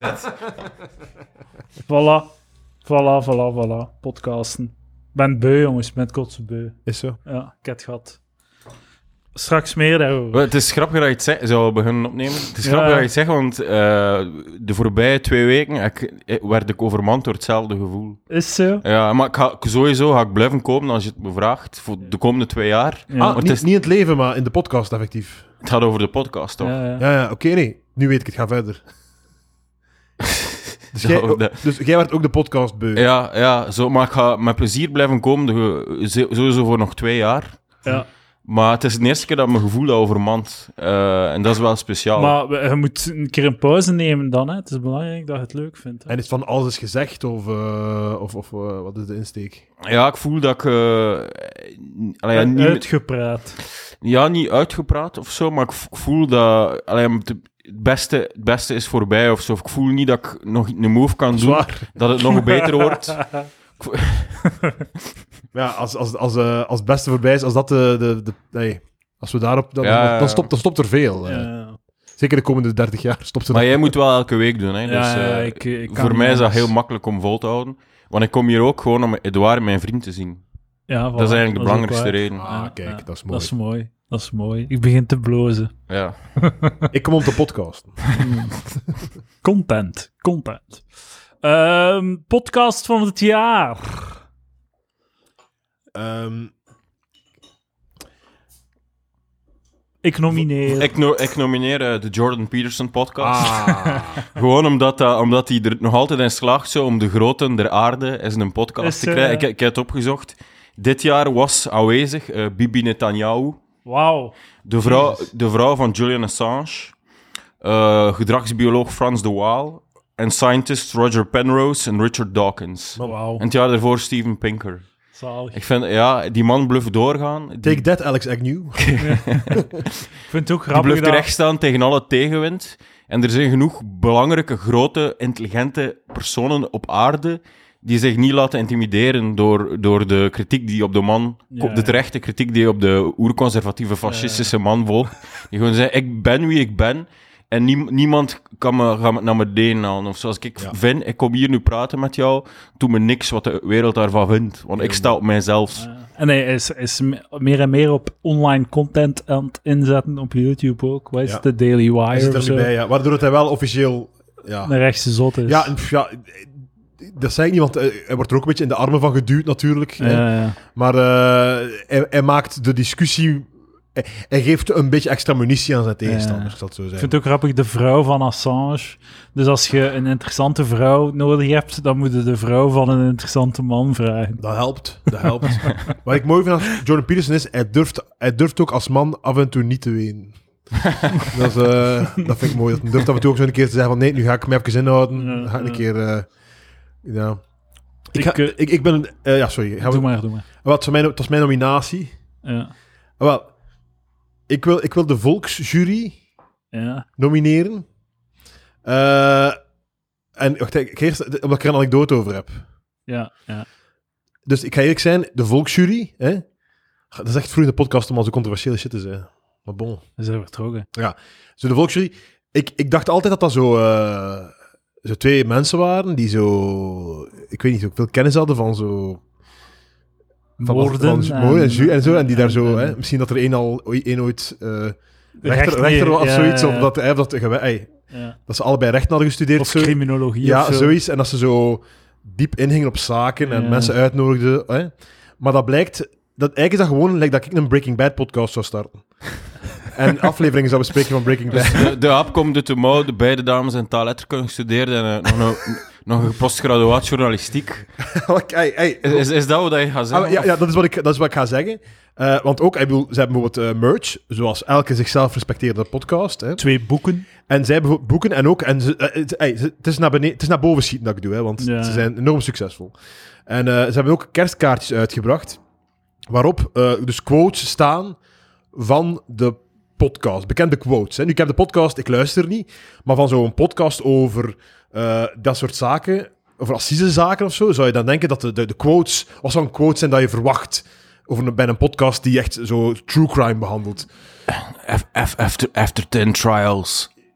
Voilà. Podcasten. Ik ben beu, jongens. Ik ben kotsbeu. Is zo. Ja, ik heb het gehad. Straks meer daarover. Het is grappig dat je het zegt. Zullen we beginnen opnemen? Het is grappig dat je het zegt, want de voorbije 2 weken werd ik overmand door hetzelfde gevoel. Is zo? Ja, maar sowieso ga ik blijven komen als je het me vraagt voor de komende 2 jaar. Ja. Niet in het leven, maar in de podcast, effectief. Het gaat over de podcast, toch? Ja. Oké, nee. Nu weet ik het. Ga verder. Dus jij werd ook de podcast beu. Ja, zo, maar ik ga met plezier blijven komen, sowieso voor nog 2 jaar. Ja. Maar het is de eerste keer dat mijn gevoel dat overmant. En dat is wel speciaal. Maar je moet een keer een pauze nemen dan, hè. Het is belangrijk dat je het leuk vindt. Hè. En is van alles is gezegd, of wat is de insteek? Ja, ik voel dat ik... niet uitgepraat. Ja, niet uitgepraat of zo, maar ik voel dat... Het beste is voorbij of zo. Ik voel niet dat ik nog een move kan doen, dat het nog beter wordt. Ja, als het beste voorbij is, als dat als we daarop... Dan stopt er veel. Zeker de komende 30 jaar stopt er. Maar jij moet wel elke week doen, hè. Dus, ik voor mij is dat heel makkelijk om vol te houden. Want ik kom hier ook gewoon om Edouard, mijn vriend, te zien. Ja, dat is eigenlijk de belangrijkste reden. Kijk, dat is mooi. Dat is mooi. Ik begin te blozen. Ja. Ik kom om te podcasten. Content. Podcast van het jaar. Ik nomineer... Ik nomineer de Jordan Peterson podcast. Gewoon omdat hij er nog altijd in slaagt zo om de groten der aarde eens een podcast te krijgen. Ik heb het opgezocht. Dit jaar was aanwezig Bibi Netanyahu. Wauw. De vrouw van Julian Assange. Gedragsbioloog Frans de Waal. En scientist Roger Penrose en Richard Dawkins. Wow. En het jaar daarvoor Steven Pinker. Zalig. Ik vind, die man bluft doorgaan. Take that, Alex Agnew. Ik vind het ook grappig. Die bluft terechtstaan tegen alle tegenwind. En er zijn genoeg belangrijke, grote, intelligente personen op aarde die zich niet laten intimideren door de kritiek die op de man... de terechte kritiek die op de oerconservatieve fascistische man volgt. Die gewoon zeggen, ik ben wie ik ben. En niemand kan me naar beneden halen. Of zoals ik vind, ik kom hier nu praten met jou, doe me niks wat de wereld daarvan vindt. Want ik sta op mijzelf. En hij is meer en meer op online content aan het inzetten, op YouTube ook. Wat is de Daily Wire? Hij zit er nu bij, waardoor hij wel officieel... een rechtse zot is. Ja, dat zei ik niet, want hij wordt er ook een beetje in de armen van geduwd natuurlijk. Maar hij maakt de discussie... Hij geeft een beetje extra munitie aan zijn tegenstanders, dat zo zijn. Ik vind het ook grappig, de vrouw van Assange. Dus als je een interessante vrouw nodig hebt, dan moet je de vrouw van een interessante man vragen. Dat helpt. Wat ik mooi vind aan Jordan Peterson is, hij durft ook als man af en toe niet te wenen. Dat vind ik mooi. Hij durft af en toe ook zo een keer te zeggen van nee, nu ga ik me even inhouden. Dan ga ik een keer... Ik ben... sorry. Doe maar. Het was mijn nominatie. Ja. Wel... Ik wil de Volksjury nomineren. En wacht, eerst, omdat ik er een anekdote over heb. Ja. Dus ik ga eerlijk zijn, de Volksjury... dat is echt vroeg in de podcast om al zo controversiële shit te zijn. Maar bon. We zijn vertrokken. Ja. Dus de Volksjury... Ik dacht altijd dat zo 2 mensen waren die zo... Ik weet niet, ook veel kennis hadden van zo... Van mooi en zo, en die daar zo... misschien dat er één ooit rechter was of zoiets, of dat ze allebei recht hadden gestudeerd. Of criminologie. Ja, of zo. zoiets. En dat ze zo diep ingingen op zaken en mensen uitnodigden. Maar dat blijkt... Eigenlijk is dat gewoon dat ik een Breaking Bad podcast zou starten. En afleveringen zou bespreken van Breaking Bad. Dus de aap komt uit de mouw, de beide dames zijn taalletterkunde gestudeerd en nog een postgraduaat journalistiek. Is dat wat je gaat zeggen? Ja, dat is wat ik ga zeggen. Want ook, ze hebben bijvoorbeeld merch, zoals elke zichzelf respecteerde podcast. 2 boeken. En zij hebben boeken en ook... het is naar boven schieten dat ik doe, want ze zijn enorm succesvol. En ze hebben ook kerstkaartjes uitgebracht, waarop dus quotes staan van de podcast. Bekende quotes. Hè. Nu, ik heb de podcast, ik luister niet, maar van zo'n podcast over dat soort zaken, over assisezaken of zo, zou je dan denken dat de quotes, wat zo'n quotes zijn dat je verwacht bij een podcast die echt zo true crime behandelt. After 10 trials,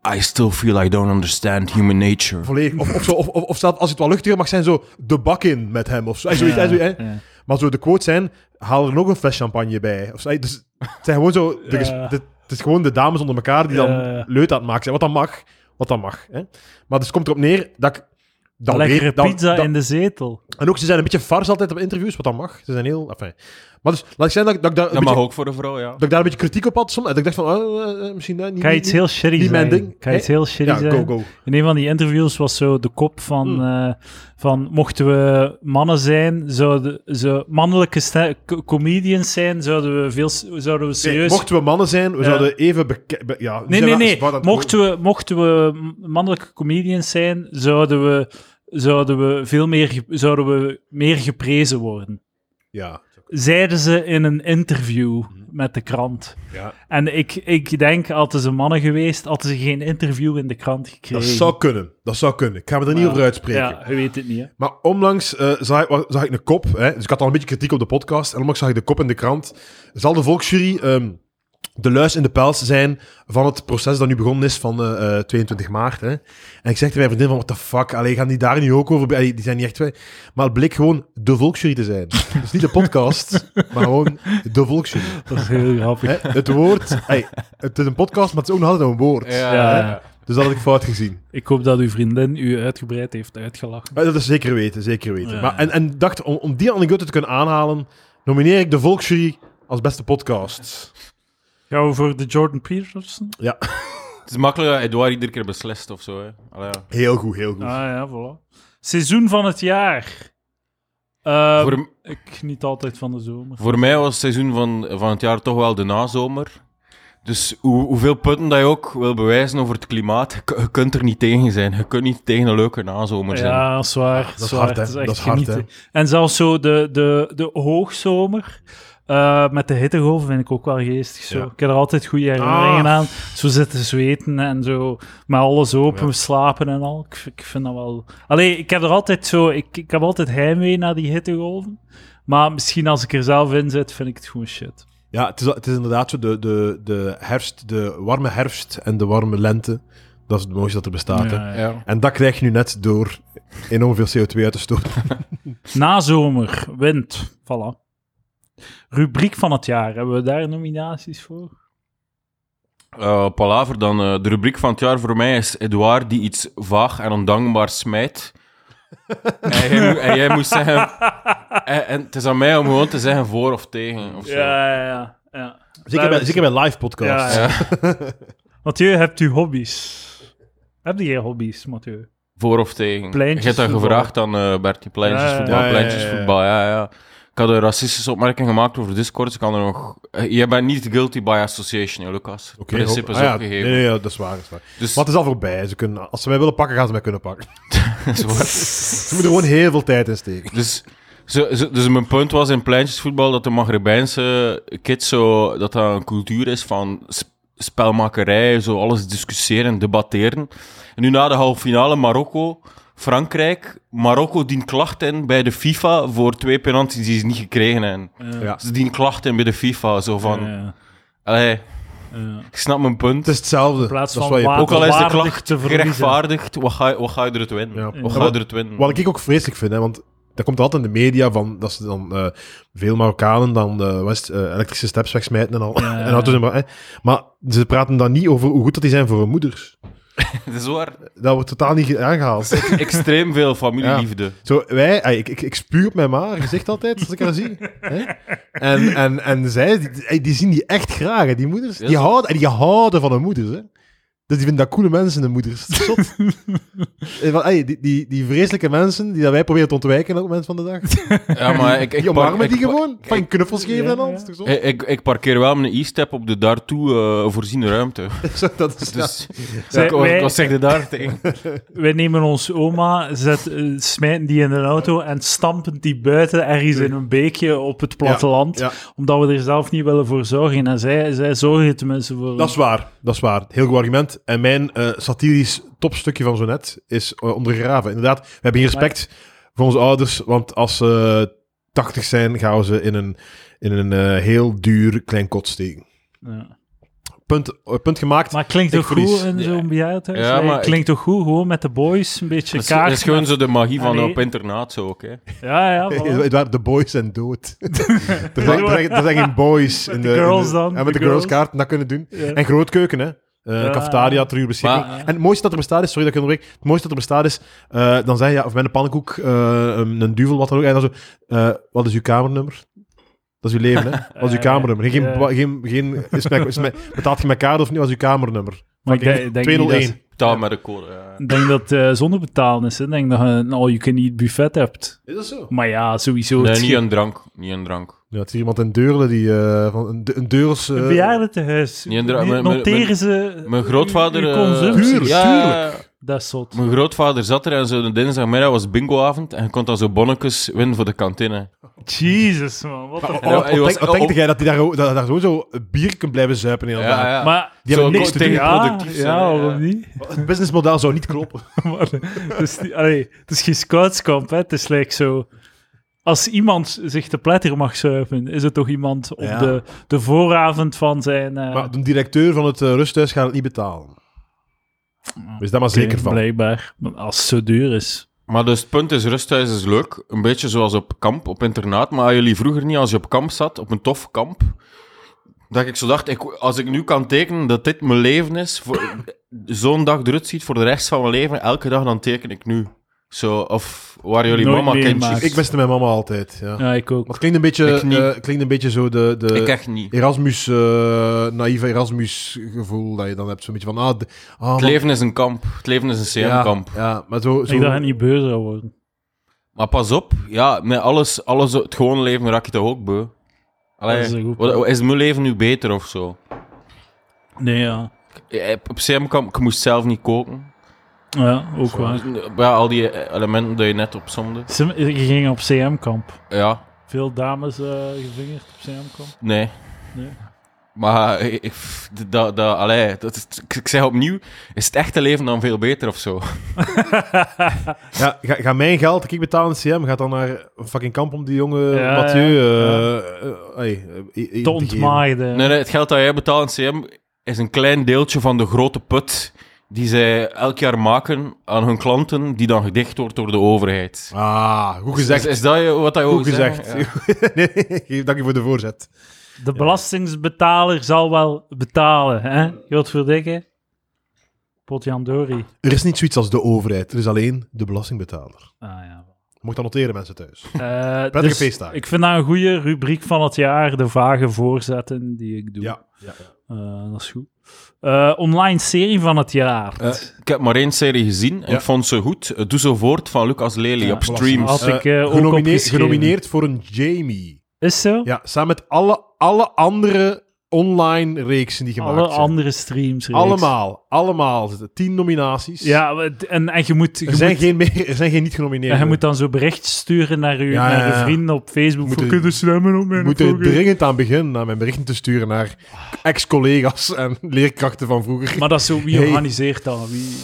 I still feel I don't understand human nature. Volledig. Of zelfs als het wat luchtiger mag zijn, zo de bak in met hem. Of zo. Ja. Maar zo de quote zijn, haal er nog een fles champagne bij. Of zo. Dus het zijn gewoon zo... Het is gewoon de dames onder elkaar die dan leuk aan het maken zijn. Wat dan mag. Hè? Maar dus het komt erop neer dat ik... Lekkere pizza in de zetel. En ook, ze zijn een beetje fars altijd op interviews, wat dan mag. Ze zijn heel... Enfin. Maar dus, laat ik zeggen dat ik daar... Dat mag ook voor de vrouw, ja. Dat ik daar een beetje kritiek op had soms. En dat ik dacht van, misschien niet... Ga je iets heel shitty mijn zijn? ding. Ga je iets heel shitty zijn? Go. In een van die interviews was zo de kop van mochten we mannen zijn, mannelijke comedians zijn, zouden we serieus... Nee, mochten we mannen zijn, we zouden even... Nee. Mochten we mannelijke comedians zijn, zouden we meer geprezen worden. Ja. Zeiden ze in een interview met de krant. Ja. En ik denk, hadden ze mannen geweest, hadden ze geen interview in de krant gekregen. Dat zou kunnen. Ik ga me er niet over uitspreken. Ja, je weet het niet, hè. Maar onlangs zag ik een kop, hè, dus ik had al een beetje kritiek op de podcast, en onlangs zag ik de kop in de krant. Zal de volksjury de luis in de pels zijn van het proces dat nu begonnen is van 22 maart. Hè. En ik zeg tegen mijn vriendin van, what the fuck, gaan die daar niet ook over... Die zijn niet echt... Maar het bleek gewoon de volksjury te zijn. Dus niet de podcast, maar gewoon de volksjury. Dat is heel grappig. Hè, het woord... het is een podcast, maar het is ook nog altijd een woord. Ja. Dus dat had ik fout gezien. Ik hoop dat uw vriendin u uitgebreid heeft uitgelachen. Dat is zeker weten. Ja. Maar, en dacht, om die anekdote te kunnen aanhalen, nomineer ik de volksjury als beste podcast. Gaan we voor de Jordan Peterson? Ja. Het is makkelijk dat Edouard iedere keer beslist of zo. Hè. Allee, ja. Heel goed. Ah ja, voilà. Seizoen van het jaar. Ik niet altijd van de zomer. Voor mij was het seizoen van het jaar toch wel de nazomer. Dus hoeveel punten dat je ook wil bewijzen over het klimaat, je kunt er niet tegen zijn. Je kunt niet tegen een leuke nazomer zijn. Ja, dat is waar. Dat is hard, hè. Het echt Dat is hard, genieten. hè. En zelfs zo de hoogzomer met de hittegolf vind ik ook wel geestig. Zo. Ja. Ik heb er altijd goede herinneringen aan. Zo zitten zweten en zo met alles open, slapen en al. Ik vind dat wel... Allee, ik heb er altijd zo... Ik heb altijd heimwee naar die hittegolven. Maar misschien als ik er zelf in zit, vind ik het gewoon shit. Ja, het is inderdaad zo de herfst, de warme herfst en de warme lente. Dat is het mooiste dat er bestaat. Ja, hè. Ja. En dat krijg je nu net door enorm veel CO2 uit te stoten. Nazomer, wind, voilà. Rubriek van het jaar, hebben we daar nominaties voor? Palaver, dan de rubriek van het jaar voor mij is Edouard die iets vaag en ondankbaar smijt. en jij moest zeggen... En het is aan mij om gewoon te zeggen voor of tegen. Of zo. Ja. Zeker bij live podcasts. Ja. Mathieu, hebt u hobby's? Heb jij hobby's, Mathieu? Voor of tegen. Pleintjesvoetbal. Je hebt dat gevraagd aan Bertie. Pleintjesvoetbal, Ja. pleintjesvoetbal, ja. Ik had een racistische opmerking gemaakt over Discord, dus ik kan er nog... Jij bent niet guilty by association, hè, Lucas. Oké, Principe is ja, opgegeven. nee, dat is waar. Dus, Maar het is al voorbij. Als ze mij willen pakken, gaan ze mij kunnen pakken. dat is waar. Ze moeten er gewoon heel veel tijd in steken. Dus mijn punt was in pleintjesvoetbal dat de Maghrebijnse kids dat dat een cultuur is van spelmakerij, zo alles discussiëren en debatteren. En nu na de halve finale Marokko-Frankrijk. Marokko dient klacht in bij de FIFA voor 2 penalties die ze niet gekregen hebben. Ja. Ze dienen klacht in bij de FIFA, zo van... Allee, ik snap mijn punt. Het is hetzelfde. In plaats Dat is van wat je- Ook al is de waardig klacht te verliezen. gerechtvaardigd, wat ga je er het winnen? Ja. Wat ga je er het winnen? Wat ik ook vreselijk vind, hè, want dat komt altijd in de media van dat ze dan veel Marokkanen dan elektrische steps wegsmijten en al. Ja. En auto's maar ze praten dan niet over hoe goed dat die zijn voor hun moeders. Het is waar. Dat wordt totaal niet aangehaald. Extreem veel familieliefde. Zo, ik spuur op mijn ma haar gezicht altijd als ik haar zie. Hè? En zij, die zien die echt graag, hè, die moeders. Die houden van hun moeders. Hè? Dus die vinden dat coole mensen, de moeders. Zot. Die vreselijke mensen die dat wij proberen te ontwijken op het moment van de dag. Ja, maar Die omarmen die gewoon. Van knuffels geven en al. Dat is toch zo? Ik parkeer wel mijn e-step op de daartoe voorziene ruimte. Dat is, Dus Wij- wat zeg je daar tegen? Wij nemen ons oma, smijten die in de auto en stampen die buiten ergens in een beekje op het platteland, ja. omdat we er zelf niet willen voor zorgen. En zij zorgen tenminste voor... Dat is waar. Heel goed argument. En mijn satirisch topstukje van zo net is ondergraven. Inderdaad, we hebben hier respect voor onze ouders, want als ze 80 zijn, gaan we ze in een heel duur klein kot steken. Ja. punt gemaakt. Maar het klinkt Ik toch verlies. goed in zo'n bejaardenhuis? Ja, maar klinkt toch goed, gewoon met de boys, een beetje Dat kaart. is gewoon zo de magie van Allee. op internaat zo ook, hè. Ja, voilà. De boys zijn dood. Er zijn geen boys. Met de girls dan. En met de De girls girls. kaarten, dat kunnen doen. Ja. En grootkeuken, hè. Cafetaria, 3 uur beschikking. Maar- En het mooiste dat er bestaat is, sorry dat ik onderbreek, het mooiste dat er bestaat is, dan zeg je, of met een pannenkoek, een duvel, wat dan ook, en dan zo, wat is uw kamernummer? Dat is uw leven, hè? Wat is uw kamernummer? Betaalt je met kaart of niet? Wat is uw kamernummer? Maar ik denk niet 201. Betaal met de code, ja. Ik denk dat het zonder betalen is. Hè. Ik denk dat je een all-you-can-eat buffet hebt. Is dat zo? Maar ja, sowieso. Nee, het niet ge- een drank. Niet een drank. Ja, het is hier iemand in Deurle die een Deurls... Een bejaardentehuis. niet een dra- Noteren ze Mijn grootvader... uw consumpties? Tuurlijk, ja, Dat is zot. mijn grootvader zat er en zo de dinsdagmiddag was bingoavond en je kon dan zo bonnetjes winnen voor de kantine. Jezus, man. Wat Ja, Wat hij was- denk jij dat hij daar sowieso bier kunt blijven zuipen? In Ja. Maar Die hebben Zo niks te doen. tegen ja, productief zijn, ja, hè, waarom ja. niet? Het businessmodel zou niet kloppen. Maar, het is geen scoutskamp, hè. Het is like zo... Als iemand zich te pletter mag zuipen, is het toch iemand op Ja. de vooravond van zijn... Maar de directeur van het rusthuis gaat het niet betalen. Wees daar maar zeker van. Blijkbaar. Als het zo duur is. Maar dus het punt is, rusthuis is leuk. Een beetje zoals op kamp, op internaat. Maar jullie vroeger niet, als je op kamp zat, op een tof kamp, dat ik zo dacht, als ik nu kan tekenen dat dit mijn leven is, zo'n dag eruit ziet voor de rest van mijn leven, elke dag, dan teken ik nu. Zo, of waren jullie Nooit mama meegemaakt. kindjes? Ik miste mijn mama altijd. Ja. Ja, ik ook. Maar het klinkt een beetje zo de Ik echt niet. Erasmus, naïeve Erasmus gevoel dat je dan hebt. Zo'n beetje van, Het leven is een kamp. Het leven is een CM-kamp. Ja, maar zo... Ik dacht dat het niet beu zou worden. Maar pas op, ja, met alles, het gewone leven raak je toch ook beu. Allee, Dat is een goed is mijn leven nu beter of zo? Nee, ja. Op CM-kamp, ik moest zelf niet koken. Ja, ook waar. Ja, al die elementen die je net opzomde. Je ging op CM-kamp. Ja, Veel dames gevingerd op CM-kamp. nee. Nee. Maar ik zeg opnieuw, is het echte leven dan veel beter of zo? Ja, ga mijn geld dat ik betaal in de CM, gaat dan naar een fucking kamp om die jonge Ja, Mathieu Te ontmaaien. Nee, het geld dat jij betaalt in CM is een klein deeltje van de grote put die zij elk jaar maken aan hun klanten, die dan gedicht wordt door de overheid. Ah, goed gezegd. Is dat wat je Goed ook gezegd. zegt? Nee, dank je voor de voorzet. De belastingsbetaler zal wel betalen, hè? Godverdikke. Potjandori. Er is niet zoiets als de overheid, er is alleen de belastingbetaler. Ah, ja. Je mocht dat noteren, mensen thuis. Prettige Prettige feestdagen. Ik vind dat een goede rubriek van het jaar, de vage voorzetten die ik doe. Ja. Dat is goed. Online serie van het jaar. Ik heb maar één serie gezien en Ja. ik vond ze goed. Doe zo voort van Lucas Lely Ja, op streams. had ik ook Genomineerd, opgeschreven. genomineerd voor een Jamie. Is zo? Ja, samen met alle andere online reeksen die gemaakt Alle zijn. andere streams. reeks. Allemaal zitten 10 nominaties. Ja, en je moet... Er zijn geen niet genomineerd. En je moet dan zo berichtjes sturen naar je, Ja, naar je ja. vrienden op Facebook. Moet Voor er- kunnen stemmen op mijn We moeten vlogger. dringend aan beginnen naar mijn berichten te sturen naar ex-collega's en leerkrachten van vroeger. Maar dat is zo, wie Hey. organiseert dat? Wie...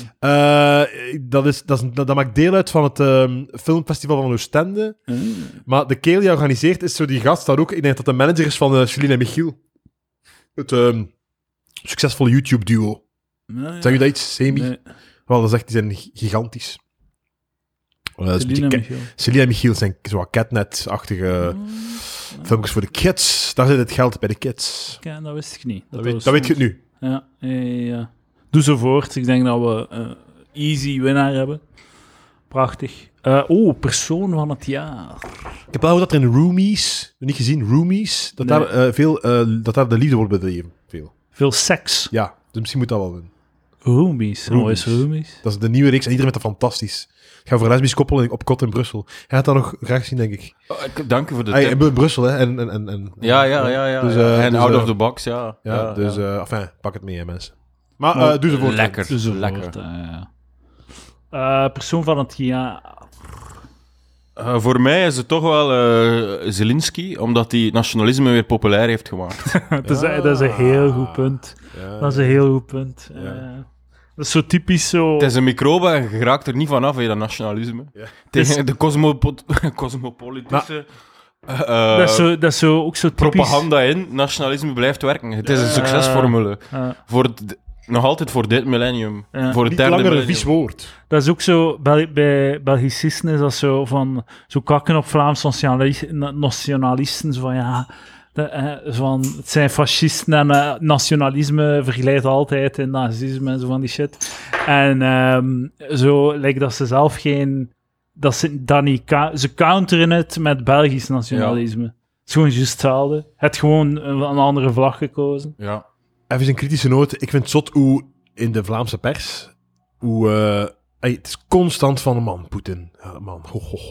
Dat maakt deel uit van het filmfestival van Oostende. Maar de kerel die organiseert is zo die gast daar ook. Ik denk dat de manager is van Celine en Michiel. Het succesvolle YouTube-duo. Zeg je dat iets? Semi? Nee. Wel, dat is echt, die zijn gigantisch. Dat is een beetje Michiel. Celine en Michiel zijn zo Catnet-achtige filmpjes voor de kids. Daar zit het geld bij de kids. Ja, dat wist ik niet. Dat weet je het nu. Ja, ja. Doe zo voort. Ik denk dat we easy winnaar hebben. Prachtig. Persoon van het jaar. Ik heb wel gehoord dat er in Roomies, niet gezien, Roomies, dat, Nee. dat daar de liefde wordt bedreven. Veel. Veel seks. Ja, dus misschien moet dat wel doen. Roomies. Wat is Roomies? Dat is de nieuwe reeks en iedereen vindt dat fantastisch. Ik ga voor een lesbisch koppel op kot in Brussel. Hij gaat dat nog graag zien, denk ik. Dank je voor de Hey, tip. in Brussel, hè. Ja. Dus, en dus, out of the box, ja. Ja, dus enfin, pak het mee, hè, mensen. Maar doe ze voor. Lekker, Doe zo lekker. voort, ja. Persoon van het jaar. Voor mij is het toch wel Zelensky, omdat hij nationalisme weer populair heeft gemaakt. Dat is een heel goed punt. Ja. Dat is een heel goed punt. Dat is zo typisch zo... Het is een microbe en je raakt er niet vanaf, dat nationalisme. Ja. Tegen de cosmopolitische Dat is zo ook zo typisch. Propaganda in, nationalisme blijft werken. Het is een succesformule. Nog altijd voor dit millennium. Voor het Niet derde langer een millennium. vies woord. Dat is ook zo, bij Belgicisten is dat zo van, zo kakken op Vlaams nationalisten, zo van het zijn fascisten en nationalisme vergelijkt altijd in nazisme en zo van die shit. En zo lijkt dat ze zelf ze counteren het met Belgisch nationalisme. Het is gewoon juist hetzelfde. Het gewoon een andere vlag gekozen. Ja. Even een kritische noot. Ik vind het zot hoe in de Vlaamse pers, het is constant van, man, Poetin. Ja, man,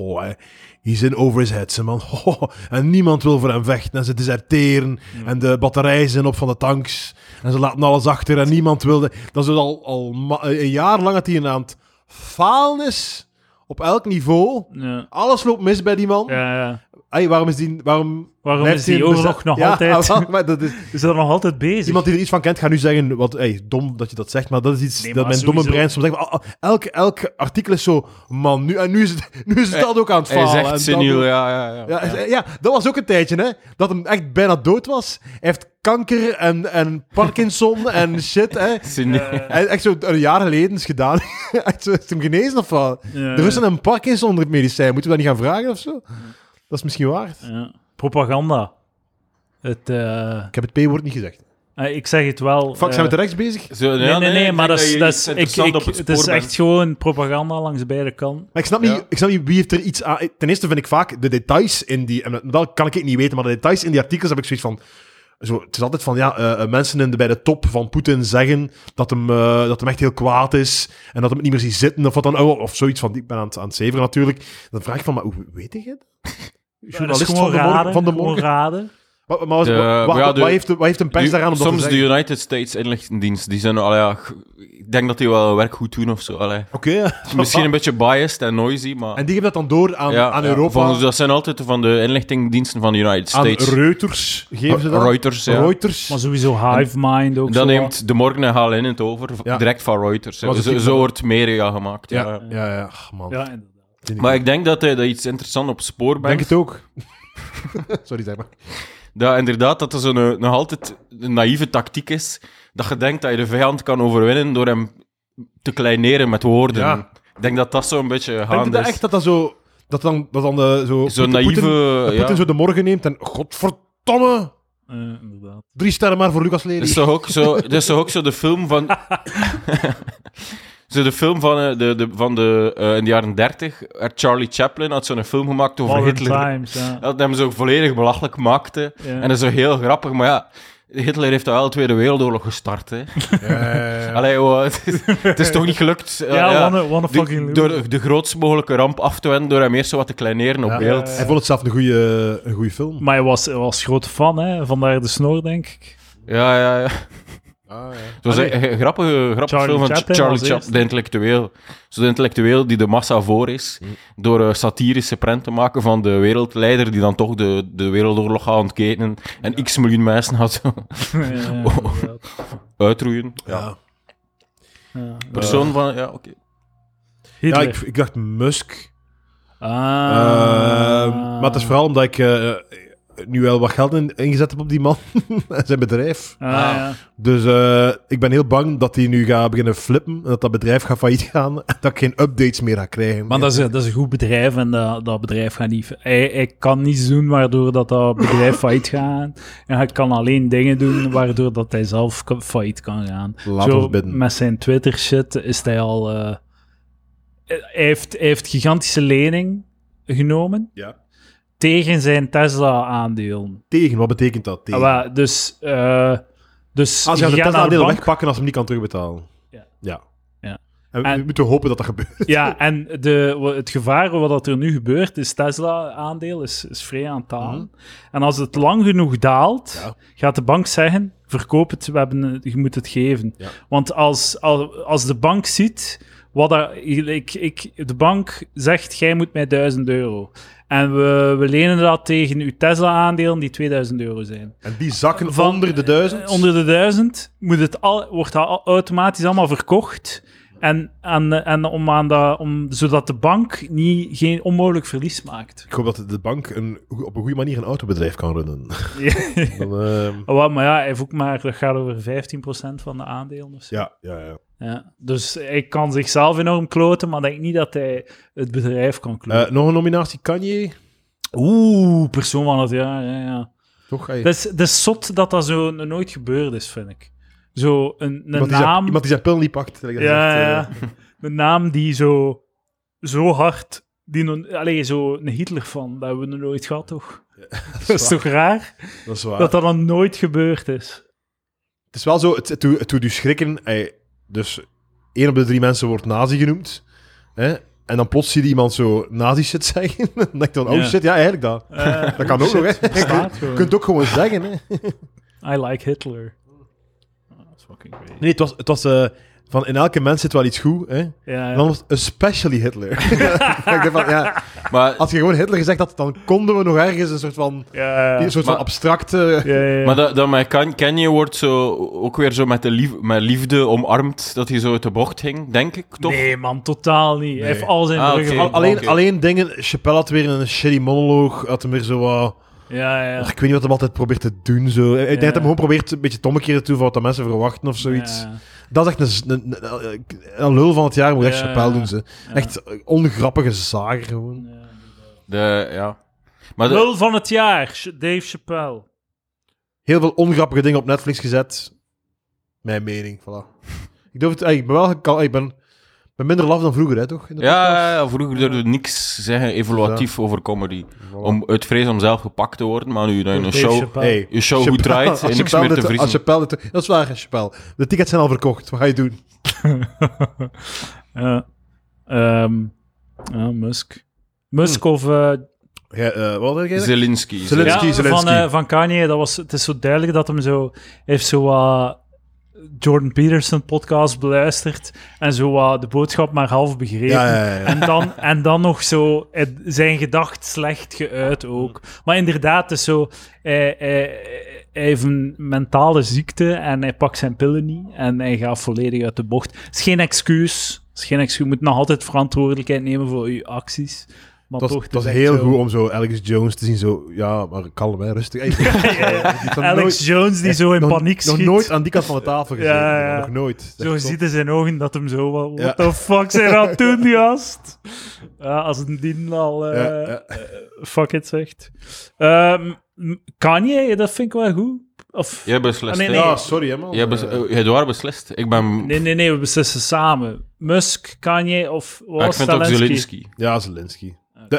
he's in over his head, man. En niemand wil voor hem vechten. En ze deserteren. En de batterijen zijn op van de tanks. En ze laten alles achter. En niemand wilde. Dat is al een jaar lang dat hij aan het falen is. Op elk niveau. Ja. Alles loopt mis bij die man. Ja. Waarom is die... Waarom is die oorlog nog altijd... maar dat is dat nog altijd bezig? Iemand die er iets van kent, gaat nu zeggen... Dom dat je dat zegt, maar dat is iets dat mijn domme brein soms zegt. Elk artikel is zo... Man, nu is het dat ook aan het falen. Hij zegt seniel, ja, dat was ook een tijdje, hè. Dat hem echt bijna dood was. Hij heeft kanker en Parkinson en shit, hè. Echt zo een jaar geleden is gedaan. Echt zo, is hem genezen of wat? Er is een Parkinson-medicijn. Moeten we dat niet gaan vragen of zo? Dat is misschien waard. Ja. Propaganda. Ik heb het P-woord niet gezegd. Ik zeg het wel. Fuck, zijn we te rechts bezig? Nee, maar het is echt gewoon propaganda langs beide kanten. Maar ik snap niet wie heeft er iets aan... Ten eerste vind ik vaak de details in die... En dat kan ik niet weten, maar de details in die artikels heb ik zoiets van... Het is altijd van, mensen bij de top van Poetin zeggen dat hem echt heel kwaad is en dat hem het niet meer ziet zitten of wat dan, of zoiets van, ik ben aan het zeveren natuurlijk. Dan vraag ik van, maar hoe weet je dat? Journalist van de morgen. Raden. Wat heeft een pers daaraan om dat te soms zeggen? de United States inlichtingendienst, die zijn... ik denk dat die wel werk goed doen of zo. Oké. Misschien een beetje biased en noisy, maar... En die geven dat dan door aan Europa? Dat zijn altijd van de inlichtingendiensten van de United States. Aan Reuters geven ze dat? Reuters. Maar sowieso Hive Mind ook. Dan neemt De Morgen en HLN het over, direct van Reuters. Zo wordt media gemaakt. Ja. Ach, man. Ja, inderdaad. Maar ik denk dat hij iets interessants op spoor brengt. Denk het ook. Sorry, zeg maar. Ja, inderdaad, dat er nog altijd een naïeve tactiek is. Dat je denkt dat je de vijand kan overwinnen door hem te kleineren met woorden. Ja. Ik denk dat dat zo'n beetje gaande is. Denk je dat echt dat zo... Dat dan zo naïeve... Poetin zo de morgen neemt en... Godverdomme! Inderdaad. 3 sterren maar voor Lucas Lely. Dat is toch ook zo de film van... de film van in de jaren 30, Charlie Chaplin had zo'n film gemaakt over Hitler. Times, ja. Dat hem zo volledig belachelijk maakte. Ja. En dat is zo heel grappig, maar ja, Hitler heeft wel de Tweede Wereldoorlog gestart, hè. Het is toch niet gelukt door de grootst mogelijke ramp af te wenden, door hem eerst zo wat te kleineren op beeld. Hij vond het zelf een goede film. Maar hij was groot fan, hè. Vandaar de snor, denk ik. Ja. Zoals een grappige film van Charlie Chaplin, de intellectueel. Zo de intellectueel die de massa voor is, door satirische prent te maken van de wereldleider die dan toch de wereldoorlog gaat ontketenen en x miljoen mensen gaat uitroeien. Ja. Persoon van... Ja, oké. Ja, ik dacht Musk. Maar het is vooral omdat ik... nu wel wat geld ingezet heb op die man en zijn bedrijf. Dus ik ben heel bang dat hij nu gaat beginnen flippen en dat bedrijf gaat failliet gaan en dat ik geen updates meer ga krijgen. Maar dat is een goed bedrijf en dat bedrijf gaat niet... Hij kan niets doen waardoor dat bedrijf failliet gaat en hij kan alleen dingen doen waardoor dat hij zelf failliet kan gaan. Laat ons bidden. Met zijn Twitter-shit is hij al... Hij heeft gigantische lening genomen. Ja. Tegen zijn Tesla-aandelen. Tegen? Wat betekent dat? Tegen? Dus als je de Tesla-aandelen wegpakken als ze hem niet kan terugbetalen. Ja. En we moeten hopen dat dat gebeurt. Ja, en het gevaar wat er nu gebeurt, is Tesla-aandeel is vrij aan het dalen. En als het lang genoeg daalt, gaat de bank zeggen, verkoop het, je moet het geven. Ja. Want als de bank ziet... de bank zegt, jij moet mij €1.000. En we lenen dat tegen uw Tesla-aandelen die €2.000 zijn. En die zakken onder de 1.000? Onder de 1.000 wordt dat automatisch allemaal verkocht En zodat de bank geen onmogelijk verlies maakt. Ik hoop dat de bank op een goede manier een autobedrijf kan runnen. Maar ja, hij heeft ook maar, dat gaat over 15% van de aandelen. Of zo. Ja. Dus hij kan zichzelf enorm kloten, maar denk niet dat hij het bedrijf kan kloten. Nog een nominatie, Kanye? Persoon van het jaar, ja. Toch? Het is zot dat zo nooit gebeurd is, vind ik. Zo een naam... Iemand die zijn pil niet pakt. Ja. Een naam die zo hard... zo een Hitler van, dat hebben we nog nooit gehad, toch? Ja, dat is toch raar? Dat is waar. Dat dan nooit gebeurd is. Het is wel zo, het doet u schrikken. Dus 1 op de 3 mensen wordt nazi genoemd. Hè? En dan plots zie je iemand zo nazi-shit zeggen. Dan denk je van, shit, ja, eigenlijk dat. Dat kan ook nog, hè. Je kunt het ook gewoon zeggen, hè. I like Hitler. Dat is fucking great. Nee, het was van in elke mens zit wel iets goed, hè. Ja. En dan was het especially Hitler. Ik dacht van, maar als je gewoon Hitler gezegd had, dan konden we nog ergens een soort van... Een soort van abstracte... Maar met Kanye wordt zo ook weer zo met liefde omarmd, dat hij zo uit de bocht ging, denk ik, toch? Nee, man, totaal niet. Hij heeft al zijn ruggen... Alleen dingen... Chappelle had weer een shitty monoloog, had hem weer zo... Ja. Ik weet niet wat hij altijd probeert te doen, zo. Ik denk dat hij gewoon probeert een beetje tommekeren toe van wat de mensen verwachten of zoiets. Ja. Dat is echt een lul van het jaar, moet echt Chappelle doen, ze. Echt ongrappige zager, gewoon. Lul van het jaar, Dave Chappelle. Heel veel ongrappige dingen op Netflix gezet. Mijn mening, voilà. Ik ben minder laf dan vroeger, hè, toch? Ja, vroeger durfde niks zeggen evaluatief over comedy. Voilà. Uit vrees om zelf gepakt te worden, maar nu dat je je show goed draait en niks meer te vriezen. Dat is waar, Chappelle. De tickets zijn al verkocht. Wat ga je doen? Musk of... wat had jij? Zelensky. Van Kanye, het is zo duidelijk dat hem zo... heeft zo Jordan Peterson podcast beluisterd en zo de boodschap maar half begrepen. Ja. En dan nog zo zijn gedacht slecht geuit ook. Maar inderdaad, het is zo... Hij heeft een mentale ziekte en hij pakt zijn pillen niet en hij gaat volledig uit de bocht. Het is geen excuus. Je moet nog altijd verantwoordelijkheid nemen voor je acties. Het was heel goed om zo Alex Jones te zien, zo, ja, maar kalm, hè, rustig. Alex Jones die zo in paniek schiet. Nog nooit aan die kant van de tafel gezeten. Nog nooit. Zo ziet in zijn ogen dat hem zo, what the fuck zijn aan het doen, gast? Als een dien al fuck it zegt. Kanye, dat vind ik wel goed. Jij beslist. Nee. Ja, sorry, hè, man. Jij doet beslist. Ik ben... Nee, we beslissen samen. Musk, Kanye of... ik vind ook Zelensky. Ja, Zelensky.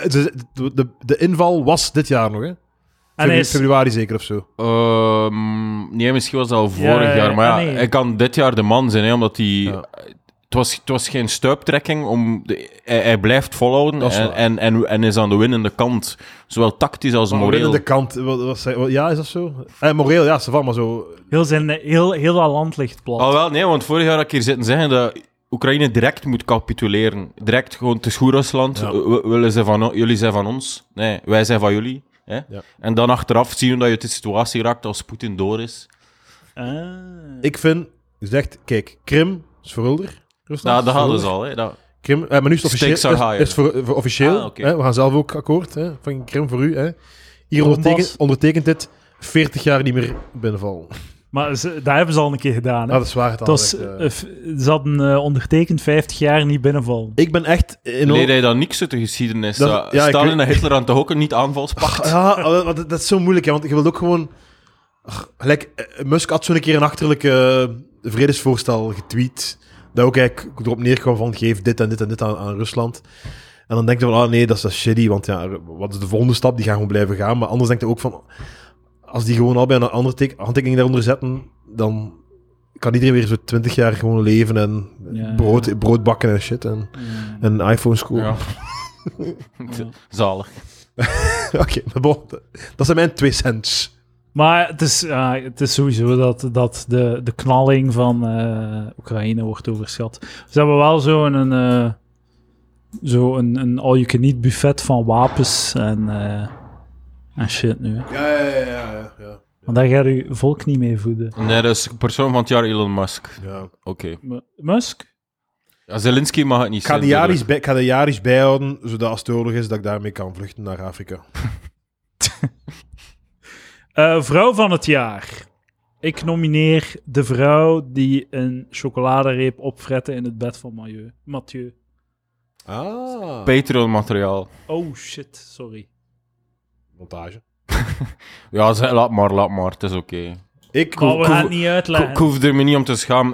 De inval was dit jaar nog, hè? Februari zeker of zo. Nee, misschien was dat al vorig jaar. Maar hij kan dit jaar de man zijn, hè, omdat hij... Ja. Het was geen stuiptrekking. Hij blijft volhouden en is aan de winnende kant. Zowel tactisch als moreel. Winnende kant, ja, is dat zo? Moreel, ja, maar zo... Heel dat land ligt plat. Wel, nee, want vorig jaar had ik hier zitten zeggen dat Oekraïne direct moet capituleren. Direct gewoon, het is goed Rusland. Ja. Jullie zijn van ons. Nee, wij zijn van jullie. Hè? Ja. En dan achteraf zien we dat je de situatie raakt als Poetin door is. Ik vind, je zegt, kijk, Krim is voor Rusland. Ja, dat hadden ze al. Hè? Krim, maar nu is het officieel. Is voor officieel. Okay. Hè? We gaan zelf ook akkoord. Hè? Van Krim voor u. Hè? Hier ondertekent dit 40 jaar niet meer binnenvallen. Maar dat hebben ze al een keer gedaan. Hè? Dat is waar. Ze hadden ondertekend 50 jaar niet binnenvallen. Ik ben echt... Leed hij dan niks uit de geschiedenis? Stalin en Hitler aan te hokken niet aanvalspacht? Ja, dat is zo moeilijk. Hè, want je wilt ook gewoon... Musk had zo'n keer een achterlijke vredesvoorstel getweet. Dat ook eigenlijk erop neerkwam van geef dit en dit en dit aan Rusland. En dan denk je van, nee, dat is shitty. Want ja, wat is de volgende stap? Die gaan gewoon blijven gaan. Maar anders denk je ook van... Als die gewoon allebei een andere handtekening daaronder zetten, dan kan iedereen weer zo 20 jaar gewoon leven en brood bakken en shit. En iPhones kopen. Ja. Zalig. Oké, dat zijn mijn 2 cents. Maar het is sowieso dat de knalling van Oekraïne wordt overschat. Ze hebben wel zo'n all-you-can-eat buffet van wapens en shit nu. Ja. Want daar gaat uw volk niet mee voeden. Nee, dat is persoon van het jaar Elon Musk. Ja. Oké. Musk? Ja, Zelensky mag het niet Ik ga zijn. de jaarries bijhouden, zodat als het oorlog is, dat ik daarmee kan vluchten naar Afrika. Vrouw van het jaar. Ik nomineer de vrouw die een chocoladereep opfrette in het bed van Mathieu. Ah. Patreon-materiaal. Oh shit, sorry. Montage. Ja, laat maar. Het is oké. Ik Maar we gaan het niet uitleggen. Ik hoef er me niet om te schamen.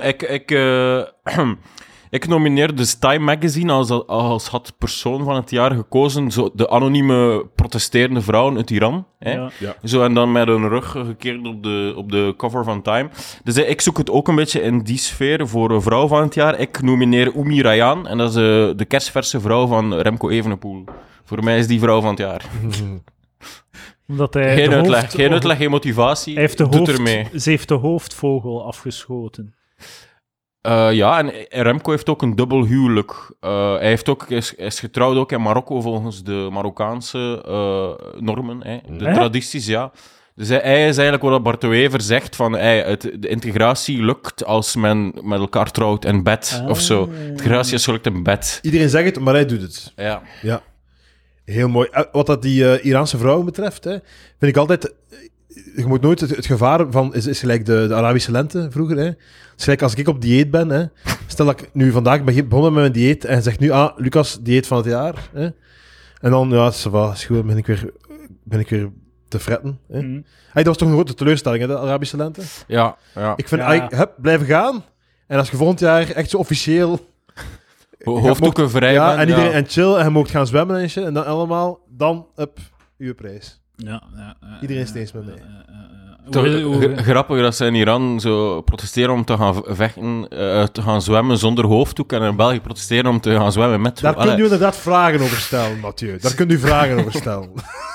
Ik nomineer dus Time Magazine als had persoon van het jaar gekozen. Zo de anonieme protesterende vrouwen uit Iran. Hè? Ja. Zo, en dan met hun rug gekeerd op de cover van Time. Dus ik zoek het ook een beetje in die sfeer voor vrouw van het jaar. Ik nomineer Oumi Rayan. En dat is de kerstverse vrouw van Remco Evenepoel. Voor mij is die vrouw van het jaar. Omdat hij Geen de uitleg, hoofd- geen uitleg, geen motivatie. Hij heeft Doet ermee. ze heeft de hoofdvogel afgeschoten. Ja, en Remco heeft ook een dubbel huwelijk. Hij is getrouwd ook in Marokko volgens de Marokkaanse normen, de tradities, ja. Dus hij is eigenlijk wat Barthe zegt, van de integratie lukt als men met elkaar trouwt in bed, of zo. Integratie is gelukt in bed. Iedereen zegt het, maar hij doet het. Ja. Ja. Heel mooi. Wat dat die Iraanse vrouwen betreft, vind ik altijd... Je moet nooit het gevaar van... Is gelijk de Arabische lente vroeger. Het is gelijk als ik op dieet ben. Stel dat ik nu vandaag begonnen met mijn dieet en zeg nu, Lucas, dieet van het jaar. En dan, ja, is goed, ben ik weer te fretten. Dat was toch een grote teleurstelling, de Arabische lente? Ja. Ik vind, blijven gaan. En als je volgend jaar echt zo officieel... Hoofddoeken vrij ja, bent, en iedereen en chill en je mocht gaan zwemmen en shit, en dan allemaal, dan uw prijs. Ja. Iedereen is het eens met mij. Grappig dat ze in Iran zo protesteren om te gaan vechten, te gaan zwemmen zonder hoofddoek, en in België protesteren om te gaan zwemmen met... Daar kunt u inderdaad vragen over stellen, Mathieu. Daar kunt u vragen over stellen.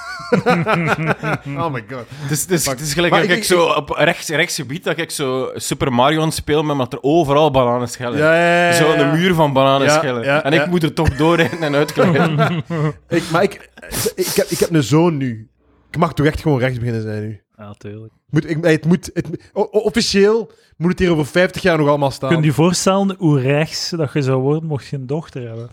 Oh my god. Het is gelijk dat ik zo op rechtsgebied, dat ik zo Super Mario aan het spelen ben, maar er overal bananen schillen. Ja. Zo een muur van bananen schillen. Ja. En ik moet er toch doorrijden en uitkrijgen. Ik heb een zoon nu. Ik mag toch echt gewoon rechts beginnen zijn nu. Ja, tuurlijk. Officieel moet het hier over 50 jaar nog allemaal staan. Kun je je voorstellen hoe rechts dat je zou worden mocht je een dochter hebben?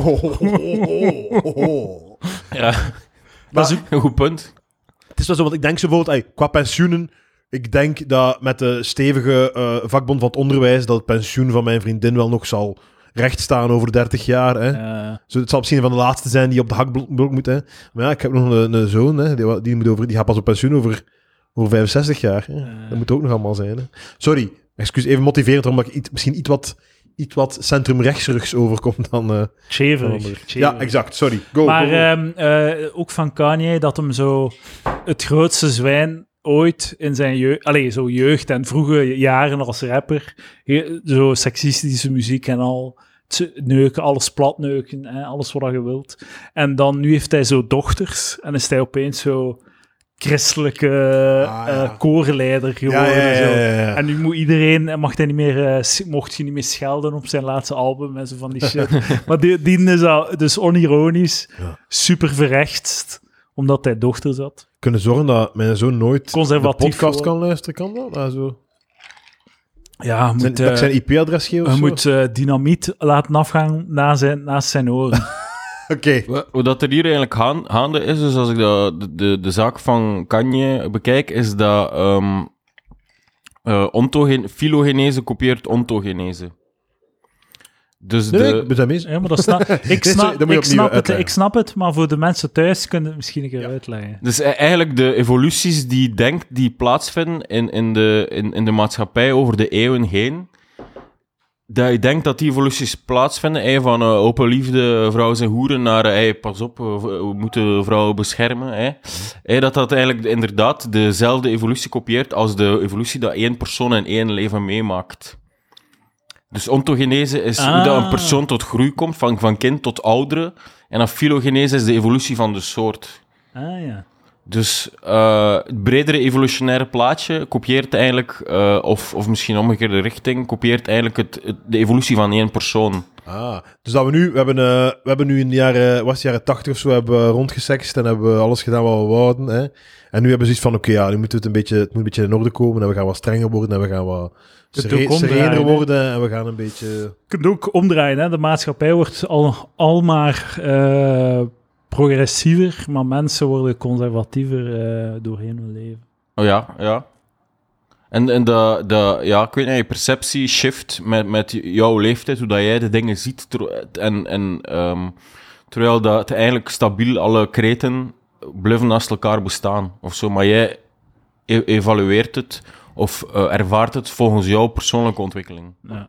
Ja, Dat is ook... een goed punt. Het is wel zo, want ik denk zo bijvoorbeeld, qua pensioenen, ik denk dat met de stevige vakbond van het onderwijs, dat het pensioen van mijn vriendin wel nog zal rechtstaan over 30 jaar. Zo, het zal misschien een van de laatste zijn die op de hakblok moet. Maar ja, ik heb nog een zoon, die gaat pas op pensioen over 65 jaar. Dat moet ook nog allemaal zijn. Sorry, excuus, even motiverend, omdat ik misschien iets wat centrum-rechtsrugs overkomt dan... Cheverig. Ja, exact, sorry. Go. Ook van Kanye, dat hem zo het grootste zwijn ooit in zijn jeugd en vroege jaren als rapper, zo seksistische muziek en al, neuken, alles platneuken, alles wat je wilt. En dan, nu heeft hij zo dochters en is hij opeens zo christelijke koorleider geworden. Ja. En nu mocht je niet meer schelden op zijn laatste album en zo van die shit. Maar die is dus onironisch super verrechtst, omdat hij dochters had. Kunnen zorgen dat mijn zoon nooit de podcast kan luisteren, kan dat? Also, ja, zijn IP-adres geven of je moet dynamiet laten afgaan naast zijn oren. Oké. Hoe dat er hier eigenlijk gaande is, dus als ik de zaak van Kanye bekijk, is dat filogenese kopieert ontogenese. Dus ja, maar ik snap het, maar voor de mensen thuis kunnen het misschien een keer uitleggen. Dus eigenlijk de evoluties die plaatsvinden in de maatschappij over de eeuwen heen, dat je denkt dat die evoluties plaatsvinden, van open liefde, vrouwen zijn hoeren, naar pas op, we moeten vrouwen beschermen. Dat eigenlijk inderdaad dezelfde evolutie kopieert als de evolutie dat één persoon in één leven meemaakt. Dus ontogenese is hoe dat een persoon tot groei komt, van kind tot oudere. En dan filogenese is de evolutie van de soort. Ja. Dus het bredere evolutionaire plaatje kopieert eigenlijk, of misschien omgekeerde richting, kopieert eigenlijk de evolutie van één persoon. Dus dat we hebben nu in de jaren 80 of zo hebben rondgesext en hebben we alles gedaan wat we wouden. Hè? En nu hebben we zoiets van, oké, nu moet het moet een beetje in orde komen en we gaan wat strenger worden en we gaan wat serener worden en we gaan een beetje... Je kunt ook omdraaien, hè. De maatschappij wordt al maar progressiever, maar mensen worden conservatiever doorheen hun leven. Oh ja. En ik weet niet, je perceptie shift met jouw leeftijd, hoe dat jij de dingen ziet, terwijl dat eigenlijk stabiel alle kreten blijven naast elkaar bestaan, of zo, maar jij evalueert het of ervaart het volgens jouw persoonlijke ontwikkeling. Ja.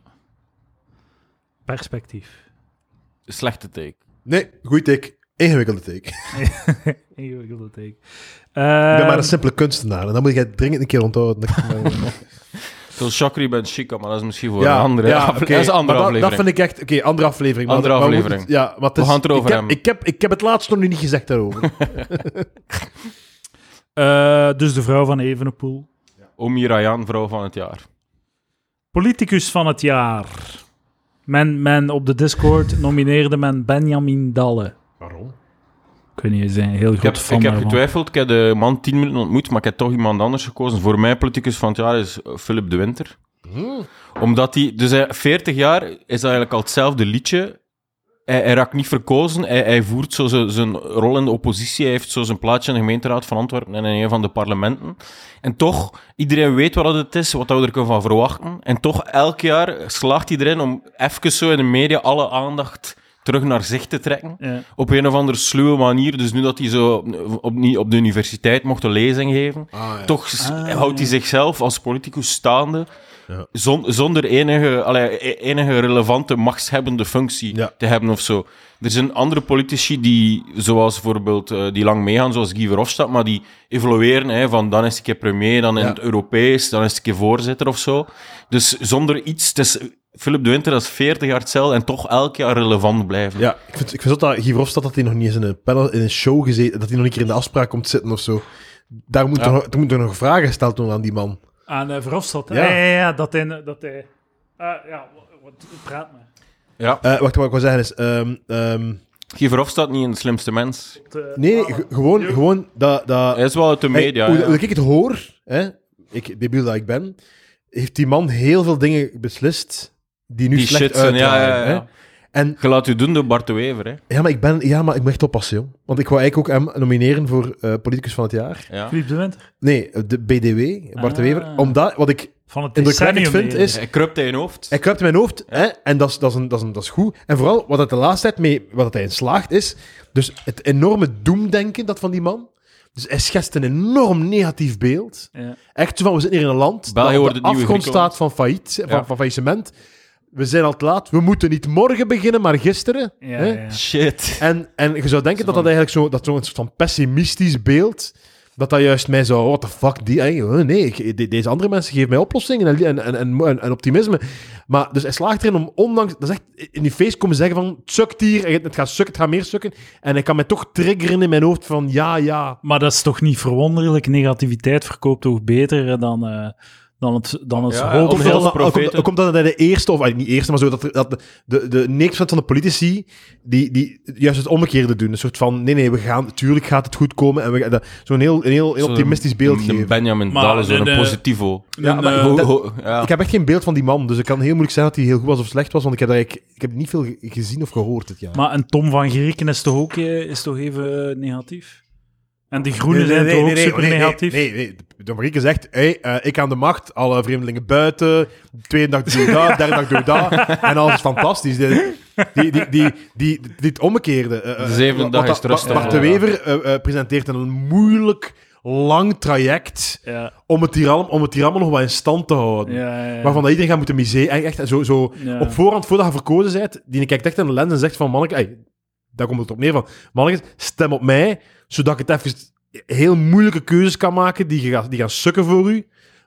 Perspectief. Slechte take. Nee, goeie take. Ingewikkelde take. Ingewikkelde take. Ik ben maar een simpele kunstenaar en dan moet jij dringend een keer onthouden. Zoals Chakri bent chica, maar dat is misschien voor een andere aflevering. Dat is een andere aflevering. Dat vind ik echt... Oké, andere aflevering. Andere aflevering. Maar het is, we gaan het erover hebben. Ik heb het laatst nog niet gezegd daarover. Dus de vrouw van Evenepoel. Omi Rayan, vrouw van het jaar. Politicus van het jaar. Men op de Discord nomineerde men Benjamin Dalle. Waarom? Ik weet niet, je bent een heel groot fan Ik heb daarvan. getwijfeld, ik heb de man 10 minuten ontmoet, maar ik heb toch iemand anders gekozen. Voor mij, politicus van het jaar, is Philip de Winter. Omdat hij... Dus 40 jaar is eigenlijk al hetzelfde liedje. Hij raakt niet verkozen. Hij voert zo zijn rol in de oppositie. Hij heeft zo zijn plaatsje in de gemeenteraad van Antwerpen en in een van de parlementen. En toch, iedereen weet wat het is, wat we er kunnen van verwachten. En toch, elk jaar slaagt hij erin om even zo in de media alle aandacht terug naar zich te trekken. Ja. Op een of andere sluwe manier. Dus nu dat hij zo op de universiteit mocht een lezing geven, toch houdt hij zichzelf als politicus staande. Ja. Zonder enige relevante machtshebbende functie te hebben of zo. Er zijn andere politici die, zoals bijvoorbeeld, die lang meegaan, zoals Guy Verhofstadt, maar die evolueren, van dan is ik een keer premier, dan in het Europees, dan is ik een keer voorzitter of zo. Dus zonder iets, het is Philip de Winter, dat is 40 jaar hetzelfde en toch elk jaar relevant blijven. Ja, ik vind dat Guy Verhofstadt, dat hij nog niet eens in een panel, in een show gezeten, dat hij nog een keer in de afspraak komt zitten of zo. Daar moet er nog vragen gesteld worden aan die man. Aan Verhofstadt, Ja, dat hij... praat maar. Ja. Wat ik wil zeggen is... Guy Verhofstadt niet een slimste mens. Nee, gewoon dat... Hij is wel uit de media. Hoe ik het hoor, debiel dat ik ben, heeft die man heel veel dingen beslist die nu slecht uitdraaien. Ja. En je laat u doen door Bart de Wever, hè? Ja, maar ik moet echt oppassen, joh. Want ik wou eigenlijk ook hem nomineren voor politicus van het jaar. Ja. Philippe de Winter? Nee, de BDW, Bart de Wever. Omdat, wat ik indrukwekkend vind, is... Hij kruipt in je hoofd. Hij kruipt in mijn hoofd, en dat is goed. En vooral, wat het de laatste tijd wat hij in slaagt, is dus het enorme doemdenken dat van die man. Dus hij schetst een enorm negatief beeld. Ja. Echt zo van, we zitten hier in een land België dat op de afgrond staat van faillissement. We zijn al te laat. We moeten niet morgen beginnen, maar gisteren. Ja. Shit. En je zou denken dat eigenlijk zo'n soort van pessimistisch beeld, dat juist mij zou... What the fuck, deze andere mensen geven mij oplossingen en optimisme. Maar dus hij slaagt erin om ondanks... Dat is echt in die feest komen zeggen van... Het sukt hier, het gaat sukken, het gaat meer sukken. En hij kan mij toch triggeren in mijn hoofd van ja. Maar dat is toch niet verwonderlijk? Negativiteit verkoopt toch beter dan het hoop. Komt dat hij de eerste, of niet eerste, maar zo dat de 9% van de politici die juist het omgekeerde doen. Een soort van, nee, natuurlijk gaat het goed komen. En we zo'n heel optimistisch beeld geven. Benjamin Dalle, zo'n positivo. Ik heb echt geen beeld van die man, dus het kan heel moeilijk zijn dat hij heel goed was of slecht was, want ik heb niet veel gezien of gehoord dit jaar. Maar een Tom van Grieken is toch even negatief? En de Groenen zijn toch ook super negatief? Nee. Tom van Grieken zegt, ik aan de macht, alle vreemdelingen buiten, tweede dag doe je dat, derde dag doe je dat, en alles is fantastisch. Die het omgekeerde. De zevende dag is rustig. Bart de Wever presenteert een moeilijk, lang traject om het hier allemaal nog wat in stand te houden. Ja. Waarvan dat iedereen gaat moeten miseren. Echt zo op voorhand, voordat je verkozen bent, die kijkt echt in de lens en zegt van, manneke, daar komt het op neer van, manneke, stem op mij, zodat ik het even heel moeilijke keuzes kan maken, die gaan sukken voor u,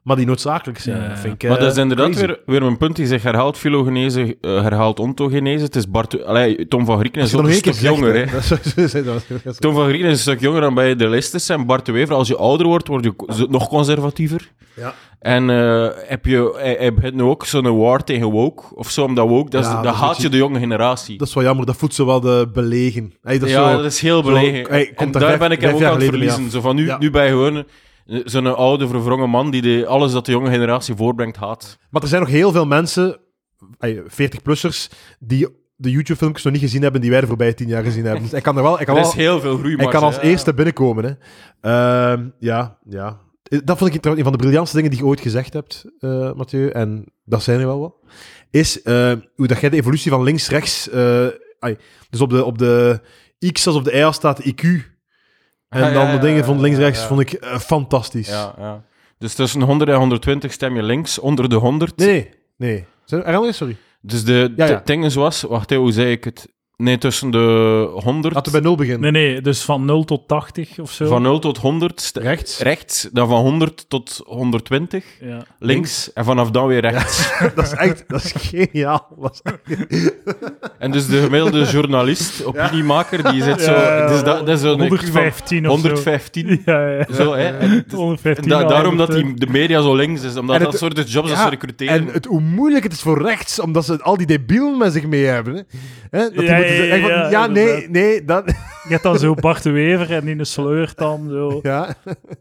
maar die noodzakelijk zijn. Ja. Vind ik, Maar dat is inderdaad crazy. weer een punt die zich herhaalt. Filogenese herhaalt ontogenese. Het is Tom van Grieken is Als je ook nog een één keer stuk jonger. Hè. jonger. Tom van Grieken is een stuk jonger dan bij de Listers. En Bart de Wever, als je ouder wordt, word je nog conservatiever. Ja. En hij begint nu ook zo'n war tegen woke, of zo, omdat woke, dat Ja, haat je de jonge generatie. Dat is wel jammer, dat voedt ze wel de belegen. Hey, dat is zo, dat is heel belegen. hey, komt En er daar vijf- ben ik hem vijf ook jaar aan het geleden mee verliezen. Zo van Ja. nu ben je gewoon zo'n oude, verwrongen man die alles dat de jonge generatie voorbrengt haat. Maar er zijn nog heel veel mensen, 40-plussers, die de YouTube-filmpjes nog niet gezien hebben die wij de voorbije 10 jaar gezien hebben. Dus ik kan er wel... Er is heel veel groei, Hij kan als eerste binnenkomen. Hè. Ja. Dat vond ik trouwens een van de briljantste dingen die je ooit gezegd hebt, Mathieu. En dat zijn er wel wat. Is hoe dat jij de evolutie van links-rechts... dus op de X als op de Y staat de IQ. En dan de dingen van links-rechts vond ik fantastisch. Ja. Dus tussen 100 en 120 stem je links, onder de 100. Nee. Sorry. Dus de dingen zoals... Wacht, hoe zei ik het? Nee, tussen de 100... Laten we bij 0 beginnen. Nee, dus van 0 tot 80 of zo. Van 0 tot 100 rechts, dan van 100 tot 120 Ja. links, en vanaf dan weer rechts. Dat is geniaal. En dus de gemiddelde journalist, opiniemaker, die zit zo... Ja, Dus dat is zo'n 115 of zo. 115. Ja. Zo, hè. En 115. daarom dat de media zo links is, omdat En dat het- soort jobs dat ze recruteren. En hoe moeilijk het is voor rechts, omdat ze al die debielen met zich mee hebben. Hè? Dat die Ja, moeten zeggen van, ja, nee, dat... Je hebt dan zo Bart de Wever en die sleurt dan zo. Ja.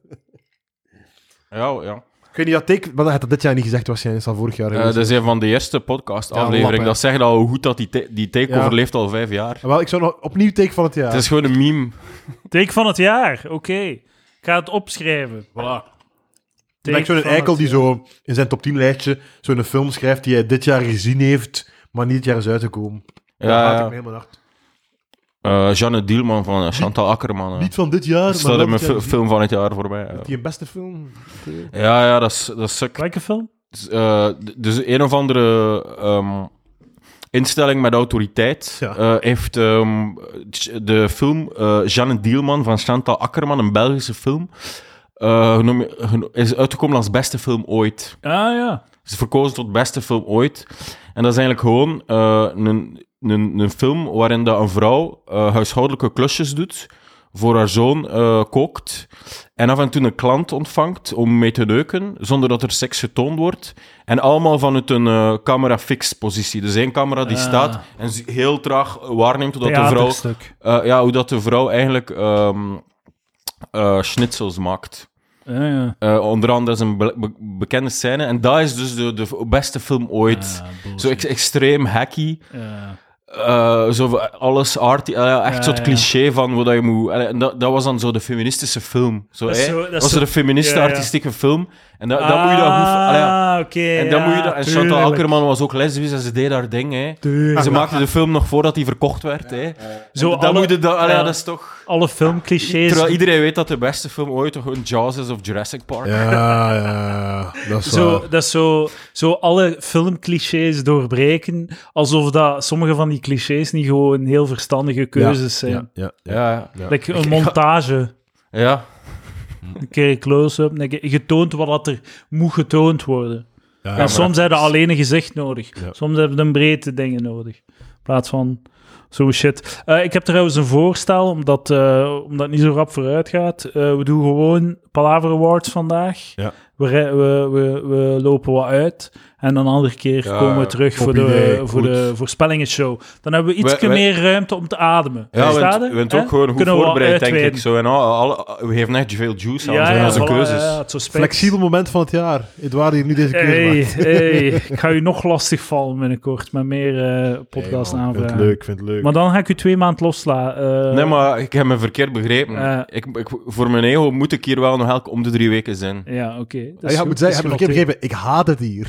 Ja. Ik weet niet, dat take... Maar dat had dat dit jaar niet gezegd waarschijnlijk, dat is al vorig jaar geweest. Dat is een van de eerste podcast-afleveringen. lappen. Dat zegt al hoe goed dat die take Ja. overleeft al 5 jaar. Wel, ik zou nog opnieuw take van het jaar. Het is gewoon een meme. Take van het jaar, oké. Ik ga het opschrijven. Voilà. Ik ben zo'n eikel die zo in zijn top 10 lijstje zo'n film schrijft die hij dit jaar gezien heeft, maar niet dit jaar is uitgekomen. Daar haat ik me helemaal hard. Jeanne Dielman van Chantal Akkerman. Niet van dit jaar, Dat maar staat in wel mijn dit jaar gezien. film van het jaar voor mij. Die een beste film? Ja, dat is suk. Welke film? Dus een of andere instelling met autoriteit heeft de film Jeanne Dielman van Chantal Akkerman, een Belgische film, is uitgekomen als beste film ooit. Ah ja. Ze is verkozen tot beste film ooit. En dat is eigenlijk gewoon een film waarin dat een vrouw huishoudelijke klusjes doet, voor haar zoon kookt en af en toe een klant ontvangt om mee te neuken, zonder dat er seks getoond wordt. En allemaal vanuit een camera-fix-positie. Dus één camera die staat en heel traag waarneemt hoe dat de vrouw eigenlijk schnitzels maakt. Onder andere is een bekende scène. En dat is dus de beste film ooit. Zo extreem hacky. Zo alles arty. Echt zo'n cliché van wat je moet... dat was dan zo de feministische film. Dat was de feministische artistieke film. En dat moet je dan goed... oké. En dan moet je dat... En Chantal Akkerman was ook lesbisch en ze deed haar ding, hè. Ze maakte de film nog voordat die verkocht werd, hè. Dat is toch... Alle filmclichés. Terwijl iedereen weet dat de beste film ooit toch gewoon Jaws is of Jurassic Park. Ja, dat is Dat is zo alle filmclichés doorbreken, alsof dat sommige van die clichés niet gewoon heel verstandige keuzes zijn. Ja. Like een montage. Ja. Een keer een close-up, getoond wat er moet getoond worden. En soms hebben we alleen een gezicht nodig. Ja. Soms hebben we een breedte dingen nodig. In plaats van zo shit. Ik heb trouwens een voorstel, omdat het niet zo rap vooruit gaat. We doen gewoon Palaver Awards vandaag. Ja. We lopen wat uit. En een andere keer komen we terug voor de voorspellingenshow. Dan hebben we iets meer ruimte om te ademen. Ja, we hebben het ook gewoon goed voorbereid, denk ik. Zo, en we geven echt veel juice aan onze keuzes. Flexibel moment van het jaar. Edouard hier nu deze keuze maakt. Ik ga u nog lastig vallen binnenkort met meer podcasts aanvragen. Ik vind het leuk. Maar dan ga ik u 2 maanden loslaten. Nee, maar ik heb me verkeerd begrepen. Voor mijn ego moet ik hier wel nog elke om de 3 weken zijn. Ja, oké. Je moet zeggen, heb je verkeerd begrepen? Ik haat het hier.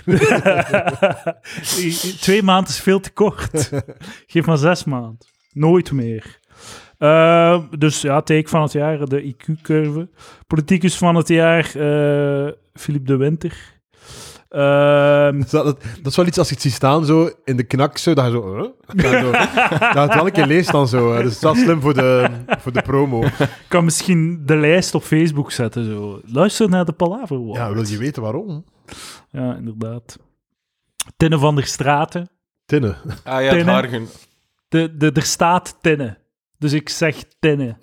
2 maanden is veel te kort. Geef maar 6 maanden. Nooit meer. Dus ja, take van het jaar, de IQ-curve. Politicus van het jaar, Philippe de Winter. Dat is wel iets als je het ziet staan zo in de knak, zo, dat je zo... Dat je het wel een keer leest dan zo. Dus dat is wel slim voor de promo. Ik kan misschien de lijst op Facebook zetten. Zo. Luister naar de Palaver Watch. Ja, wil je weten waarom? Ja, inderdaad. Tinne van der Straten. Tinne. Ah ja, het Tinne. Hargen. Er staat Tinne. Dus ik zeg Tinne.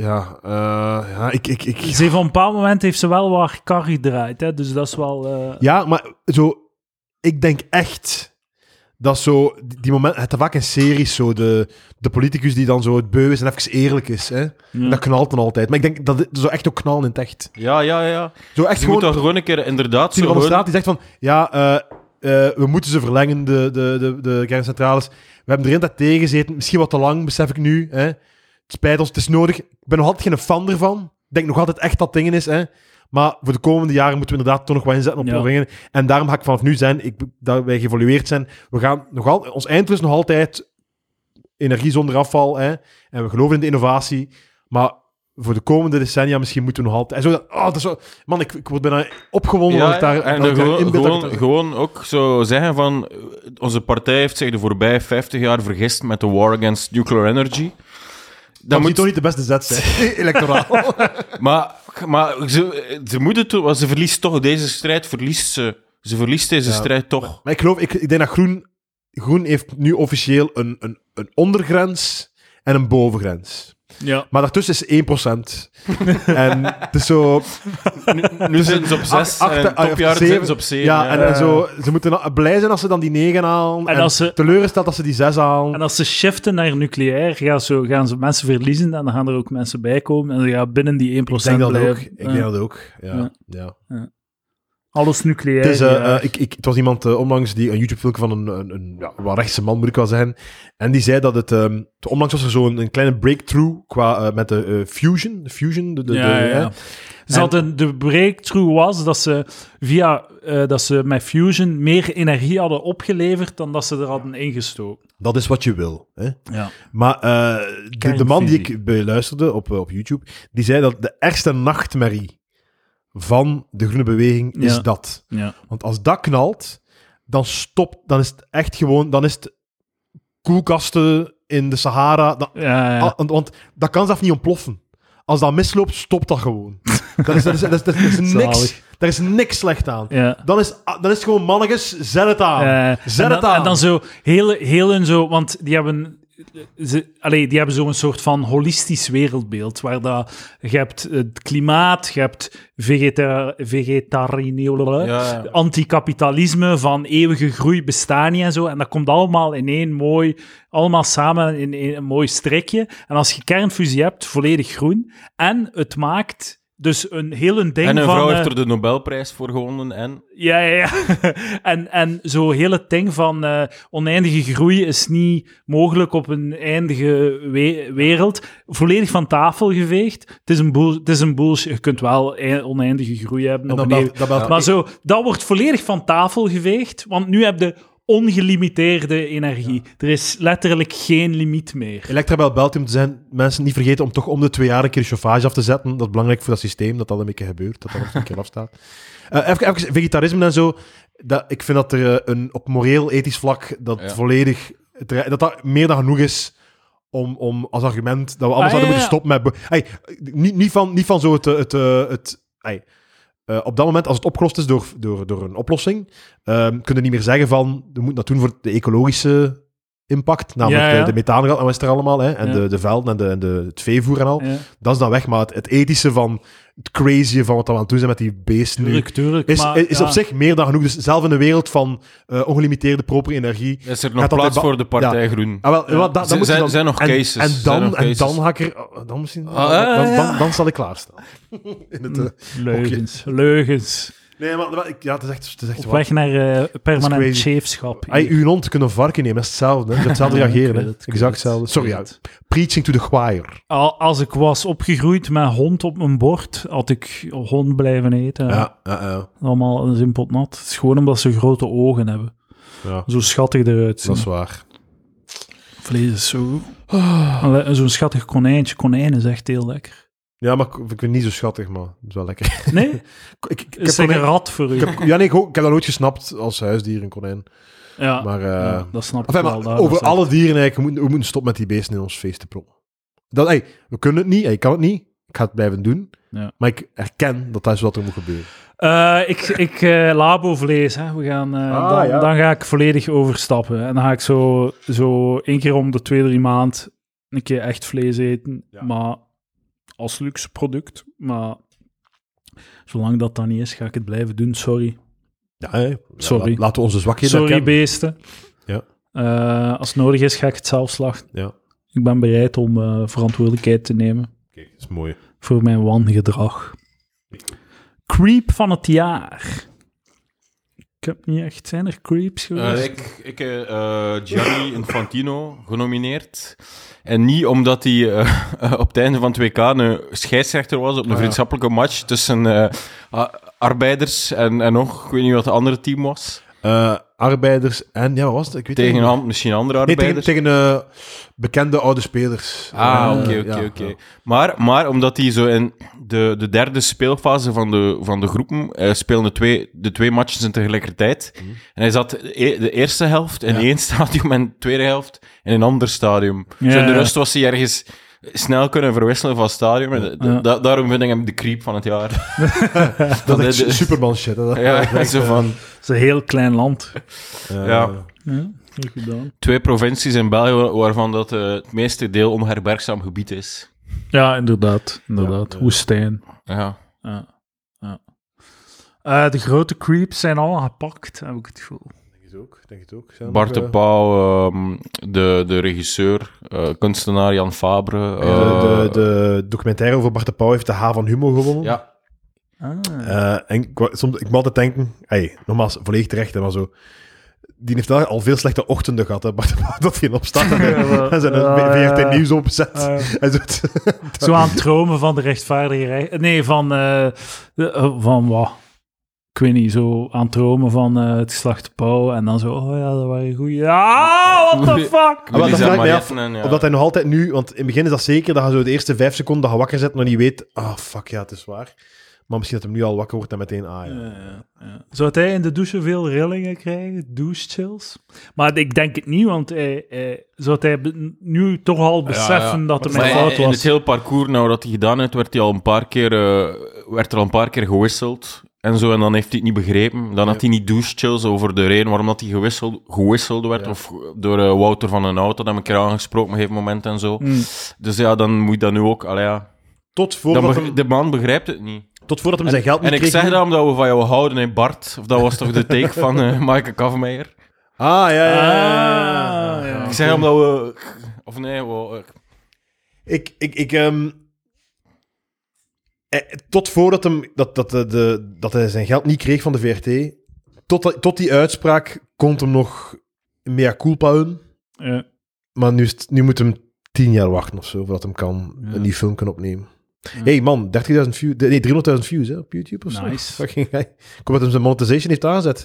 Ja, ik... Ze heeft op een bepaald moment heeft ze wel wat kar gedraaid. Hè? Dus dat is wel... Ja, maar zo... Ik denk echt dat zo... Die momenten... Het is vaak in series zo, de politicus die dan zo het beu is en even eerlijk is. Hè? Ja. Dat knalt dan altijd. Maar ik denk dat het zo echt ook knallen in het echt. Ja. Zo echt Je moet gewoon... toch gewoon een keer inderdaad Tine zo van der gewoon... Straat die zegt van... Ja, we moeten ze verlengen, de kerncentrales. We hebben er een tijd tegen gezeten. Misschien wat te lang, besef ik nu. Hè? Het spijt ons, het is nodig. Ik ben nog altijd geen fan ervan. Ik denk nog altijd echt dat dingen is. Hè? Maar voor de komende jaren moeten we inderdaad toch nog wat inzetten op dingen. En daarom ga ik vanaf nu zijn, dat wij geëvolueerd zijn. We gaan ons einddoel is nog altijd energie zonder afval. Hè? En we geloven in de innovatie. Maar voor de komende decennia misschien moeten we nog altijd... En zo, dat is zo, man, ik word bijna opgewonden dat ik daar en dat ik gewoon, daarin ben, gewoon, dat ik- gewoon ook zo zeggen van... Onze partij heeft zich de voorbije 50 jaar vergist met de war against nuclear energy. Dat moet toch niet de beste zet zijn, electoraal. Maar ze moeten toch... Want ze verliest toch deze strijd, Ze verliest deze strijd toch. Maar ik denk dat Groen heeft nu officieel een ondergrens en een bovengrens. Ja. Maar daartussen is 1%. En het is zo... Nu zitten ze op 6 en in topjaar zitten ze op 7. Ja, en zo, ze moeten blij zijn als ze dan die 9 halen. En En als ze- teleurgesteld als ze die 6 halen. En als ze shiften naar nucleair, gaan ze mensen verliezen en dan gaan er ook mensen bij komen en ze gaan binnen die 1% Ik denk dat blijven. ook. Ik denk dat ook. Ja. Ja. Alles nucleair. Het, is, ja. het was iemand onlangs die een YouTube-filmpje van een wat rechtse man, moet ik wel zeggen. En die zei dat het... onlangs was er zo'n kleine breakthrough met de fusion. De fusion. De breakthrough was dat ze dat ze met fusion meer energie hadden opgeleverd dan dat ze er hadden ingestoken. Dat is wat je wil. Hè? Ja. Maar de man die ik beluisterde op YouTube, die zei dat de ergste nachtmerrie van de groene beweging is dat. Ja. Want als dat knalt, dan is het echt gewoon... Dan is het koelkasten in de Sahara. Want dat kan zelf niet ontploffen. Als dat misloopt, stopt dat gewoon. Dat is niks. Daar is niks slecht aan. Ja. Dan is het gewoon mannetjes, zet het aan. Zet het aan. En dan zo heel en zo, want die hebben... die hebben zo'n soort van holistisch wereldbeeld, waar je hebt het klimaat, je hebt vegetarianisme, anticapitalisme, van eeuwige groei bestaan niet en zo, en dat komt allemaal in één mooi, allemaal samen in een mooi strikje. En als je kernfusie hebt, volledig groen, en het maakt... Dus een hele ding van... En een vrouw heeft er de Nobelprijs voor gewonnen en... Ja. En zo'n hele ding van oneindige groei is niet mogelijk op een eindige wereld. Volledig van tafel geveegd. Het is een bullshit. Je kunt wel oneindige groei hebben. Maar zo, dat wordt volledig van tafel geveegd, want nu heb je ongelimiteerde energie. Er is letterlijk geen limiet meer. Electrabel belt om te zijn, mensen niet vergeten om toch om de 2 jaar een keer de chauffage af te zetten. Dat is belangrijk voor dat systeem, dat een beetje gebeurt, dat een keer afstaat. Even vegetarisme en zo. Ik vind dat er op moreel-ethisch vlak volledig... Dat meer dan genoeg is om als argument dat we allemaal zouden moeten stoppen met... Niet van zo op dat moment, als het opgelost is door een oplossing, kun je niet meer zeggen van, we moeten dat doen voor de ecologische impact, namelijk de methaan, en wat is er allemaal, hè, en de velden en het veevoer en al. Ja. Dat is dan weg, maar het ethische van het crazy van wat we aan het doen zijn met die beesten tuurlijk, is op zich meer dan genoeg. Dus zelf in een wereld van ongelimiteerde propere energie... Is er nog plaats voor de partij Groen? Zijn nog cases. En dan ga ik er... Dan misschien... Dan zal ik klaarstaan. Leugens. Nee, maar het is echt op weg naar permanent chefschap. Uw hond kunnen een varken nemen, dat is hetzelfde. Je gaat hetzelfde reageren. Exact hetzelfde. Sorry, preaching to the choir. Als ik was opgegroeid met hond op mijn bord, had ik hond blijven eten. Ja. Allemaal een simpel nat. Het is gewoon omdat ze grote ogen hebben. Ja. Zo schattig eruit zien. Dat is waar. Vlees is zo... Zo'n schattig konijntje. Konijn is echt heel lekker. Ja, maar ik vind het niet zo schattig, maar het is wel lekker. Nee? ik Is het een rat voor u? ik heb dat nooit gesnapt als huisdier, een konijn. Ja, Maar, dat snap ik enfin, wel. maar over alle dieren eigenlijk, we moeten stoppen met die beesten in ons feest te proppen. We kunnen het niet, ik kan het niet. Ik ga het blijven doen. Ja. Maar ik erken dat is wat er moet gebeuren. Ik labo-vlees, hè. We gaan, dan ga ik volledig overstappen. En dan ga ik zo 1 keer om de 2-3 maand een keer echt vlees eten. Ja. Maar als luxe product. Maar zolang dat niet is, ga ik het blijven doen. Sorry. Ja, sorry. Laten we onze zwakheden herkennen. Sorry, beesten. Ja. Als het nodig is, ga ik het zelf slachten. Ja. Ik ben bereid om verantwoordelijkheid te nemen. Kijk, dat is mooi. Voor mijn wangedrag. Creep van het jaar. Ik heb niet echt... Zijn er creeps geweest? Ik heb Gianni Infantino genomineerd. En niet omdat hij op het einde van het WK een scheidsrechter was op een vriendschappelijke match tussen arbeiders en nog, ik weet niet wat het andere team was. Arbeiders en, wat was het? Ik weet tegen misschien andere arbeiders? Nee, tegen bekende oude spelers. Oké. Maar omdat hij zo in de derde speelfase van de groepen speelde de twee matches in tegelijkertijd. En hij zat de eerste helft in één stadium en de tweede helft in een ander stadium. Dus in de rust was hij ergens snel kunnen verwisselen van stadium. Daarom vind ik hem de creep van het jaar. Dat is echt Superman shit. Het is een heel klein land. Ja, goed gedaan. 2 provincies in België waarvan dat het meeste deel onherbergzaam gebied is. Ja, inderdaad. Woestijn. Ja. De grote creeps zijn allemaal gepakt, heb ik het gevoel. Denk het ook. Bart de Pauw, de regisseur, kunstenaar Jan Fabre. De documentaire over Bart de Pauw heeft de H van Humo gewonnen. Ja. En ik moet altijd denken, nogmaals, volledig terecht, maar zo. Die heeft al veel slechte ochtenden gehad, hè, Bart de Pauw, dat hij in opstaat en zijn VRT Nieuws opzet. Zo aan het dromen van de rechtvaardige recht. Nee, van wat? Ik weet niet, zo aan het dromen van het geslacht Pauw en dan zo, dat waren goeie. Ja, what the fuck? Dat vraag ik mij af, omdat hij nog altijd nu, want in het begin is dat zeker, dat je zo de eerste 5 seconden dat je wakker zet, nog niet weet, fuck, het is waar. Maar misschien dat hij nu al wakker wordt en meteen, Zou hij in de douche veel rillingen krijgen? Douche-chills? Maar ik denk het niet, want zou hij nu toch al beseffen dat het mijn fout was? In het hele parcours, nou dat hij gedaan heeft, werd er al een paar keer gewisseld. En zo, en dan heeft hij het niet begrepen. Dan had hij niet douche-chills over de reden waarom dat hij gewisseld werd. Ja. Of door Wouter van den Hout, dat heb ik een keer aangesproken op een gegeven moment en zo. Dus dan moet je dat nu ook... Tot voordat de man begrijpt het niet. Tot voordat hem zijn geld niet kreeg. En ik zeg dat omdat we van jou houden, hè, Bart. Of dat was toch de take van Maaike Kavenmeijer? Ja. Ik zeg omdat we... Of nee, tot voordat dat hij zijn geld niet kreeg van de VRT, tot die uitspraak kon hem nog mea culpa doen. Ja. Maar nu moet hem 10 jaar wachten of zo, voordat hem kan een nieuw film kan opnemen. Hey man, 300.000 views hè, op YouTube of zo. Nice. Ik hoop dat hem zijn monetization heeft aangezet.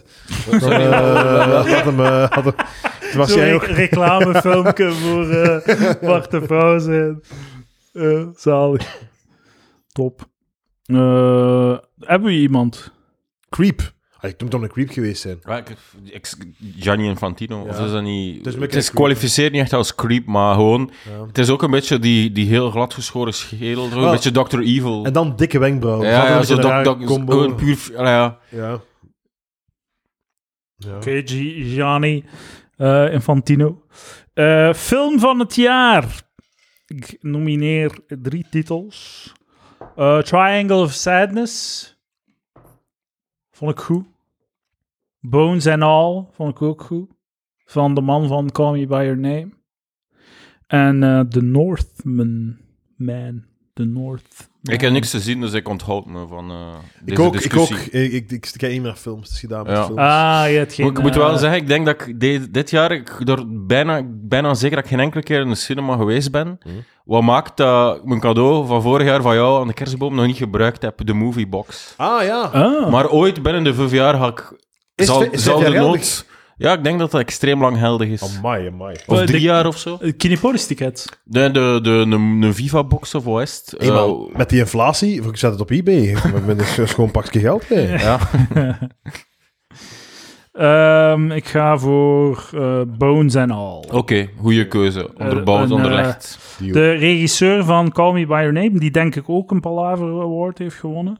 Zo'n reclamefilmpje voor Bart de Pauw zijn. Zalig. Top. Hebben we iemand? Creep. Ik moet dan een creep geweest zijn. Gianni Infantino. Of is dat niet... Het kwalificeert niet echt als creep, maar gewoon... Ja. Het is ook een beetje die heel gladgeschoren schedel. Een beetje Dr. Evil. En dan dikke wenkbrauwen. Ja, zo gewoon puur... Ja. Oké, Gianni Infantino. Film van het jaar. Ik nomineer 3 titels. Triangle of Sadness. Vond ik goed. Bones and All vond ik ook goed. Van de man van Call Me By Your Name. En The Northman. Ik heb niks te zien, dus ik onthoud me van deze discussie. Ik kijk niet meer films. Het is gedaan met films. Ik moet wel zeggen, ik denk dat ik dit jaar door bijna zeker dat ik geen enkele keer in de cinema geweest ben. Wat maakt dat mijn cadeau van vorig jaar van jou aan de kerstboom nog niet gebruikt heb, de Moviebox. Ja. Maar ooit binnen de 5 jaar ga ik... Ja, ik denk dat dat extreem langheldig is. Amai. Of 3 jaar of zo. Kinepolis-ticket. De Viva-box of wat is het? Hey, man, met die inflatie, ik zet het op eBay. Met een schoon pakje geld bij. Ja. Ik ga voor Bones and All. Oké, goede keuze. Onderbouwd, onderlegd. De regisseur van Call Me By Your Name, die denk ik ook een Palaver Award heeft gewonnen.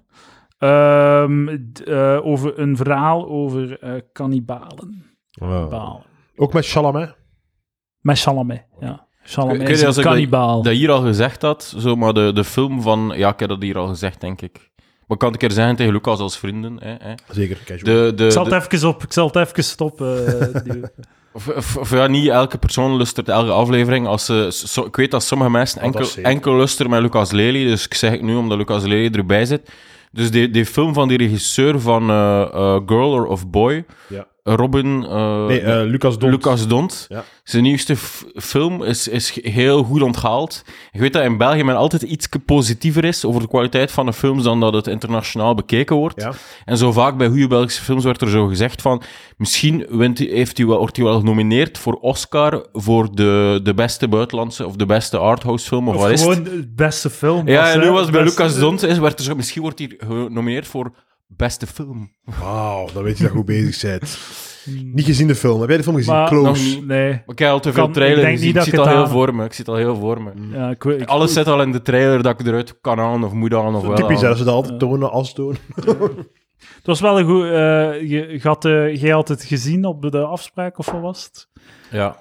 Over een verhaal over kannibalen. Ook met Chalamet? Met Chalamet, ja. Chalamet Ik is weet een kannibaal. dat hier al gezegd had, zo, maar de film van... Ja, ik heb dat hier al gezegd, denk ik. Maar kan ik een keer zeggen tegen Lucas als vrienden? Hè? Zeker, casual. Ik zal het even stoppen. Of ja, niet elke persoon lustert elke aflevering. Ik weet dat sommige mensen enkel lusteren met Lucas Lely, dus ik zeg het nu omdat Lucas Lely erbij zit. Dus die film van die regisseur van Girl or Boy, ja. Robin... Lucas Dont. Ja. Zijn nieuwste film is heel goed onthaald. Ik weet dat in België men altijd iets positiever is over de kwaliteit van de films dan dat het internationaal bekeken wordt. Ja. En zo vaak bij goede Belgische films wordt er zo gezegd van misschien wordt hij wel genomineerd voor Oscar voor de beste buitenlandse of de beste arthouse film of wat is gewoon het? de beste film. Ja, en nu was bij Lucas Dont misschien wordt hij genomineerd voor beste film. Wauw, dan weet je dat goed bezig bent. Niet gezien de film. Heb jij de film gezien? Maar, Close. Nee. Maar ik heb al te veel trailer gezien. Ik zie het al heel voor me. Ja, Alles zit al in de trailer dat ik eruit kan aan of moet aan of wel. Typisch, dat ze dat altijd tonen als tonen. Het was wel een goed... jij had het gezien op de afspraak, of wat was het? Ja.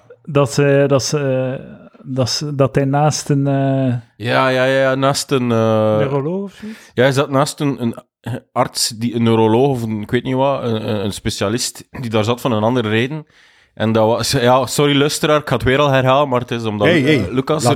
Dat hij naast een... Ja, naast een... neuroloog of zoiets? Ja, hij zat naast een arts, een neuroloog of ik weet niet wat, een specialist, die daar zat van een andere reden. En dat was... Ja, sorry luisteraar, ik ga het weer al herhalen, maar het is omdat Lucas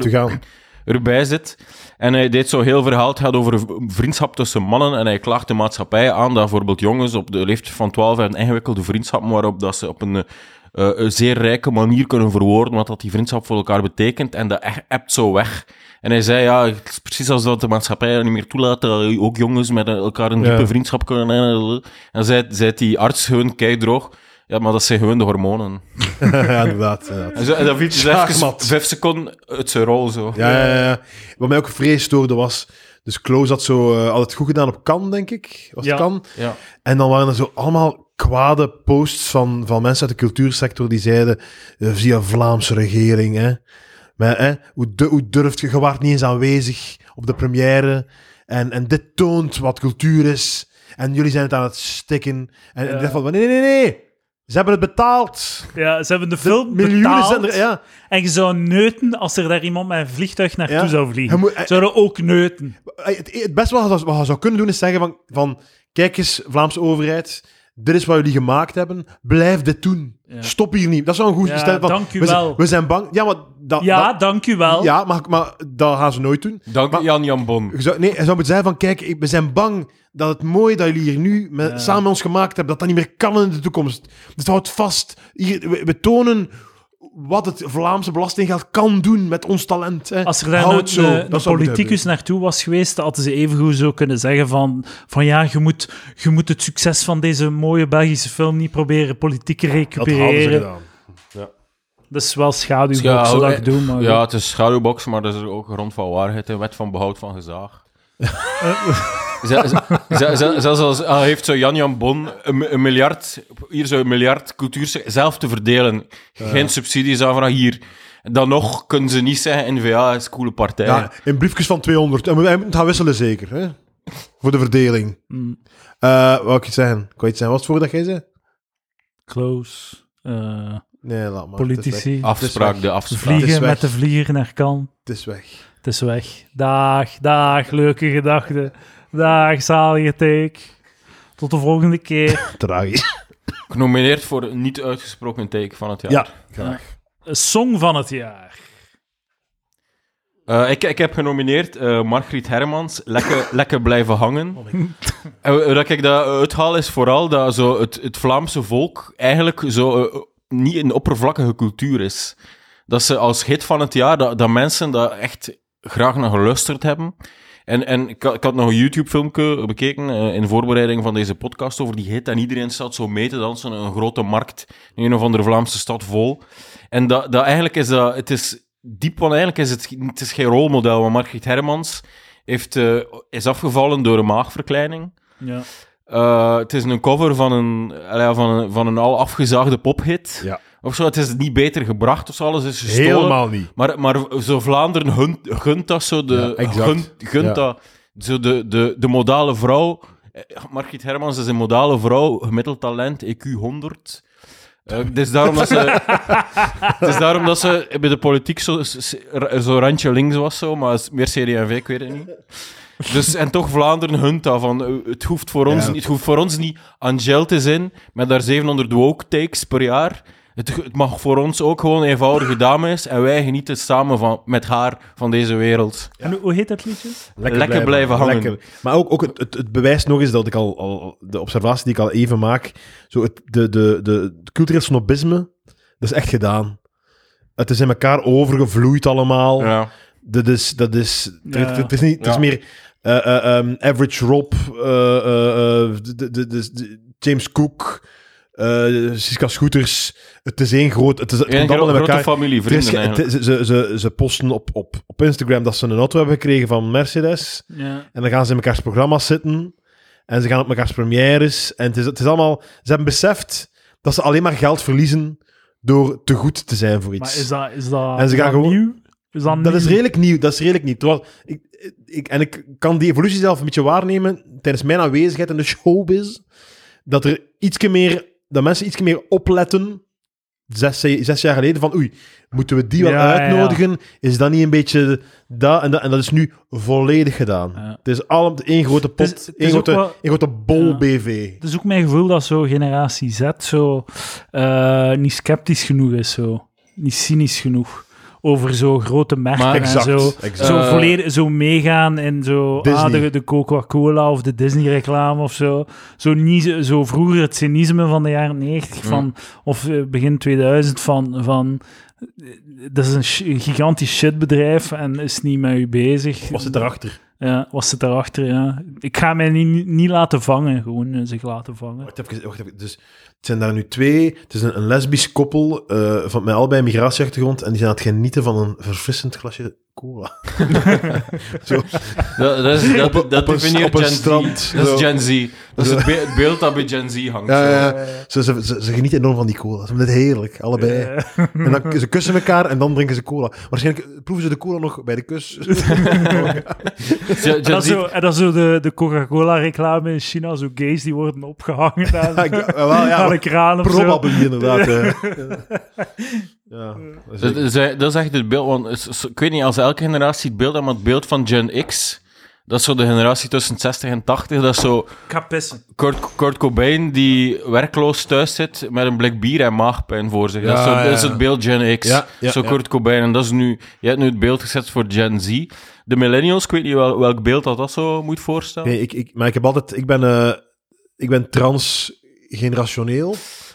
erbij zit. En hij deed zo heel verhaal, het gaat over vriendschap tussen mannen en hij klaagt de maatschappij aan dat bijvoorbeeld jongens op de leeftijd van 12 hebben een ingewikkelde vriendschap, waarop dat ze op een zeer rijke manier kunnen verwoorden wat dat die vriendschap voor elkaar betekent en dat ebt zo weg. En hij zei, ja, het is precies als dat de maatschappij niet meer toelaat dat ook jongens met elkaar een diepe vriendschap kunnen. En zei die arts gewoon keidroog, ja, maar dat zijn gewoon de hormonen. Ja, inderdaad. En dat viel dus even 5 seconden uit zijn rol, zo. Ja. Wat mij ook vrees stoorde was... Dus Close had het goed gedaan op Cannes, denk ik. Was het Cannes? Ja. En dan waren er zo allemaal kwade posts van mensen uit de cultuursector die zeiden, zie je Vlaamse regering, hè. Maar, hoe durft je waart niet eens aanwezig op de première. En dit toont wat cultuur is. En jullie zijn het aan het stikken. En ik dacht van, nee. Ze hebben het betaald. Ja, ze hebben de film betaald. En je zou neuten als er daar iemand met een vliegtuig naartoe zou vliegen. Zou er ook neuten. Het beste wat je zou kunnen doen is zeggen van kijk eens, Vlaamse overheid, dit is wat jullie gemaakt hebben. Blijf dit doen. Ja. Stop hier niet. Dat is wel een goed stel. Dank u wel. We zijn bang. Ja, maar dank u wel. Ja, maar dat gaan ze nooit doen. Dank Jan Bon. Hij zou moeten zeggen van, kijk, we zijn bang dat het mooi dat jullie hier nu samen met ons gemaakt hebben, dat dat niet meer kan in de toekomst. Dus houd vast. Hier, we tonen wat het Vlaamse belastinggeld kan doen met ons talent. Hè. Als er daar een politicus naartoe was geweest, hadden ze evengoed zo kunnen zeggen van ja, je moet het succes van deze mooie Belgische film niet proberen politiek recupereren. Dat hadden ze gedaan. Ja. Dat is wel schaduwboxen dat ik doe. Maar ja, het is schaduwboxen, maar dat is ook een grond van waarheid. Een wet van behoud van gezag. Zelfs als heeft zo Jan Bon een miljard, hier zo 1 miljard cultuur zelf te verdelen. Geen subsidies aan van hier. Dan nog kunnen ze niet zeggen, N-VA is een coole partij. Ja, in briefjes van 200. En we moeten gaan wisselen zeker, hè? Voor de verdeling. Wou ik iets zeggen? Wat was het voor dat jij zei? Close. Nee, laat maar. Politici. De afspraak. Vliegen met de vlieger naar Cannes. Het is weg. Het is weg. Dag, leuke gedachten. Dag, zalige take. Tot de volgende keer. Tragisch. Genomineerd voor een niet uitgesproken take van het jaar. Ja, graag. Song van het jaar. Ik heb genomineerd Margriet Hermans, Lekker blijven hangen. Dat ik dat uithaal is vooral dat zo het Vlaamse volk eigenlijk zo niet een oppervlakkige cultuur is. Dat ze als hit van het jaar, dat mensen dat echt graag naar geluisterd hebben. En ik had nog een YouTube-filmpje bekeken in voorbereiding van deze podcast over die hit. En iedereen staat zo mee te dansen in een grote markt in een of andere Vlaamse stad vol. En dat eigenlijk is dat... Het is diep, want eigenlijk is het is geen rolmodel. Want Margriet Hermans is afgevallen door een maagverkleining. Ja. Het is een cover van een al afgezaagde pophit. Ja. Of zo. Het is niet beter gebracht of zo. Alles is gestolen. Helemaal niet. Maar zo Vlaanderen gunt dat zo. Gunt dat. Zo de modale vrouw. Margriet Hermans is een modale vrouw. Gemiddeld talent. IQ 100. Het is daarom dat ze bij de politiek zo randje links was, zo, maar meer CD&V, ik weet het niet. Dus, en toch Vlaanderen hunt dat van, het hoeft voor ons niet Angel te zijn, met haar 700 woke takes per jaar. Het mag voor ons ook gewoon een eenvoudige dame is en wij genieten samen met haar van deze wereld. En hoe heet dat liedje? Lekker blijven hangen. Lekker. Maar ook het bewijst nog eens dat ik al de observatie die ik al even maak, zo de cultureel snobisme, dat is echt gedaan. Het is in elkaar overgevloeid allemaal. Ja. Het is meer Average Rob, James Cook, Siska Scooters. Het is één groot... Het komt allemaal in elkaar. Familie, vrienden eigenlijk. Ze posten op Instagram dat ze een auto hebben gekregen van Mercedes. Ja. En dan gaan ze in mekaars programma's zitten. En ze gaan op mekaars premières. En het is allemaal... Ze hebben beseft dat ze alleen maar geld verliezen door te goed te zijn voor iets. Maar is dat en ze gaan gewoon... nieuw? Dat is redelijk nieuw. Terwijl ik kan die evolutie zelf een beetje waarnemen tijdens mijn aanwezigheid in de showbiz. Dat mensen iets meer opletten, 6 jaar geleden, van oei, moeten we die wel uitnodigen? Ja. Is dat niet een beetje dat? En dat is nu volledig gedaan. Ja. Het is allemaal één grote pot, één grote bol BV. Het is ook mijn gevoel dat zo generatie Z zo niet sceptisch genoeg is, zo. Niet cynisch genoeg. Over zo grote merken en zo. Zo volledig zo meegaan in zo de Coca-Cola of de Disney-reclame of zo. Zo vroeger het cynisme van de jaren 90 van, of begin 2000 van dat is een gigantisch shitbedrijf en is niet met u bezig. Was het erachter? Ja, was het erachter, ja. Ik ga mij niet laten vangen, gewoon zich laten vangen. Wacht even. Dus het zijn daar nu 2... Het is een lesbisch koppel met allebei migratieachtergrond en die zijn aan het genieten van een verfrissend glasje cola. Zo. Dat definieert Gen Z. Dat is Gen Z. Dat is het beeld dat bij Gen Z hangt. Ja. Ze genieten enorm van die cola. Ze vinden het heerlijk, allebei. En dan ze kussen elkaar en dan drinken ze cola. Waarschijnlijk proeven ze de cola nog bij de kus. En dan zo de Coca-Cola-reclame in China, zo gays die worden opgehangen aan de kraan of zo. Probably, inderdaad. Ja. Dat is echt het beeld, want ik weet niet, als elke generatie het beeld heeft, maar het beeld van Gen X, dat is zo de generatie tussen 60 en 80, dat is zo Kurt Cobain die werkloos thuis zit met een blik bier en maagpijn voor zich. Dat is het beeld Gen X. Kurt Cobain, en dat is nu, je hebt nu het beeld gezet voor Gen Z. De millennials, ik weet niet welk beeld dat zo moet voorstellen. Nee, maar ik ben transgenerationeel.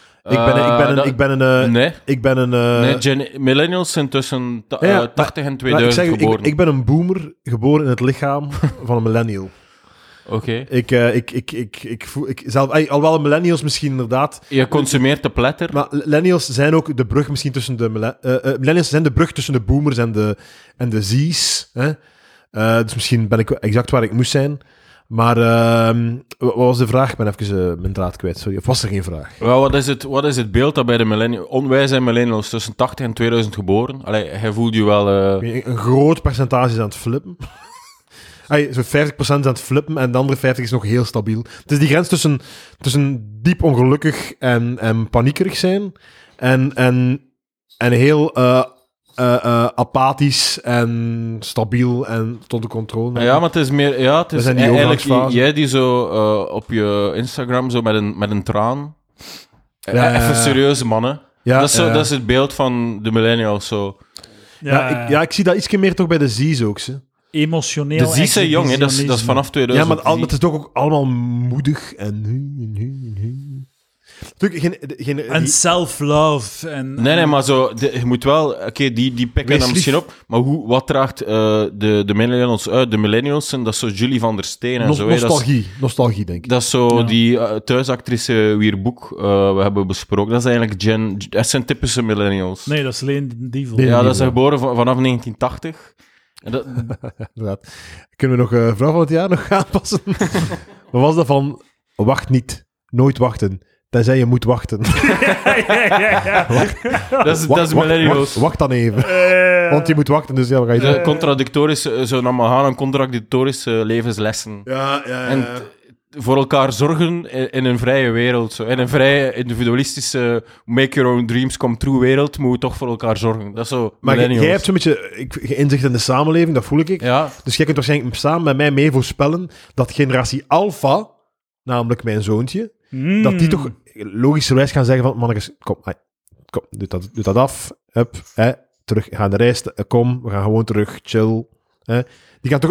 Millennials zijn tussen 80 en 2000 geboren. Ik ben een boomer, geboren in het lichaam van een millennial. Oké. Ik zelf, alhoewel millennials misschien inderdaad... Je consumeert de pletter. Maar millennials zijn ook de brug misschien tussen de... millennials zijn de brug tussen de boomers en de Z's. Hè? Dus misschien ben ik exact waar ik moest zijn. Maar wat was de vraag? Ik ben even mijn draad kwijt. Sorry. Of was er geen vraag? Well, wat is het beeld dat bij de millennials... Wij zijn millennials tussen 80 en 2000 geboren. Allee, hij voelt je wel... Een groot percentage is aan het flippen. Zo 50% is aan het flippen en de andere 50% is nog heel stabiel. Het is die grens tussen diep ongelukkig en paniekerig zijn en heel... apathisch en stabiel en tot de controle. Ja, maar het is meer... Ja, het is eigenlijk jij die zo op je Instagram zo met een traan... Even serieuze mannen. Ja, dat is het beeld van de millennials zo. Ik zie dat ietsje meer toch bij de Z's ook. Ze. Emotioneel. De Z's zijn jong, hè? Dat is vanaf 2000. Ja, maar het is toch ook allemaal moedig en... En self-love. Nee, maar zo, je moet wel... Oké, die pikken dan misschien op, maar wat draagt de millennials uit? De millennials zijn, dat is zo Julie van der Steen en zo. Nostalgie, denk ik. Dat is zo die thuisactrice wier boek we hebben besproken. Dat is eigenlijk dat zijn typische millennials. Nee, dat is Leen de Dievel. Ja, dat is geboren vanaf 1980. Inderdaad. Kunnen we nog vrouw van het jaar nog aanpassen? Wat was dat van... Wacht niet. Nooit wachten. Tenzij je moet wachten. Dat is millennials. Wacht dan even. Want je moet wachten, dus ja, wat ga je doen? Contradictorische, zo naar me gaan, een contradictorische levenslessen. Ja. En voor elkaar zorgen in een vrije wereld. Zo. In een vrije, individualistische, make your own dreams come true wereld, moeten we toch voor elkaar zorgen. Dat is zo maar jij hebt zo'n beetje inzicht in de samenleving, dat voel ik. Ja. Dus jij kunt waarschijnlijk samen met mij mee voorspellen dat generatie Alpha, namelijk mijn zoontje, dat die toch logischerwijs gaan zeggen van, mannetjes, kom, doe dat af, hup, terug, ga aan de reis, kom, we gaan gewoon terug, chill. Die gaan toch,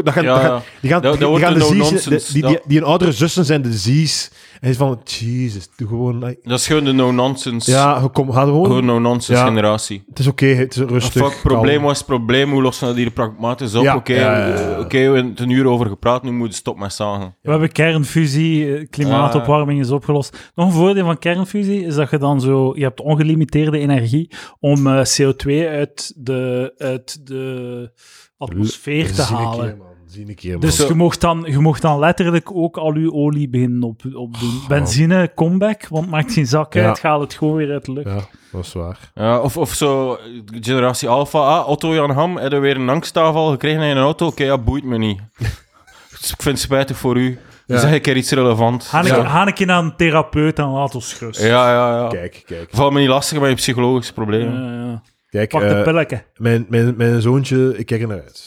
die een oudere zussen zijn de Z's. En hij is van, Jesus, doe gewoon... Dat is gewoon de no-nonsense. Ja, ga gewoon... Gewoon no-nonsense generatie. Het is oké, het is rustig. Fuck, probleem was het probleem, hoe lossen we dat hier pragmatisch op? Ja. Oké, we hebben het een uur over gepraat, nu moeten we stoppen met zagen. We hebben kernfusie, klimaatopwarming is opgelost. Nog een voordeel van kernfusie is dat je dan zo... Je hebt ongelimiteerde energie om CO2 uit de atmosfeer te halen. Dus je mocht dan letterlijk ook al je olie beginnen opdoen. Benzine, comeback, want het maakt geen zak uit, gaat het gewoon weer uit de lucht. Ja, dat is waar. Ja, of zo, generatie Alpha, Otto Jan Ham, heb je weer een angstaanval gekregen in een auto? Oké, boeit me niet. Dus ik vind het spijtig voor u. Dan zeg ik er iets relevant. Ga een keer naar een therapeut en laat ons gerust. Ja. Kijk. Val me niet lastig met je psychologische problemen. Kijk, pak de pilletje. Mijn zoontje, ik kijk er naar uit.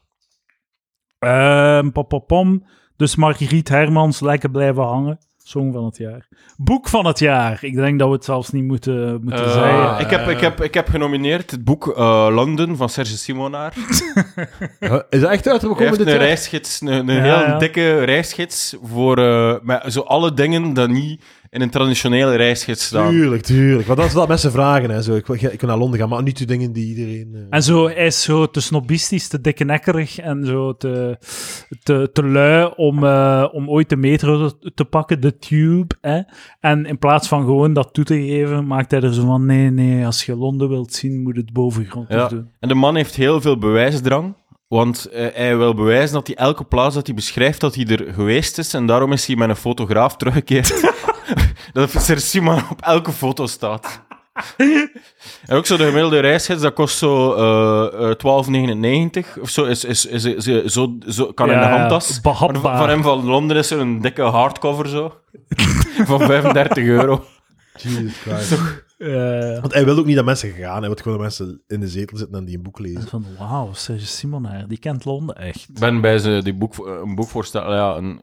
Dus Marguerite Hermans, lekker blijven hangen. Song van het jaar. Boek van het jaar. Ik denk dat we het zelfs niet moeten zeggen. Ik heb genomineerd het boek London van Serge Simonaar. Is dat echt uitgekomen? Hij heeft een reisgids, een heel dikke reisgids voor met zo alle dingen dat niet in een traditionele reisgids staan. Tuurlijk. Want dat is wat mensen vragen. Hè. Zo, ik wil naar Londen gaan, maar niet de dingen die iedereen... En zo, hij is zo te snobistisch, te dikkenekkerig en zo te lui om ooit de metro te pakken, de tube. Hè. En in plaats van gewoon dat toe te geven, maakt hij er zo van, nee, als je Londen wilt zien, moet het bovengronds doen. En de man heeft heel veel bewijsdrang. Want hij wil bewijzen dat hij elke plaats dat hij beschrijft, dat hij er geweest is. En daarom is hij met een fotograaf teruggekeerd. Dat Serge Simonaar op elke foto staat. En ook zo de gemiddelde reisgids, dat kost zo €12,99 of zo. Zo kan in de handtas. Van hem van Londen is er een dikke hardcover zo. Van €35. Jesus Christ. Want hij wil ook niet dat mensen gaan. Hij wil gewoon dat mensen in de zetel zitten en die een boek lezen. Van, wauw, Serge Simonaar, die kent Londen echt. Ik ben bij een boekvoorstelling,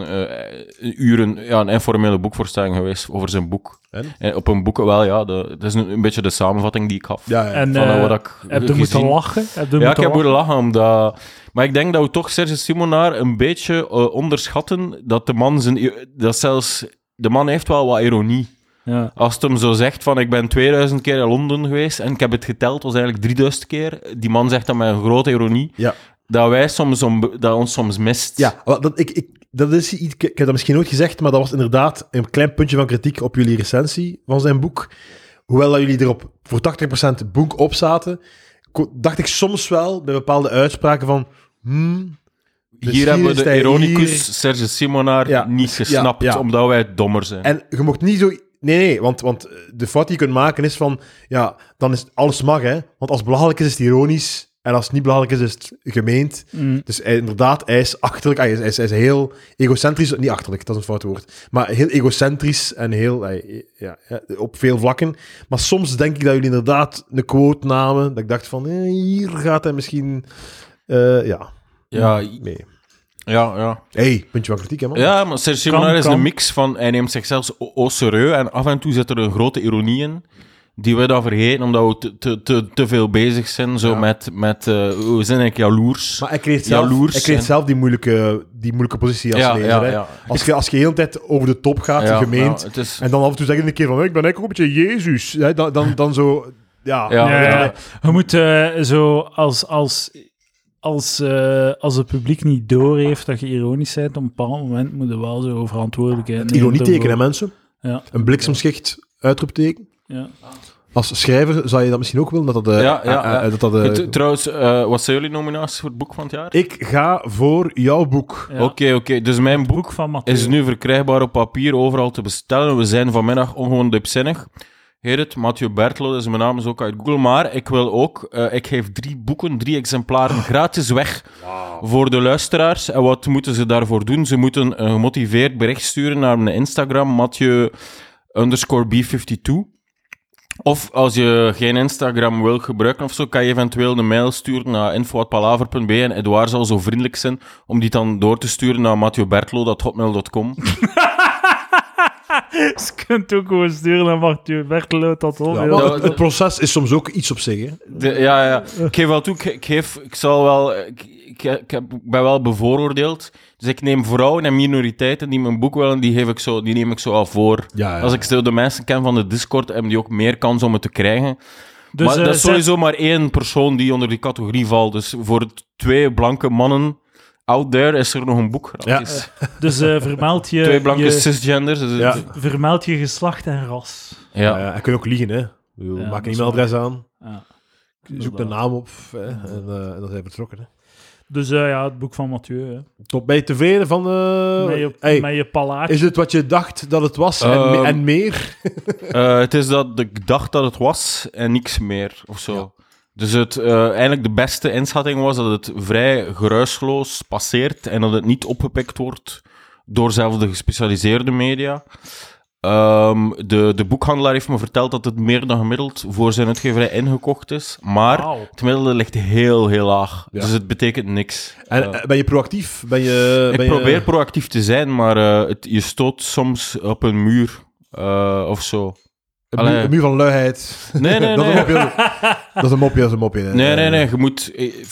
een informele boekvoorstelling geweest over zijn boek. En op een boek wel, ja. Dat is een beetje de samenvatting die ik gaf. Ja. En heb je moeten lachen? Ik heb moeten lachen, omdat... Maar ik denk dat we toch Serge Simonaar een beetje onderschatten, dat de man de man heeft wel wat ironie. Ja. Als het hem zo zegt van ik ben 2000 keer in Londen geweest en ik heb het geteld, was eigenlijk 3000 keer. Die man zegt dat met een grote ironie. Ja. Dat wij ons soms mist. Ja, dat is iets, ik heb dat misschien nooit gezegd, maar dat was inderdaad een klein puntje van kritiek op jullie recensie van zijn boek. Hoewel dat jullie er voor 80% boek op zaten, dacht ik soms wel bij bepaalde uitspraken van... Hier hebben we de ironicus Serge Simonaar niet gesnapt, omdat wij dommer zijn. En je mocht niet zo... Nee, want de fout die je kunt maken is van... Ja, dan is alles mag, hè. Want als het belachelijk is het ironisch. En als het niet belachelijk is het gemeend. Dus inderdaad, hij is achterlijk. Hij is heel egocentrisch. Niet achterlijk, dat is een fout woord. Maar heel egocentrisch en heel... op veel vlakken. Maar soms denk ik dat jullie inderdaad een quote namen. Dat ik dacht van... hier gaat hij misschien... mee. Ja. Puntje van kritiek, hè, man. Ja, maar Serge Simonaar is een mix van... Hij neemt zichzelf au sérieux en af en toe zit er een grote ironie in. die we dan vergeten, omdat we te veel bezig zijn, zo met we zijn eigenlijk jaloers. Maar hij kreeg zelf die moeilijke positie als lezer. Hè? Ja. Als je de hele tijd over de top gaat, gemeend, en dan af en toe zeggen een keer van, ik ben eigenlijk ook een beetje Jezus. Hè? Dan zo... Ja. Je moet zo als het publiek niet doorheeft dat je ironisch bent, op een bepaald moment moet je wel zo verantwoordelijkheid nemen. Ironie tekenen, mensen. Ja. Een bliksemschicht, uitroepteken. Ja. Als schrijver zou je dat misschien ook willen? Trouwens, wat zijn jullie nominaties voor het boek van het jaar? Ik ga voor jouw boek. Ja. Oké. Dus mijn boek van is nu verkrijgbaar op papier, overal te bestellen. We zijn vanmiddag ongewoon diepzinnig. Heet het, Mathieu Berthelot, dat is mijn naam, is ook uit Google. Maar ik wil ook, ik geef 3 exemplaren gratis weg voor de luisteraars. En wat moeten ze daarvoor doen? Ze moeten een gemotiveerd bericht sturen naar mijn Instagram, Mathieu_B52. Of als je geen Instagram wil gebruiken of zo, kan je eventueel een mail sturen naar info@palaver.be en Edouard zal zo vriendelijk zijn om die dan door te sturen naar mathieuberthelot@hotmail.com. Ze kunt ook gewoon sturen naar Mathieu Berthelot. Het proces is soms ook iets op zich. Hè? Ja. Ik geef wel toe, ik ben wel bevooroordeeld. Dus ik neem vrouwen en minoriteiten die mijn boek willen, die neem ik zo al voor. Ja. Als ik zo de mensen ken van de Discord, hebben die ook meer kans om het te krijgen. Dus, maar dat is sowieso maar 1 persoon die onder die categorie valt. Dus voor 2 blanke mannen out there is er nog een boek gratis. Ja. Dus vermeld je... 2 blanke cisgenders. Dus vermeld je geslacht en ras. Ja. En kun je ook liegen, hè. Maak een e-mailadres aan. Ja. Zoek de naam op. En dan zijn we vertrokken, hè. Dus het boek van Mathieu. Hè. Top, ben je tevreden van... met je palaatje. Is het wat je dacht dat het was en meer? Het is dat ik dacht dat het was en niks meer, of zo. Ja. Dus eigenlijk de beste inschatting was dat het vrij geruisloos passeert en dat het niet opgepikt wordt door zelfs de gespecialiseerde media. De boekhandelaar heeft me verteld dat het meer dan gemiddeld voor zijn uitgeverij ingekocht is, maar het gemiddelde ligt heel, heel laag. Ja. Dus het betekent niks. En ben je proactief? Ik probeer proactief te zijn, maar je stoot soms op een muur of zo. Een muur van luiheid. Nee. Dat is een mopje. Nee. Je moet...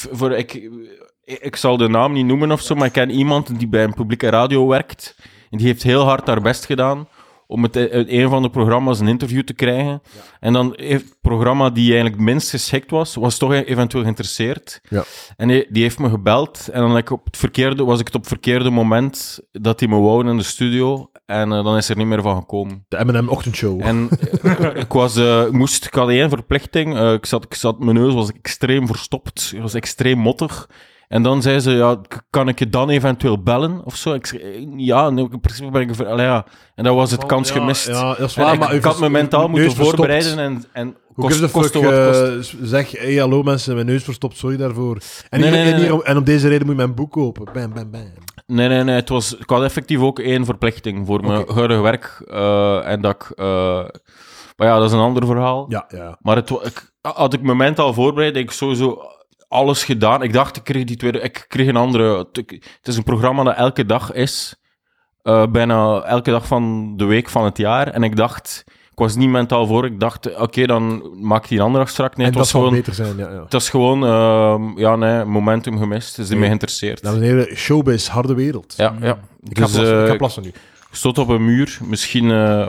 Ik zal de naam niet noemen of zo, maar ik ken iemand die bij een publieke radio werkt. En die heeft heel hard haar best gedaan om uit een van de programma's een interview te krijgen. Ja. En dan heeft het programma die eigenlijk minst geschikt was toch eventueel geïnteresseerd. Ja. En die heeft me gebeld. En dan was ik het op het verkeerde moment dat hij me wou in de studio. En dan is er niet meer van gekomen. De M&M-ochtendshow. En ik had 1 verplichting. Mijn neus was extreem verstopt. Het was extreem mottig. En dan zei ze, kan ik je dan eventueel bellen? Of zo. Ik zei, in principe ben ik... En dat was het kans gemist. Ja, dat is waar, maar ik had me mentaal moeten voorbereiden en kosten wat kost. Zeg, hey, hallo mensen, mijn neus verstopt, sorry daarvoor. En om deze reden moet je mijn boek kopen. Bam, bam, bam. Nee. Ik had effectief ook 1 verplichting voor mijn huidige werk. En dat ik... maar dat is een ander verhaal. Ja. Maar had ik me mentaal voorbereid, denk ik sowieso... alles gedaan. Ik dacht, ik kreeg een andere... Het is een programma dat elke dag is. Bijna elke dag van de week van het jaar. En ik dacht... Ik was niet mentaal voor. Ik dacht, oké, dan maak die een andere afstrak. Nee, en het was gewoon... beter zijn, ja. Het was gewoon... momentum gemist. Is die mij geïnteresseerd. Dames en heren, showbiz, harde wereld. Ja. Ik ga plassen nu. Ik stond op een muur. Misschien...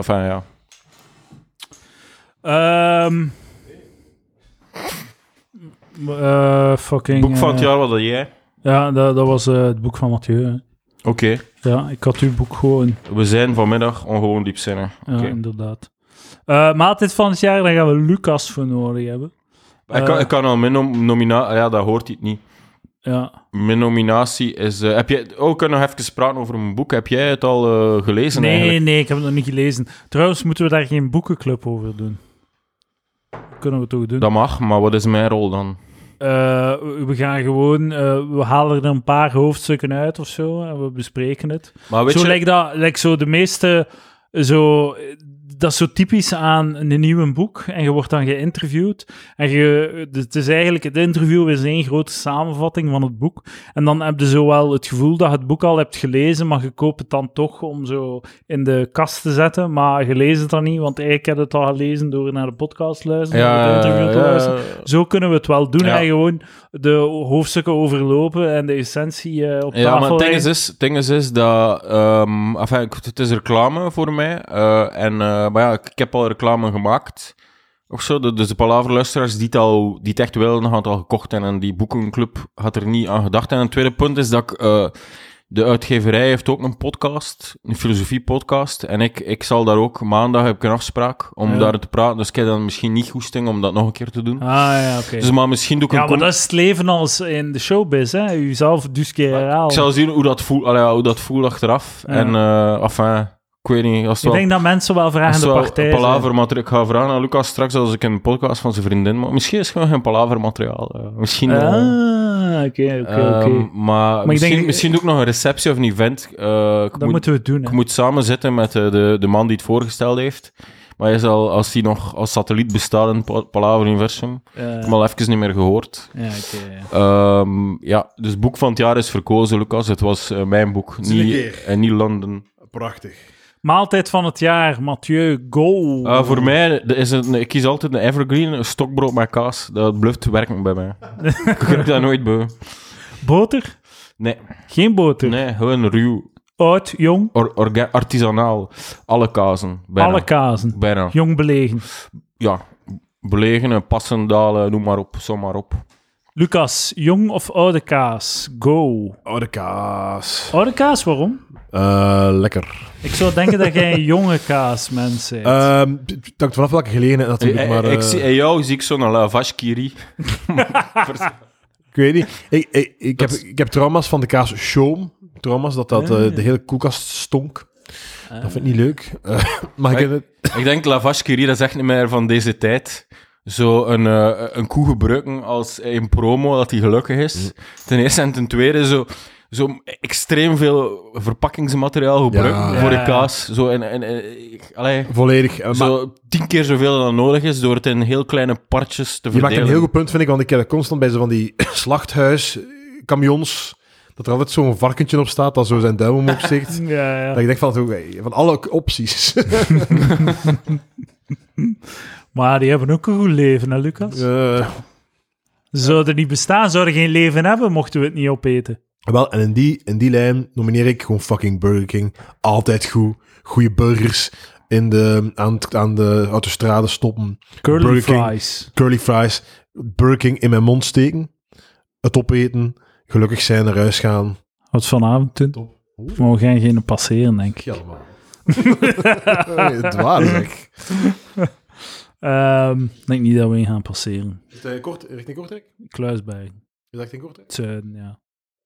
boek van het jaar, wat had jij? Ja, dat was het boek van Mathieu. Oké. Ja, ik had uw boek gewoon. We zijn vanmiddag ongewoon diepzinnig. Ja, inderdaad. Maaltijd van het jaar, daar gaan we Lucas voor nodig hebben. Ik kan al mijn nominatie... Ja, dat hoort hij niet. Ja. Mijn nominatie is... ik kan nog even praten over mijn boek. Heb jij het al gelezen eigenlijk? Nee, ik heb het nog niet gelezen. Trouwens, moeten we daar geen boekenclub over doen? Kunnen we het toch doen? Dat mag, maar wat is mijn rol dan? We gaan gewoon... we halen er een paar hoofdstukken uit of zo en we bespreken het. Maar weet zo lijkt zo de meeste... Zo... dat is zo typisch aan een nieuw boek en je wordt dan geïnterviewd en het is eigenlijk, het interview is één grote samenvatting van het boek en dan heb je zo wel het gevoel dat je het boek al hebt gelezen, maar je koopt het dan toch om zo in de kast te zetten, maar je leest het dan niet, want eigenlijk heb je het al gelezen door naar de podcast te luisteren, naar het interview te luisteren. Zo kunnen we het wel doen en gewoon de hoofdstukken overlopen en de essentie op tafel maar het ding is dat... het is reclame voor mij. Maar ik heb al reclame gemaakt. Of zo. Dus de Palaver-luisteraars die het echt willen, gaan het al gekocht. En die boekenclub had er niet aan gedacht. En een tweede punt is dat de uitgeverij heeft ook een podcast. Een filosofie-podcast. En ik zal daar ook... Maandag heb ik een afspraak om daar te praten. Dus ik heb dan misschien niet goesting om dat nog een keer te doen. Oké. Dus maar misschien doe ik maar dat is het leven als in de showbiz, hè? Jezelf dus keer herhalen. Ik zal zien hoe dat voelt achteraf. Ja. En, ik weet niet. Ik denk dat mensen wel vragende partij zijn. Palavermateriaal. Ik ga vragen aan Lucas straks als ik een podcast van zijn vriendin maak. Misschien is het gewoon geen palavermateriaal. Misschien oké. Maar misschien doe ik nog een receptie of een event. Moeten we doen. Ik moet samen zitten met de man die het voorgesteld heeft. Maar hij is al, als hij nog als satelliet bestaat in het Palaver-universum. Ik heb hem al even niet meer gehoord. Dus het boek van het jaar is verkozen, Lucas. Het was mijn boek, niet Londen. Prachtig. Maaltijd van het jaar, Mathieu, go! Voor mij ik kies altijd een evergreen, een stokbrood met kaas. Dat blijft werken bij mij. Ik heb dat nooit bij. Boter? Nee. Geen boter? Nee, gewoon ruw. Oud, jong? Artisanaal. Alle kazen. Bijna. Alle kazen? Bijna. Jong belegen? Ja. Belegen, Passendalen, noem maar op, som maar op. Lucas, jong of oude kaas? Go! Oude kaas. Oude kaas, waarom? Lekker. Ik zou denken dat jij een jonge kaasmens bent. Het hangt vanaf welke gelegenheid natuurlijk, maar... In jou zie ik zo'n la vache qui rit. Ik weet niet. Ik heb trauma's van de kaas Schoom. Trauma's dat de hele koelkast stonk. Dat vind ik niet leuk. Ik denk la vache qui rit, dat is echt niet meer van deze tijd. Zo een koe gebruiken als in promo, dat hij gelukkig is. Ten eerste en ten tweede zo extreem veel verpakkingsmateriaal gebruiken voor de kaas. Zo volledig. Zo 10 keer zoveel dan nodig is, door het in heel kleine partjes te verdelen. Je maakt een heel goed punt, vind ik, want ik heb constant bij zo van die slachthuiskamions, dat er altijd zo'n varkentje op staat, dat zo zijn duim omhoog steekt. Dat ik denk van alle opties. Maar die hebben ook een goed leven, hè, Lucas? Zou er niet bestaan, zou er geen leven hebben, mochten we het niet opeten. Wel, en in die lijn nomineer ik gewoon fucking Burger King. Altijd goed. Goeie burgers aan de autostrade stoppen. Curly fries. Burger King in mijn mond steken. Het opeten. Gelukkig zijn, naar huis gaan. Wat vanavond doen? We mogen geen passeren, denk ik. Ja, man. Het waar, zeg. Ik denk niet dat we in gaan passeren. Is het richting Kortrijk? Kluisberg. Is dat richting Kortrijk? Het zuiden, ja.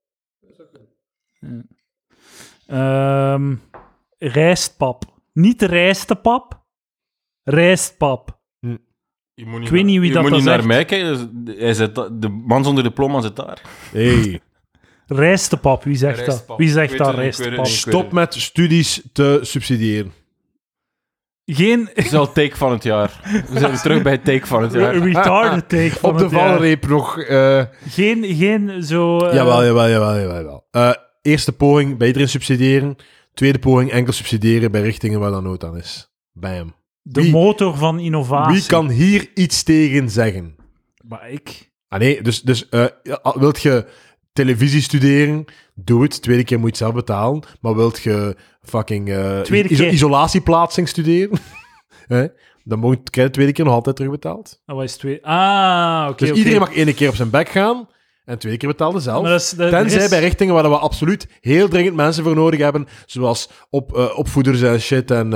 Rijstpap. Niet rijstepap. Rijstpap. Ik weet niet wie dat is. Je moet niet naar mij kijken. De man zonder diploma zit daar. Hey. Rijstepap, wie zegt dat? Wie zegt dat rijstepap? Stop met studies te subsidiëren. Het is al take van het jaar. We zijn terug bij het take van het jaar. Retarded take van het jaar. Op de valreep nog. Geen zo... Jawel. Eerste poging bij iedereen subsidiëren. Tweede poging enkel subsidiëren bij richtingen waar dat nood aan is. Bam. De motor van innovatie. Wie kan hier iets tegen zeggen? Maar ik. Nee, dus wilt je televisie studeren? Doe het. Tweede keer moet je het zelf betalen. Maar wilt je fucking isolatieplaatsing studeren? Dan krijg je de tweede keer nog altijd terugbetaald. Oké. Dus iedereen mag 1 keer op zijn bek gaan. En 2 keer betaalde zelf. Tenzij bij richtingen waar we absoluut heel dringend mensen voor nodig hebben. Zoals opvoeders en shit. Het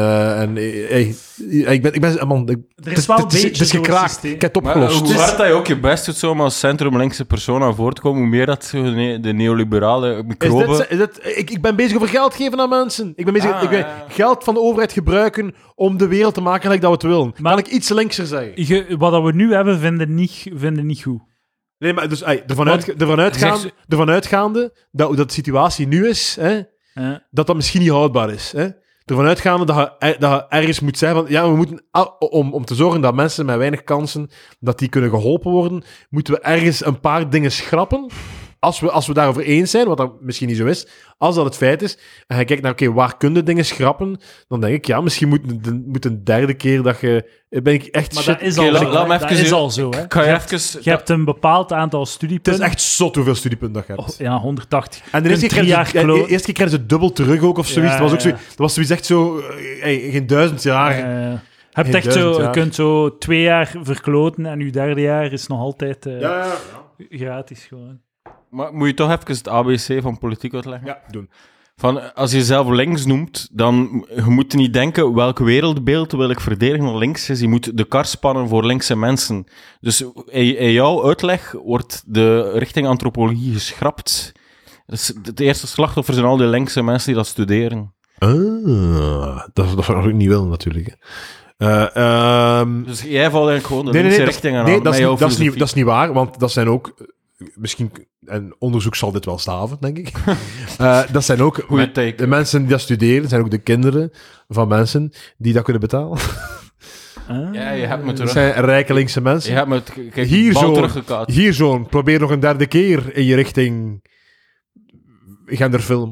is gekraakt. Ik heb het opgelost. Hoe hard dat je ook je best doet om als centrum-linkse persoon aan voort te komen, hoe meer dat de neoliberale microben... Ik ben bezig over geld geven aan mensen. Ik ben bezig geld van de overheid gebruiken om de wereld te maken gelijk dat we het willen. Maar, kan ik iets linkser zeggen? Wat we nu hebben, vinden niet goed. Nee, maar dus ervan uitgaande dat hoe dat de situatie nu is, dat misschien niet houdbaar is. ervan uitgaande dat je ergens moet zeggen van, ja, we moeten, om te zorgen dat mensen met weinig kansen, dat die kunnen geholpen worden, moeten we ergens een paar dingen schrappen. Als we daarover eens zijn, wat dat misschien niet zo is, als dat het feit is, en je kijkt naar, oké, waar kun je dingen schrappen, dan denk ik, ja, misschien moet een derde keer dat je... Ben ik echt maar shit... dat is al zo. Dat is al zo, hè. Je hebt een bepaald aantal studiepunten. Het is echt zot hoeveel studiepunten dat je hebt. Ja, 180. En de eerste keer krijgen ze dubbel terug ook, of zoiets. Dat was zoiets echt zo... geen 1000 jaar. Je kunt zo 2 jaar verkloten en je derde jaar is nog altijd gratis gewoon. Maar moet je toch even het ABC van politiek uitleggen? Ja, doen. Als je jezelf links noemt, dan je moet niet denken welk wereldbeeld wil ik verdedigen dat links is. Je moet de kar spannen voor linkse mensen. Dus in jouw uitleg wordt de richting antropologie geschrapt. Dus het eerste slachtoffer zijn al die linkse mensen die dat studeren. Dat zou ik niet willen, natuurlijk. Dus jij valt eigenlijk gewoon de linkse richting aan. Nee, dat is niet waar, want dat zijn ook... Misschien, en onderzoek zal dit wel staven, denk ik. Dat zijn ook de mensen die dat studeren, zijn ook de kinderen van mensen die dat kunnen betalen. Ja, je hebt me terug. Dat zijn rijke linkse mensen. Je hebt me teruggekaat. Hier zo'n, probeer nog een derde keer in je richting genderfilm.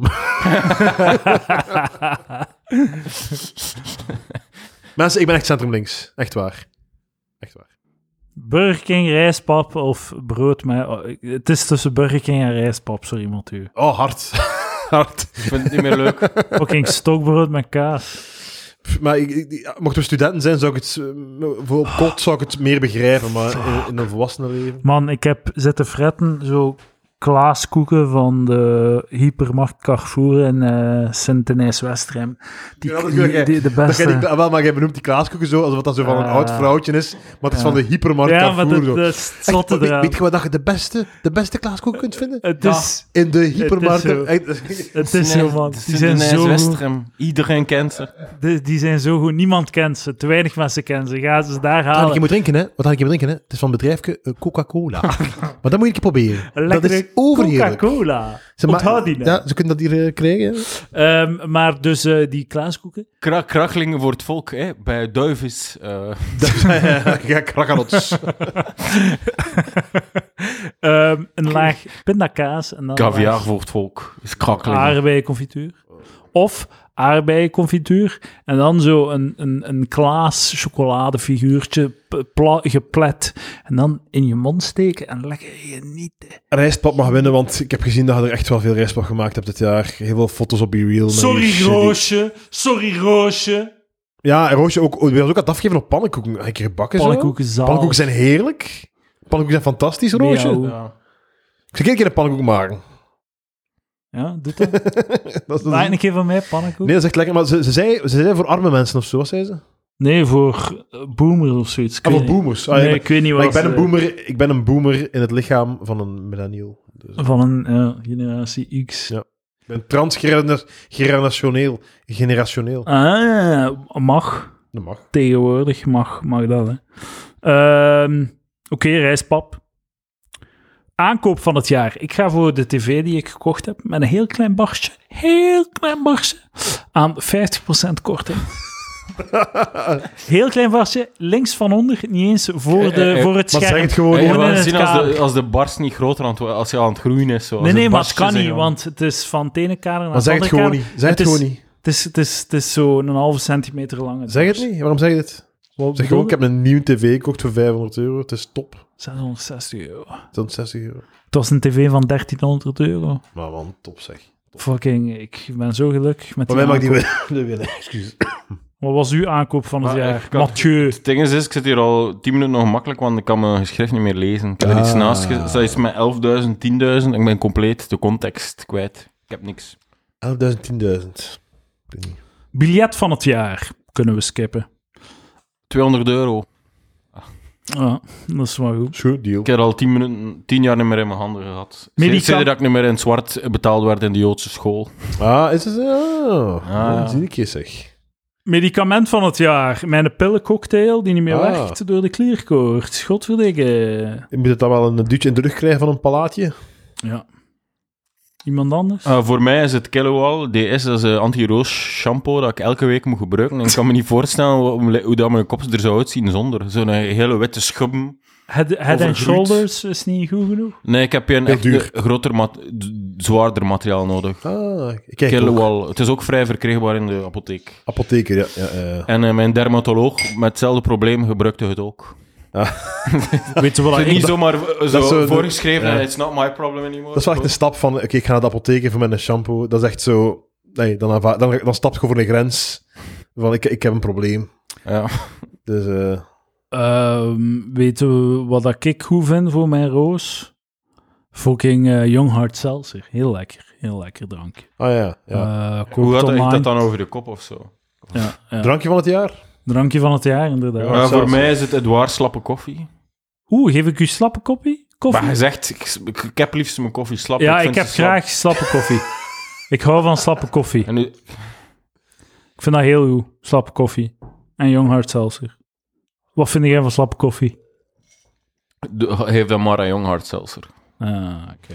Mensen, ik ben echt centrum links. Echt waar. Echt waar. Burger King, rijstpap of brood met... het is tussen Burger King en rijstpap, sorry, Mathieu. Oh, hard. Hard. Ik vind het niet meer leuk. Fucking stokbrood met kaas. Maar mochten we studenten zijn, zou ik het... voor kort zou ik het meer begrijpen, maar in een volwassenen leven... Man, ik heb zitten fretten, zo klaaskoeken van de hypermarkt Carrefour in Sint-Denijs-Westrem. De beste. Maar jij benoemt die klaaskoeken zo, alsof dat zo van een oud vrouwtje is, maar het is van de hypermarkt Carrefour. Ja, maar dat is zotte eraan. Weet je wat je de beste klaaskoek kunt vinden? Het is... In de hypermarkt. Het is zo, man. Die zijn zo Westrem. Iedereen kent ze. Die zijn zo goed. Niemand kent ze. Te weinig mensen kennen ze. Ga ze daar halen. Wat je moet drinken, hè? Het is van het bedrijfje Coca-Cola. Maar dat moet je een keer proberen. Dat is overheerlijk. Coca-Cola. Onthoud die nou. Ja, ze kunnen dat hier krijgen. Maar dus die klaaskoeken. Krachelingen voor het volk, hè? Bij Duivis. Ja, krakkanots. Een laag pindakaas. En dan Caviar voor het volk. Is krachelingen. Aardbeienconfituur. Of aardbeienconfituur. En dan zo een Klaas chocoladefiguurtje geplet. En dan in je mond steken en lekker genieten. Rijstpap mag winnen, want ik heb gezien dat je er echt wel veel rijstpap gemaakt hebt dit jaar. Heel veel foto's op BeReal. Sorry, Roosje. Ja, en Roosje ook. We ook aan het afgeven op pannenkoeken. Een keer bakken zo. Pannenkoeken zijn heerlijk. Pannenkoeken zijn fantastisch, Roosje. Ja. Ik zou een keer een pannenkoek maken. Ja, doe dat. Maak een keer van mij pannenkoek. Nee, dat is echt lekker. Maar ze zei voor arme mensen of zo, wat zei ze? Nee, voor boomers of zoiets. Voor boomers. Nee, ik weet niet wat. Ik ben een boomer in het lichaam van een millennial. Dus. Van een generatie X. Ja. Ik ben transgenerationeel. Mag. Dat mag. Tegenwoordig mag dat, hè. Oké, rijstpap. Aankoop van het jaar. Ik ga voor de tv die ik gekocht heb met een heel klein barstje. Aan 50% korting. Heel klein barstje, links van onder, niet eens voor het scherm. Maar zeg het gewoon. Je wil zien als de barst niet groter als je aan het groeien is. Zo. Nee, maar het kan niet, want het is van het ene kader naar het andere kader. Maar zeg het gewoon niet. Het is zo'n 1,5 centimeter lang. Zeg het niet? Waarom zeg je dit? Zeg gewoon, ik heb een nieuwe tv gekocht voor €500. Het is top. €660. €660. Het was een tv van €1300. Maar man, top zeg. Top. Fucking, ik ben zo gelukkig met die mij mag die winnen. Excuus. Wat was uw aankoop van het jaar? Mathieu. Het ding is, ik zit hier al 10 minuten nog makkelijk, want ik kan mijn geschrift niet meer lezen. Ik heb er iets naast gezet. Dat is met 11.000, 10.000. Ik ben compleet de context kwijt. Ik heb niks. 11.000, 10.000. Biljet van het jaar. Kunnen we skippen. €200. Ja, dat is wel goed. Goed deal. Ik heb al 10 jaar niet meer in mijn handen gehad. Sinds dat ik niet meer in het zwart betaald werd in de Joodse school. Is het zo? Zie ik je zeg. Medicament van het jaar. Mijn pillencocktail die niet meer werkt door de klierkoorts. Godverdikke. Je moet het dan wel een duwtje in de rug krijgen van een palaatje? Ja. Iemand anders? Voor mij is het Kilowall DS, dat is een anti-roos shampoo dat ik elke week moet gebruiken. En ik kan me niet voorstellen hoe dat mijn kop er zou uitzien zonder. Zo'n hele witte schubben. Head and Shoulders is niet goed genoeg? Nee, ik heb hier een echt groter, zwaarder materiaal nodig. Kijk Kilowall. Het is ook vrij verkrijgbaar in de apotheek. Apotheker, ja. En mijn dermatoloog met hetzelfde probleem gebruikte het ook. Weet je wat Het is niet zomaar zo voorgeschreven, it's not my problem anymore. Dat is wel echt een stap van, oké, ik ga naar de apotheek even met een shampoo. Dat is echt zo... Nee, dan stap je gewoon een grens van, ik heb een probleem. Ja. Dus... weet je wat ik goed vind voor mijn roos? Fucking Young Hard Seltzer. Heel lekker drankje. ja. Hoe gaat dat dan over de kop of zo? Ja. Drankje van het jaar? Drankje van het jaar, inderdaad. Voor mij is het Edouard slappe koffie. Geef ik u slappe koffie? Maar je zegt, ik heb liefst mijn koffie slap. Ja, ik heb graag slappe koffie. Ik hou van slappe koffie. En nu... Ik vind dat heel goed, slappe koffie. En Young Hard Seltzer. Wat vind jij van slappe koffie? Geef dan maar aan Young Hard Seltzer. Oké.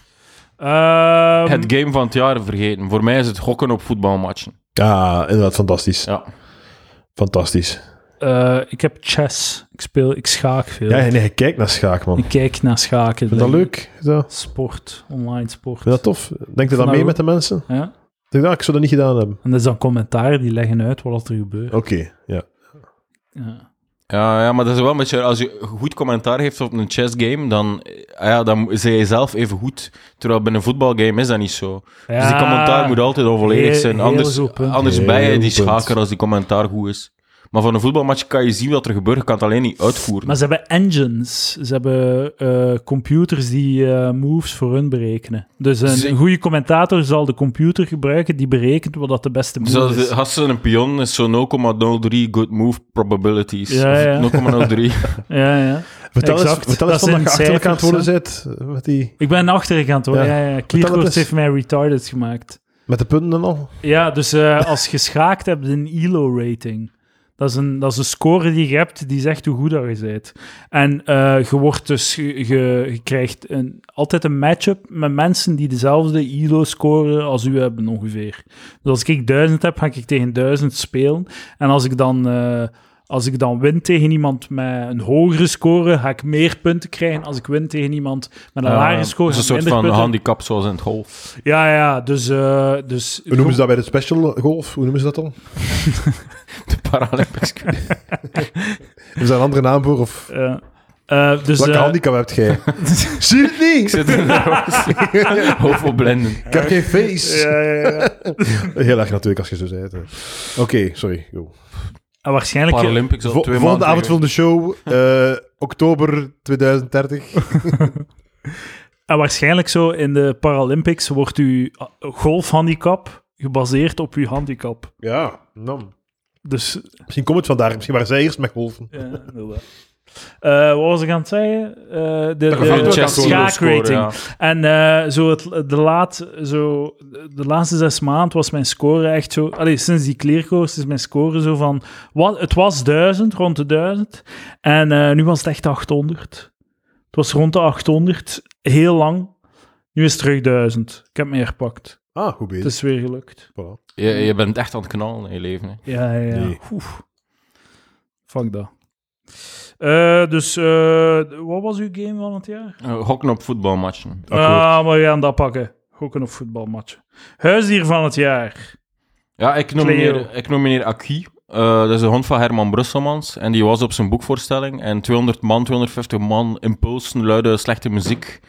Het game van het jaar vergeten. Voor mij is het gokken op voetbalmatchen. Ja, inderdaad, fantastisch. Ja. Fantastisch. Ik heb chess. Ik schaak veel. Ja, nee, je kijkt naar schaak, man. Ik kijk naar schaken. Vind je dat leuk? Zo. Sport, online sport. Vind je dat tof? Denk je dat mee met de mensen? Ja. Ik zou dat niet gedaan hebben. En dat is dan commentaar die leggen uit wat er gebeurt. Oké, ja. Ja, maar dat is wel een beetje... Als je goed commentaar heeft op een chessgame, dan ben je zelf even goed. Terwijl bij een voetbalgame is dat niet zo. Ja, dus die commentaar moet altijd onvolledig zijn. Anders ben je die schaker als die commentaar goed is. Maar van een voetbalmatch kan je zien wat er gebeurt, je kan het alleen niet uitvoeren. Maar ze hebben engines. Ze hebben computers die moves voor hun berekenen. Dus een goede commentator zal de computer gebruiken die berekent wat dat de beste move is. Als ze een pion is zo 0,03 good move probabilities. Ja. 0,03. ja. Vertel eens van dat je achterlijk aan het worden bent. Met die... Ik ben achterlijk aan het worden, ja. Klierkoorts heeft mij retarded gemaakt. Met de punten en al? Ja, dus als je schaakt hebt een ELO-rating. Dat is een score die je hebt, die zegt hoe goed dat je bent. En je krijgt altijd een match-up met mensen die dezelfde ELO-score als u hebben ongeveer. Dus als ik 1000 heb, ga ik tegen 1000 spelen. En als ik dan win tegen iemand met een hogere score, ga ik meer punten krijgen. Als ik win tegen iemand met een lagere score, dat is een soort van handicap zoals in het golf. Ja, dus... Hoe noemen ze dat bij de special golf? Hoe noemen ze dat dan? De Paralympics. Is daar een andere naam voor? Of... dus, welke handicap hebt jij? Zie je het niet? Ik zit in de hoofd op blenden. Ik heb geen face. Ja. Heel erg natuurlijk als je zo zei. Oké, sorry. Go. En waarschijnlijk... Paralympics al 2 maanden. Volgende avond van de show, oktober 2030. En waarschijnlijk zo in de Paralympics wordt uw golfhandicap gebaseerd op uw handicap. Ja, dan. Dus... Misschien komt het vandaag. Misschien waren zij eerst met golfen. Ja, inderdaad. Wat was ik aan het zeggen? De schaakrating. Ja. En de laatste 6 maanden was mijn score echt zo... sinds die kleerkoers is mijn score zo van... Het was 1000, rond de 1000. En nu was het echt 800. Het was rond de 800. Heel lang. Nu is het terug 1000. Ik heb me herpakt. Goed bezig. Het is weer gelukt. Voilà. Je bent echt aan het knallen in je leven. Hè. Ja. Nee. Fuck dat. Wat was uw game van het jaar? Gokken op voetbalmatchen. Maar we gaan dat pakken. Gokken op voetbalmatchen. Huisdier van het jaar. Ja, ik nomineer Aki. Dat is de hond van Herman Brusselmans. En die was op zijn boekvoorstelling. En 250 man impulsen, luide, slechte muziek.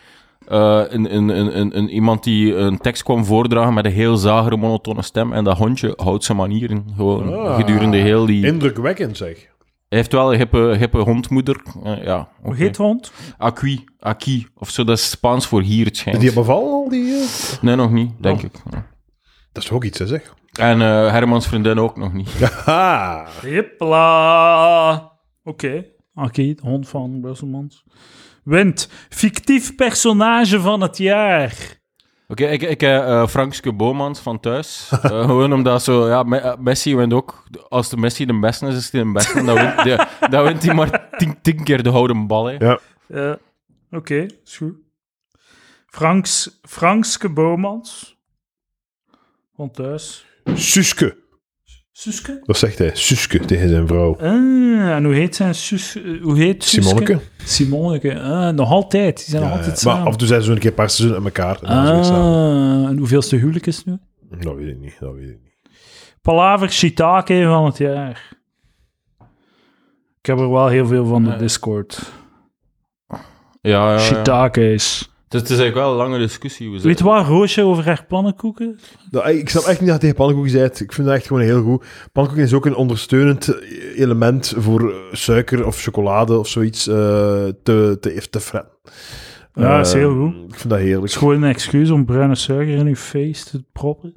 Iemand die een tekst kwam voordragen met een heel zagere, monotone stem. En dat hondje houdt zijn manieren. Gewoon gedurende heel die... Indrukwekkend, zeg. Hij heeft wel een hippe hondmoeder. Hoe heet de hond? Aki, of zo, dat is Spaans voor hier, het schijnt. Is die bevallen al? Nee, nog niet, denk ik. Ja. Dat is ook iets, hè, zeg. En Hermans vriendin ook nog niet. Haha! Hippla! Oké. Aki, de hond van Brusselmans. Wint. Fictief personage van het jaar. Oké, ik heb Frankske Bomans van thuis. Gewoon omdat zo... Ja, Messi wint ook. Als de Messi de beste is hij de beste. Dan wint hij maar 10 keer de houden bal. Hè. Ja. Oké, is goed. Frankske Bomans. Van thuis. Suske. Suske? Dat zegt hij. Suske tegen zijn vrouw. En hoe heet zijn hoe heet Suske? Simonneke. Simonneke. Nog altijd. Die zijn nog altijd samen. Maar af en toe zijn ze een keer een paar seizoenen met elkaar. En hoeveelste huwelijk is het nu? Dat weet ik niet. Palaver Shiitake van het jaar. Ik heb er wel heel veel van de Discord. Ja. Shiitake is... Het is eigenlijk wel een lange discussie. Weet je wat, Roosje over haar pannenkoeken? Ik snap echt niet dat je tegen pannenkoeken bent. Ik vind dat echt gewoon heel goed. Pannenkoeken is ook een ondersteunend element voor suiker of chocolade of zoiets te fretten. Ja, dat is heel goed. Ik vind dat heerlijk. Het is gewoon een excuus om bruine suiker in je face te proppen.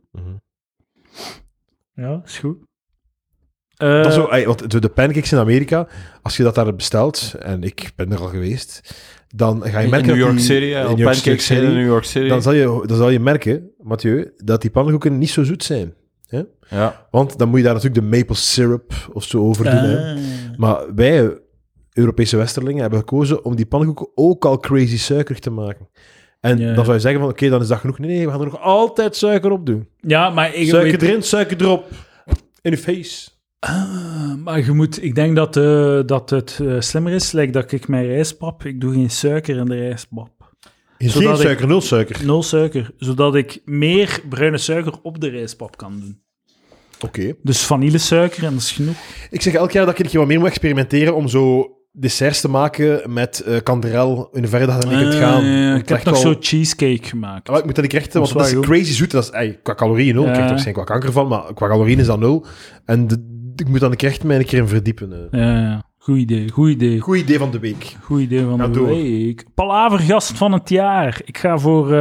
Ja, is goed. Dat is zo, want de pancakes in Amerika, als je dat daar bestelt, en ik ben er al geweest, dan ga je merken in New York dat City, pancakes in New York City. Dan zal je merken, Mathieu, dat die pannenkoeken niet zo zoet zijn. Hè? Ja. Want dan moet je daar natuurlijk de maple syrup of zo over doen. Hè? Maar wij, Europese westerlingen, hebben gekozen om die pannenkoeken ook al crazy suikerig te maken. En dan zou je zeggen van, oké, dan is dat genoeg. Nee, we gaan er nog altijd suiker op doen. Ja, maar suiker erin, suiker erop. In je face. Maar ik denk dat het slimmer is, dat ik mijn rijstpap, ik doe geen suiker in de rijstpap. Geen suiker, nul suiker? Nul suiker, zodat ik meer bruine suiker op de rijstpap kan doen. Oké. Dus vanillesuiker en dat is genoeg. Ik zeg elk jaar dat ik een keer wat meer moet experimenteren om zo desserts te maken met kanderel, in hoeverre dat je ermee kunt gaan. Ik heb nog zo cheesecake gemaakt. Ik moet dat niet rechten, want dat is crazy zoet. Dat is qua calorieën nul. Ik krijg er waarschijnlijk qua kanker van, maar qua calorieën is dat nul. En ik moet dan mij een keer in verdiepen. Ja. Goed idee. Goed idee van de week. Goed idee van de week. Palavergast van het jaar. Ik ga voor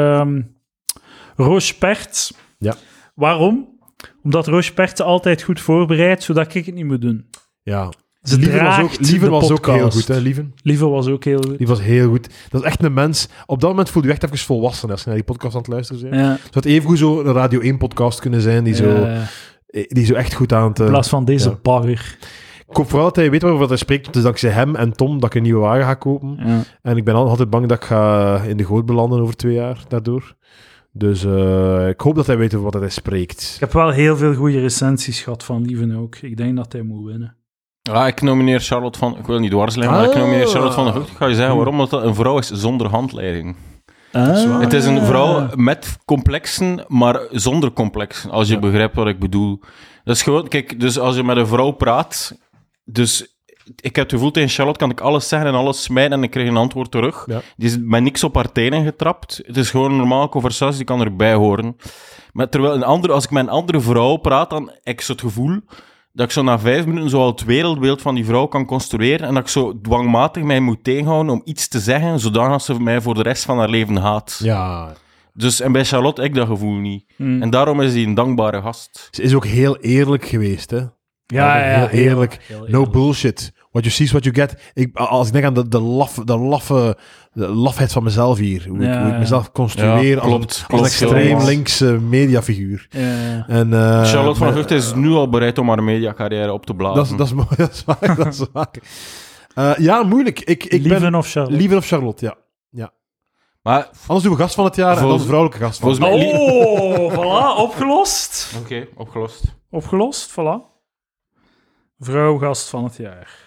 Roos Perts. Ja. Waarom? Omdat Roos Perts altijd goed voorbereidt, zodat ik het niet moet doen. Ja. Lieven was ook heel goed, hè, Lieven? Lieven was ook heel goed. Lieven was heel goed. Dat is echt een mens... Op dat moment voelde je echt even volwassen als je naar die podcast aan het luisteren bent. Ja. Zou het evengoed zo een Radio 1-podcast kunnen zijn die zo echt goed aan het... In plaats van deze bagger. Ik hoop vooral dat hij weet waarover hij spreekt. Het is dankzij hem en Tom dat ik een nieuwe wagen ga kopen. Ja. En ik ben altijd bang dat ik ga in de goot belanden over 2 jaar daardoor. Dus ik hoop dat hij weet over wat hij spreekt. Ik heb wel heel veel goede recensies gehad van Lieven ook. Ik denk dat hij moet winnen. Ja, ik nomineer Charlotte van... Ik wil niet dwarslijmen, maar ik nomineer Charlotte van der Vught. Ik ga je zeggen waarom. Omdat dat een vrouw is zonder handleiding. Het is een vrouw met complexen, maar zonder complexen. Als je begrijpt wat ik bedoel. Dat is gewoon... Kijk, dus als je met een vrouw praat... Dus ik heb het gevoel tegen Charlotte kan ik alles zeggen en alles smijten en ik krijg een antwoord terug. Ja. Die is met niks op haar tenen getrapt. Het is gewoon een normale conversatie, die kan erbij horen. Maar terwijl als ik met een andere vrouw praat, dan heb ik zo het gevoel dat ik zo na 5 minuten zo al het wereldbeeld van die vrouw kan construeren en dat ik zo dwangmatig mij moet tegenhouden om iets te zeggen, zodat ze mij voor de rest van haar leven haat. Ja. Dus, en bij Charlotte heb ik dat gevoel niet. En daarom is hij een dankbare gast. Ze is ook heel eerlijk geweest, hè? Ja. Heel eerlijk. No bullshit. What you see is what you get. Als ik denk aan de lafheid van mezelf hier. Hoe ik mezelf construeer als een extreem linkse mediafiguur. Ja. En, Charlotte van der Vught is nu al bereid om haar mediacarrière op te blazen. Dat is mooi. Dat is waar. Ja, moeilijk. Lieven of Charlotte? Lieven of Charlotte, ja. Maar anders doen we gast van het jaar en dan vrouwelijke gast van het jaar. Voilà, opgelost. Oké, opgelost. Opgelost, voilà. Vrouwgast van het jaar.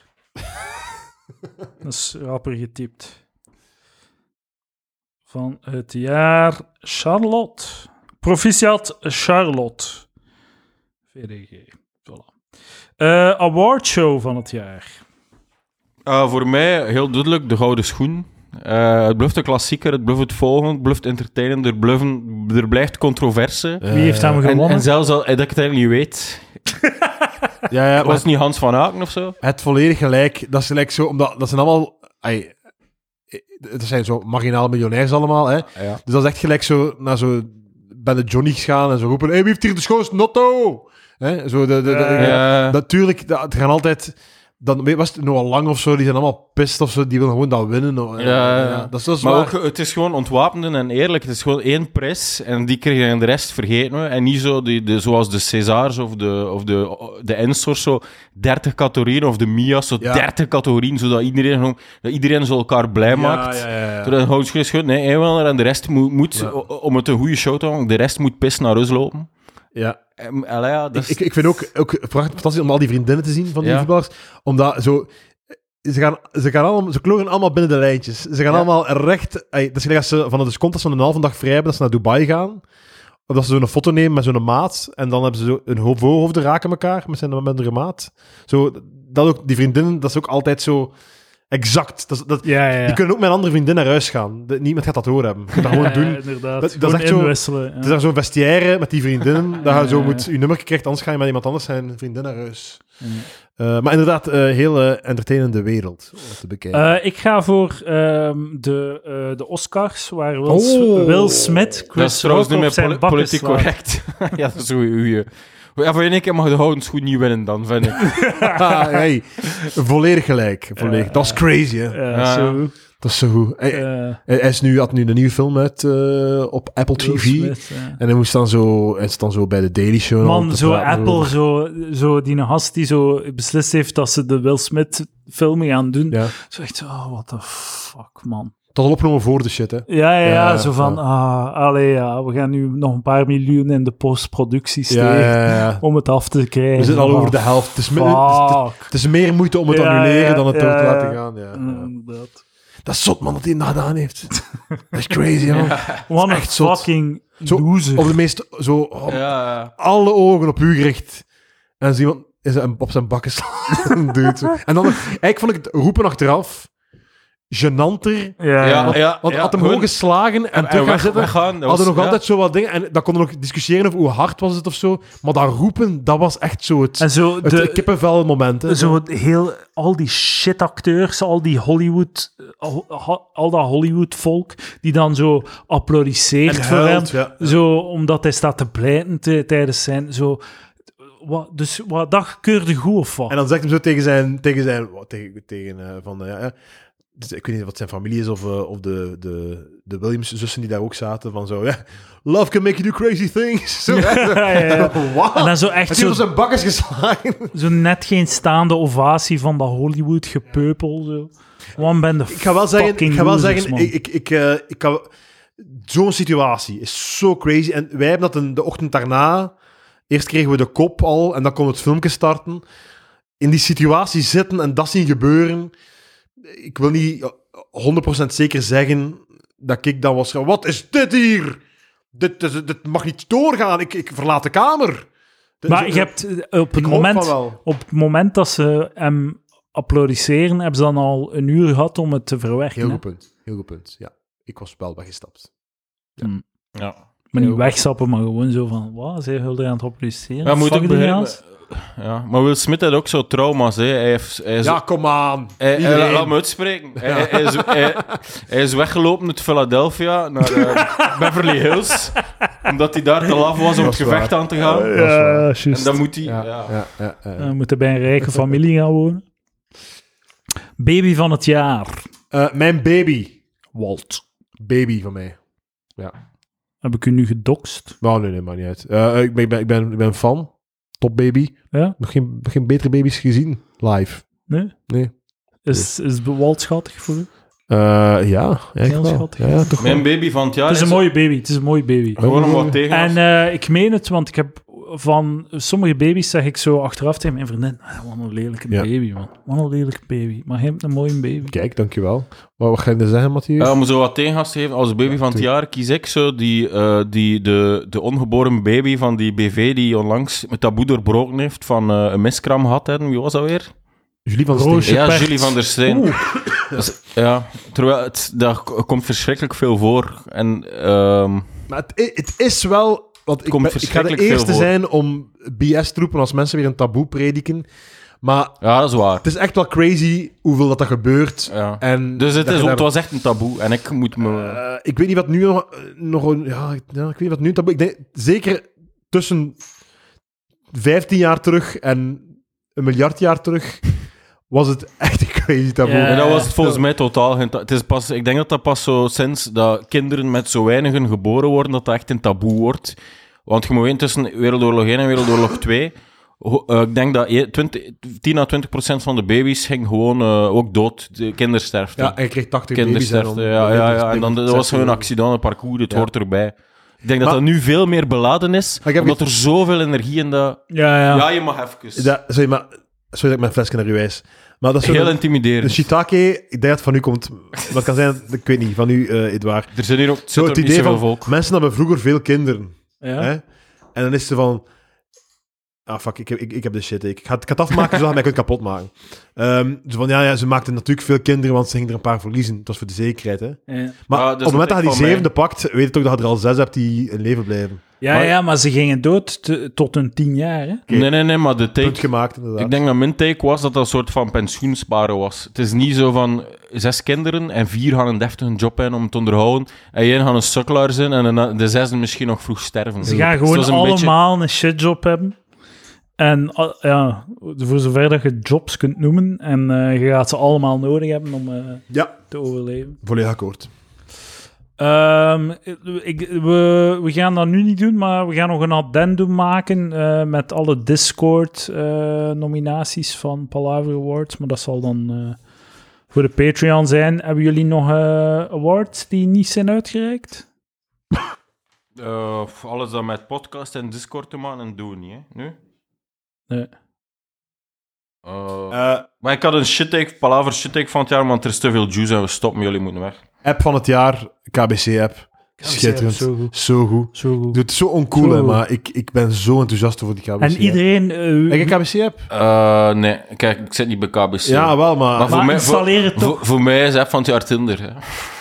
Dat is rapper getypt. Van het jaar Charlotte. Proficiat Charlotte. VDG. Voilà. Awardshow van het jaar. Voor mij heel duidelijk de Gouden Schoen. Het blijft een klassieker, het blijft het volgen, het blijft entertainen, er blijft controverse. Wie heeft hem gewonnen? En zelfs al dat ik het eigenlijk niet weet... Ja, was het niet Hans van Aken of zo? Het volledig gelijk. Dat is gelijk zo, omdat dat zijn allemaal... Dat zijn zo marginaal miljonairs allemaal, hè. Ja. Dus dat is echt gelijk zo naar zo bij de Johnny's gaan en zo roepen, wie heeft hier de schoonste notto? Hè? Zo natuurlijk, het gaan altijd... Dan was het Noah Lang of zo, die zijn allemaal pist of zo, die willen gewoon dat winnen. Dat is wel zwaar. Maar ook, het is gewoon ontwapenen en eerlijk. Het is gewoon 1 prijs en die krijg je en de rest vergeten we. En niet zo zoals de Césars of de Ensors, zo 30 categorieën, of de Mia's, zo 30 categorieën, zodat iedereen zo elkaar blij maakt. Zodat het gewoon nee, één winnaar en de rest moet om het een goede show te houden, de rest moet pis naar rust lopen. Ja. Dat is... Ik vind ook fantastisch om al die vriendinnen te zien van die voetballers. Omdat zo... Ze kloren allemaal binnen de lijntjes. Ze gaan allemaal recht... Dat is gelijk als ze van de contest van een halve dag vrij hebben, dat ze naar Dubai gaan. Of dat ze zo'n foto nemen met zo'n maat. En dan hebben ze zo een voorhoofden raken elkaar met hun maat. Zo, dat ook, die vriendinnen, dat is ook altijd zo... Exact. Die kunnen ook met een andere vriendin naar huis gaan. Niemand gaat dat horen hebben. Je moet dat gewoon doen. Inderdaad. Dat is echt zo... inwisselen. Het is daar zo'n vestiaire met die vriendinnen. Dat je zo moet je nummer krijgt, anders ga je met iemand anders zijn vriendin naar huis. Maar inderdaad, heel entertainende wereld om te bekijken. Ik ga voor de Oscars, waar Will Smith, Chris Rock op zijn bakken slaat. Correct. Ja, dat is een goeie. Ja, voor één keer mag de houdens goed niet winnen dan, vind ik. Hey, volledig gelijk. Volledig. Dat is crazy, hè. Zo. Dat is zo goed. Hij had nu een nieuwe film uit op Apple TV. Smith, en hij is dan zo bij de Daily Show. Man, zo Apple, zo die gast die zo beslist heeft dat ze de Will Smith film gaan doen. Ja. Zo echt zo, what the fuck, man. Tot al opgenomen voor de shit, hè. Ja, zo van, we gaan nu nog een paar miljoen in de postproductie steken om het af te krijgen. We zitten al over de helft. Het is meer moeite om het te annuleren dan het door te laten gaan. Inderdaad. Dat is zot, man, dat hij het gedaan heeft. Dat is crazy, man. What a fucking loser. Op de meest, alle ogen op u gericht. En zie iemand op zijn bakken slaan. En dan, eigenlijk vond ik het roepen achteraf gênanter. Want had hem gewoon geslagen en terug gaan zitten. Hadden nog altijd zo wat dingen. En dan konden we nog discussiëren over hoe hard was het of zo. Maar dat roepen, dat was echt zo het kippenvel moment. Hè, al die shitacteurs, al die Hollywood... Al dat Hollywood-volk die dan zo applaudisseert voor hem. Zo, omdat hij staat te pleiten tijdens zijn... Zo, dat keurde goed of wat? En dan zegt hij zo tegen dus ik weet niet wat zijn familie is of de Williams-zussen die daar ook zaten, van zo, love can make you do crazy things. Zo, wow. En dan zo echt zo zijn bakkers geslagen. Zo net geen staande ovatie van dat Hollywood-gepeupel. Zo. Ik ga wel zeggen, zo'n situatie is zo crazy. En wij hebben dat de ochtend daarna, eerst kregen we de kop al, en dan kon het filmpje starten. In die situatie zitten en dat zien gebeuren... Ik wil niet 100% zeker zeggen dat ik dan was... Wat is dit hier? Dit mag niet doorgaan. Ik verlaat de kamer. Maar je hebt op het moment dat ze hem applaudisseren, hebben ze dan al een uur gehad om het te verwerken. Heel goed punt. Ja, ik was wel weggestapt. Ja. Maar niet wegstappen, maar gewoon zo van... Wat? Zij wilde aan het applaudisseren? Ja, moet ik begrijpen. Ja, maar Will Smith had ook zo trauma's. Hè. Ja, kom aan. Laat me uitspreken. Hij is weggelopen uit Philadelphia naar Beverly Hills, omdat hij daar te laf was om het gevecht aan te gaan. En dan moet hij... Dan moet hij bij een rijke familie gaan wonen. Baby van het jaar. Mijn baby. Walt. Baby van mij. Ja. Heb ik u nu gedoxt? Oh, nee, maakt niet uit. Ik ben fan. Top baby. Ja? Nog geen betere baby's gezien live. Nee. Is Walt schattig voor u? Ja, heel schattig. Ja, toch mijn baby van het jaar. Het is een mooie baby. Gewoon wat tegen. En ik meen het, want ik heb van sommige baby's zeg ik zo achteraf tegen mijn vriendin: wat een lelijke baby, man. Wat een lelijke baby. Maar hij heeft een mooie baby. Kijk, dankjewel. Maar wat ga je zeggen, Matthieu? Om zo wat tegengas te geven, als baby van het jaar kies ik zo de ongeboren baby van die BV die onlangs het taboe doorbroken heeft van een miskraam gehad hebben. Wie was dat weer? Julie van der Steen. Ja, Julie van der Steen. Terwijl daar komt verschrikkelijk veel voor. En, maar het is wel... Want ik ga de eerste zijn om BS te roepen als mensen weer een taboe prediken. Maar ja, dat is waar. Het is echt wel crazy hoeveel dat gebeurt. Ja. En dus het was echt een taboe. En ik moet me... ik weet niet wat nu nog ik weet niet wat nu een taboe... Ik denk zeker tussen 15 jaar terug en 1 miljard jaar terug was het echt een crazy taboe. En dat was het volgens mij totaal geen het is pas, ik denk dat pas zo sinds dat kinderen met zo weinigen geboren worden, dat echt een taboe wordt. Want je moet weten, tussen Wereldoorlog 1 en Wereldoorlog 2... ik denk dat 10 à 20% van de baby's ging gewoon ook dood. De kindersterfte. Ja, en je kreeg 80 kindersterfte, baby's. ja. En dan dat was gewoon een accidentenparcours, het hoort erbij. Ik denk dat Maar- dat nu veel meer beladen is, omdat er zoveel energie in dat... Ja, je mag even. Sorry dat ik mijn flesje naar u wijs. Maar dat is Heel de intimiderend. shiitake, ik denk dat het van u komt. Maar het kan zijn, ik weet niet, van u, Edouard. Er zijn hier ook, Zo zit het ook niet idee zoveel van, volk. mensen hebben vroeger veel kinderen. Ja. Hè? En dan is ze van... Ah, fuck, ik heb de shit. Ik ga het afmaken, zodat je mij kunt kapot maken. Zo van, ja, ze maakten natuurlijk veel kinderen, want ze gingen er een paar verliezen. Het was voor de zekerheid, hè. Ja. Maar Ah, op dus het moment dat je van die mij. 7e pakt, weet je toch dat je er al 6 hebt die in leven blijven. Maar ze gingen dood tot hun 10 jaar, hè? Nee, maar de Punt take... gemaakt, inderdaad. Ik denk dat mijn take was dat dat een soort van pensioensparen was. Het is niet zo van 6 kinderen en 4 gaan een deftige job in om te onderhouden en 1 gaan een sukkelaar zijn en de 6e misschien nog vroeg sterven. Ze gaan Dus gewoon dat is een allemaal een shitjob hebben. En voor zover dat je jobs kunt noemen. En je gaat ze allemaal nodig hebben om Ja, te overleven. volledig akkoord. We gaan dat nu niet doen, maar we gaan nog een addendum maken met alle Discord-nominaties van Palaver Awards. Maar dat zal dan voor de Patreon zijn. Hebben jullie nog awards die niet zijn uitgereikt? Alles dat met podcast en Discord te maken en doen niet, hè? Nu? Nee. Maar ik had een Palaver shittake van het jaar, want er is te veel juice en we stoppen, jullie moeten weg. App van het jaar, KBC-app. Schitterend. Zo goed. Zo goed. Zo goed. Het is zo oncool, Zo hè, goed. maar ik ben zo enthousiast over die KBC-app. En iedereen... Heb je KBC-app? Nee, kijk, ik zit niet bij KBC. Ja, wel, maar... Maar maar installeer het toch. Voor mij is app van het jaar Tinder. Hè.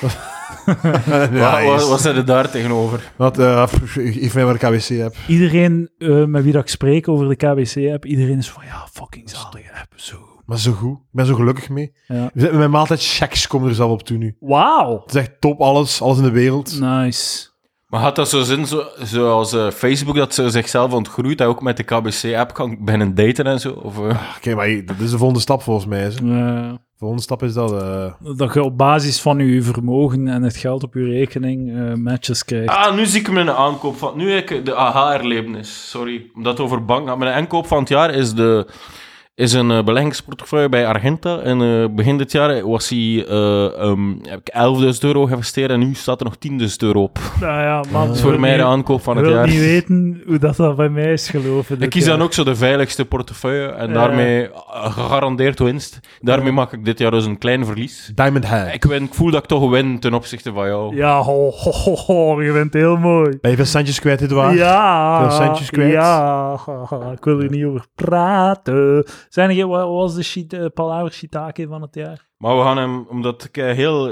Wat zijn er daar tegenover? Geef mij maar de KBC-app. Iedereen met wie dat ik spreek over de KBC-app, iedereen is van, ja, fucking zalige app, zo. Maar zo goed. Ik ben zo gelukkig mee. Ja. We zitten met mijn maaltijdchecks komen er zelf op toe nu. Wauw! Het is echt top, alles in de wereld. Nice. Maar had dat zo zin, zoals Facebook, dat ze zichzelf ontgroeit, dat ook met de KBC-app kan beginnen daten en zo? Of, Oké, maar dat is de volgende stap volgens mij. Hè. De volgende stap is dat... Dat je op basis van je vermogen en het geld op je rekening matches krijgt. nu zie ik mijn aankoop van... Nu heb ik de aha-erlevenis, sorry. Omdat het over bank gaat. Mijn aankoop van het jaar is een beleggingsportefeuille bij Argenta. En begin dit jaar was hij, heb ik €11.000 geïnvesteerd en nu staat er nog €10.000 op. Nou ja, man. Dat is voor mij de aankoop van het Ik wil jaar. niet weten hoe dat bij mij is geloven. Ik kies dan ook zo de veiligste portefeuille en daarmee gegarandeerd winst. Daarmee maak ik dit jaar dus een klein verlies. Diamond Hand. Ik voel dat ik toch win ten opzichte van jou. Ja, je bent heel mooi. Ben je veel centjes kwijt, Edouard? Ja. Veel centjes kwijt? Ja. Ik wil er niet over praten. Wat was de Palaver Shiitake van het jaar? Maar we gaan hem, omdat ik heel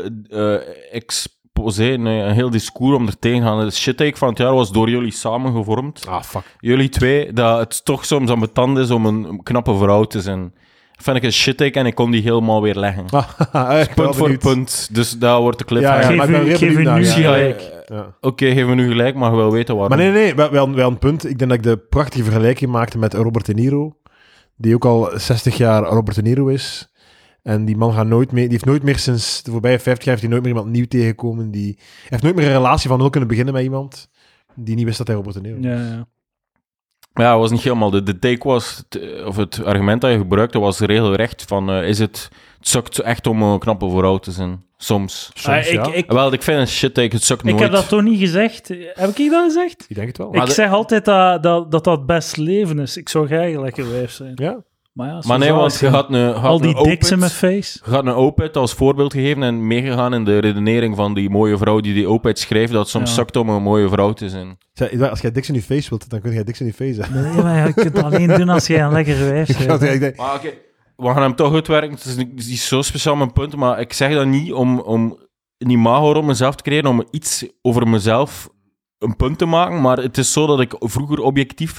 een heel discours om er tegen te gaan. De shittake van het jaar was door jullie samen gevormd. Ah, fuck. Jullie twee, dat het toch soms ambetant is om een knappe vrouw te zijn. Vind ik een shittake en ik kon die helemaal weer leggen. Punt voor punt. Dus daar wordt de clip. Ja, Geef maar ik ben u- heel geef u benieuwd nu naar, gelijk. Ja. Oké, geef me nu gelijk, maar je wil weten waarom. Maar nee, wel een punt. Ik denk dat ik de prachtige vergelijking maakte met Robert De Niro, die ook al 60 jaar Robert De Niro is. En die man gaat nooit meer, die heeft nooit meer sinds de voorbije 50 jaar heeft hij nooit meer iemand nieuw tegengekomen. Die heeft nooit meer een relatie van nul kunnen beginnen met iemand die niet wist dat hij Robert De Niro was. Ja. Ja, het was niet helemaal. De take was, of het argument dat je gebruikte, was regelrecht van, het sukt echt om een knappe vrouw te zijn. Soms. Wel, ik vind een shittake, het sukt nooit. Ik heb dat toch niet gezegd? Heb ik dat gezegd? Ik denk het wel. Ik zeg altijd dat best leven is. Ik zou graag een lekker wijf zijn. Ja. Maar nee, want je had al die een diks in mijn face. Je had een opit als voorbeeld gegeven en meegegaan in de redenering van die mooie vrouw die opit schreef, dat het soms sukt om een mooie vrouw te zijn. Als jij diks in je face wilt, dan kun jij diks in je face hebben. Nee, maar je kunt het alleen doen als jij een lekkere wijf bent. Maar oké, we gaan hem toch uitwerken. Het is niet zo speciaal mijn punt, maar ik zeg dat niet om een imago om mezelf te creëren, om iets over mezelf een punt te maken, maar het is zo dat ik vroeger objectief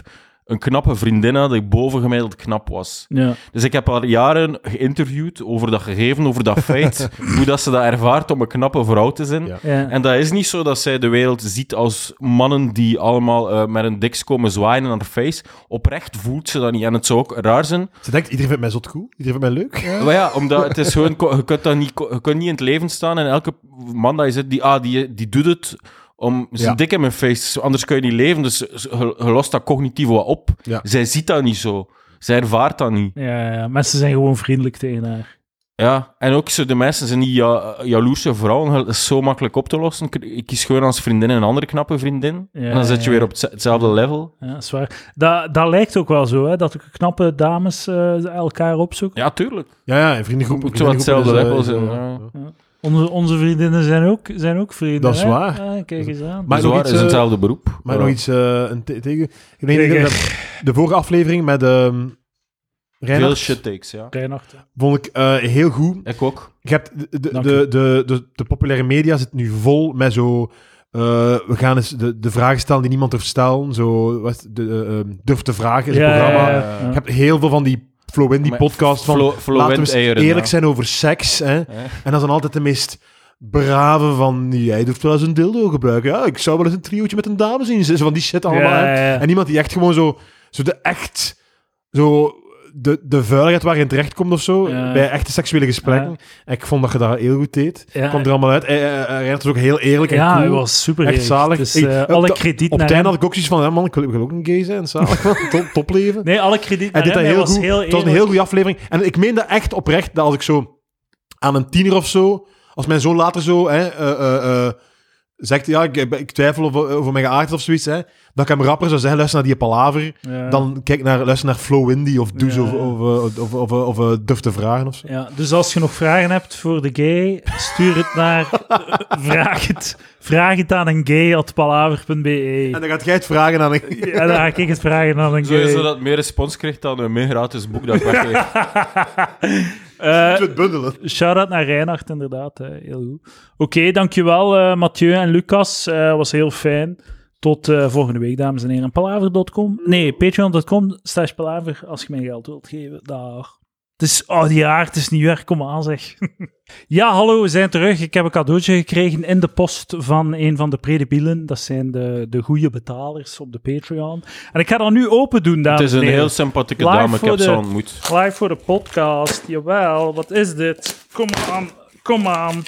een knappe vriendin had die bovengemiddeld knap was. Ja. Dus ik heb haar jaren geïnterviewd over dat gegeven, over dat feit, hoe dat ze dat ervaart om een knappe vrouw te zijn. Ja. Ja. En dat is niet zo dat zij de wereld ziet als mannen die allemaal met een diks komen zwaaien naar haar face. Oprecht voelt ze dat niet. En het zou ook raar zijn. Ze denkt, iedereen vindt mij zot cool, iedereen vindt mij leuk. Maar ja, omdat het is gewoon... Je kunt niet in het leven staan en elke man dat je zit, die doet het om zijn dik in mijn face. Anders kun je niet leven. Dus je lost dat cognitief wat op. Ja. Zij ziet dat niet zo. Zij ervaart dat niet. Ja, mensen zijn gewoon vriendelijk tegen haar. Ja, en ook zo, de mensen zijn niet jaloerse vrouwen. Dat is zo makkelijk op te lossen. Ik kies gewoon als vriendin een andere knappe vriendin. Ja, en dan zit je weer op hetzelfde level. Ja, dat is waar. Dat lijkt ook wel zo, hè, dat ook knappe dames elkaar opzoeken. Ja, tuurlijk. Ja, en vriendengroep. Moet zo hetzelfde level zijn. Onze vriendinnen zijn ook vrienden. Dat is hè? waar. Ja, kijk eens aan. Maar Zwaar nog iets, is hetzelfde beroep. Maar nog iets tegen... Ik denk dat de vorige aflevering met Veel Reinhard shit takes, ja. Reinhard. vond ik heel goed. Ik ook. Je hebt de populaire media zit nu vol met zo... we gaan eens de vragen stellen die niemand durft stellen. Zo, Durf te vragen is een programma. Ja. Je hebt heel veel van die Flow in die podcast van... laten we eens eerlijk zijn over seks. Hè? En dat is dan altijd de meest brave van... Jij durft wel eens een dildo gebruiken. Ja, ik zou wel eens een triootje met een dame zien. Zo van die shit allemaal. Ja. En iemand die echt gewoon zo de echt... Zo... De vuiligheid waar je in terecht komt of zo, bij echte seksuele gesprekken. Ja. En ik vond dat je dat heel goed deed. Ja. Kwam er allemaal uit. Reinhard was ook heel eerlijk en cool. Hij was super Echt zalig. Dus, alle krediet op naar het einde hem. had ik ook zoiets van, man, ik wil ook een gay zijn. Zalig, topleven. Nee, alle krediet Hij naar deed dat hem. heel Hij was goed. heel Het was een eerlijk. heel goede aflevering. En ik meen dat echt oprecht, dat als ik zo aan een tiener of zo, als mijn zoon later zo zegt, ja, ik twijfel over mijn geaardheid of zoiets, hè, dat ik hem rapper zou zeggen, luister naar die palaver, dan luister naar Flow Indie of Does of Durf te vragen of zo. Ja, dus als je nog vragen hebt voor de gay, stuur het naar vraag het aan een gay@palaver.be. En dan gaat jij het vragen aan een... Ja, dan ga ik het vragen aan een gay. Zodat meer respons krijgt dan een meer gratis boek dat ik weggeef. het bundelen. Shout-out naar Reinhard, inderdaad. Heel goed. Oké, dankjewel Mathieu en Lucas. Was heel fijn. Tot volgende week, dames en heren. Palaver.com. Nee, patreon.com/palaver als je mij geld wilt geven. Dag. Het is die raar, het is niet weg. Kom aan, zeg. Ja, hallo, we zijn terug. Ik heb een cadeautje gekregen in de post van een van de predebielen. Dat zijn de goede betalers op de Patreon. En ik ga dat nu open doen, dames en Het is heren. een heel sympathieke Live dame, ik voor heb de- ze ontmoet. Live voor de podcast. Jawel, wat is dit? Kom aan.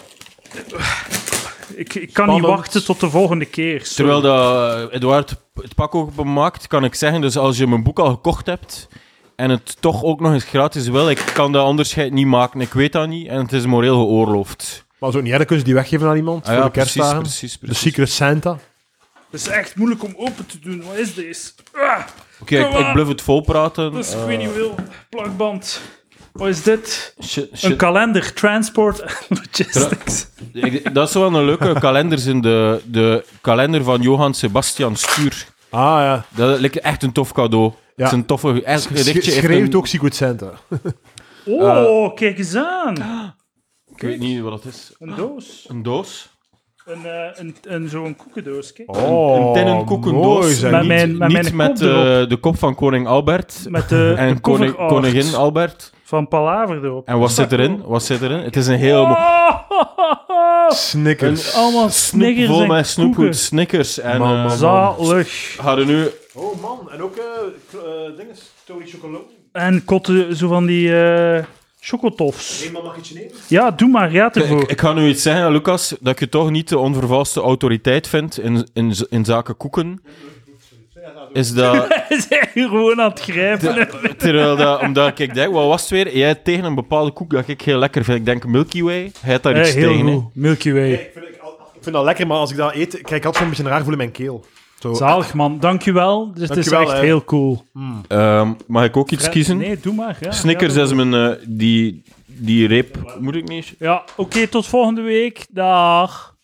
Ik kan niet wachten tot de volgende keer. Sorry. Terwijl dat Eduard het pak openmaakt, kan ik zeggen, dus als je mijn boek al gekocht hebt en het toch ook nog eens gratis wil, ik kan dat onderscheid niet maken. Ik weet dat niet en het is moreel geoorloofd. Maar zo niet, dan kunnen ze die weggeven aan iemand voor de kerstdagen. precies. De Secret Santa. Het is echt moeilijk om open te doen. Wat is deze? Oké, ik blijf het volpraten. Dus ik weet niet veel. Plakband. Wat is dit? Shit. Een kalender. Transport and Logistics. Dat is wel een leuke kalender, in de kalender van Johann Sebastian Stuur. Ah ja. Dat lijkt echt een tof cadeau. Het is een toffe... Elk gedichtje heeft Schreeuwt een... ook Secret Santa. Oh, kijk eens aan. Ik weet niet wat het is. Een doos. Een doos? Zo'n koekendoos. Kijk. Een tinnen koekendoos. mooi, zeg. Met Niet mijn met kop erop. de kop van koning Albert Met de en cover art koningin Albert. van Palaver erop. En wat zit erin? Het is een heel... Snickers. Allemaal Snoep Snickers vol en met snoepgoed, koeken. Snickers. En Man. Zalig. hadden nu... Oh man, en ook dinges. Tony Chocolate. En kotten zo van die chocotofs. Eenmaal mag je nemen. Ja, doe maar. Ja, ervoor. Ik ga nu iets zeggen, Lucas, dat ik je toch niet de onvervalste autoriteit vind in zaken koeken. Is dat... Ze zijn gewoon aan het grijpen. Terwijl dat... Omdat ik denk, wat was het weer? Jij hebt tegen een bepaalde koek dat ik heel lekker vind. Ik denk Milky Way. Hij had daar iets Heel tegen, hè? goed. Milky Way. Ik vind dat lekker, maar als ik dat eet, krijg ik altijd zo'n beetje een raar gevoel in mijn keel. Zo. Zalig, man. Dankjewel. Dus het is Dankjewel, echt hè. heel cool. Mag ik ook iets kiezen? Nee, doe maar. Ja, Snickers ja, is mijn... die reep... Moet ik niet... Ja, oké, tot volgende week. Dag.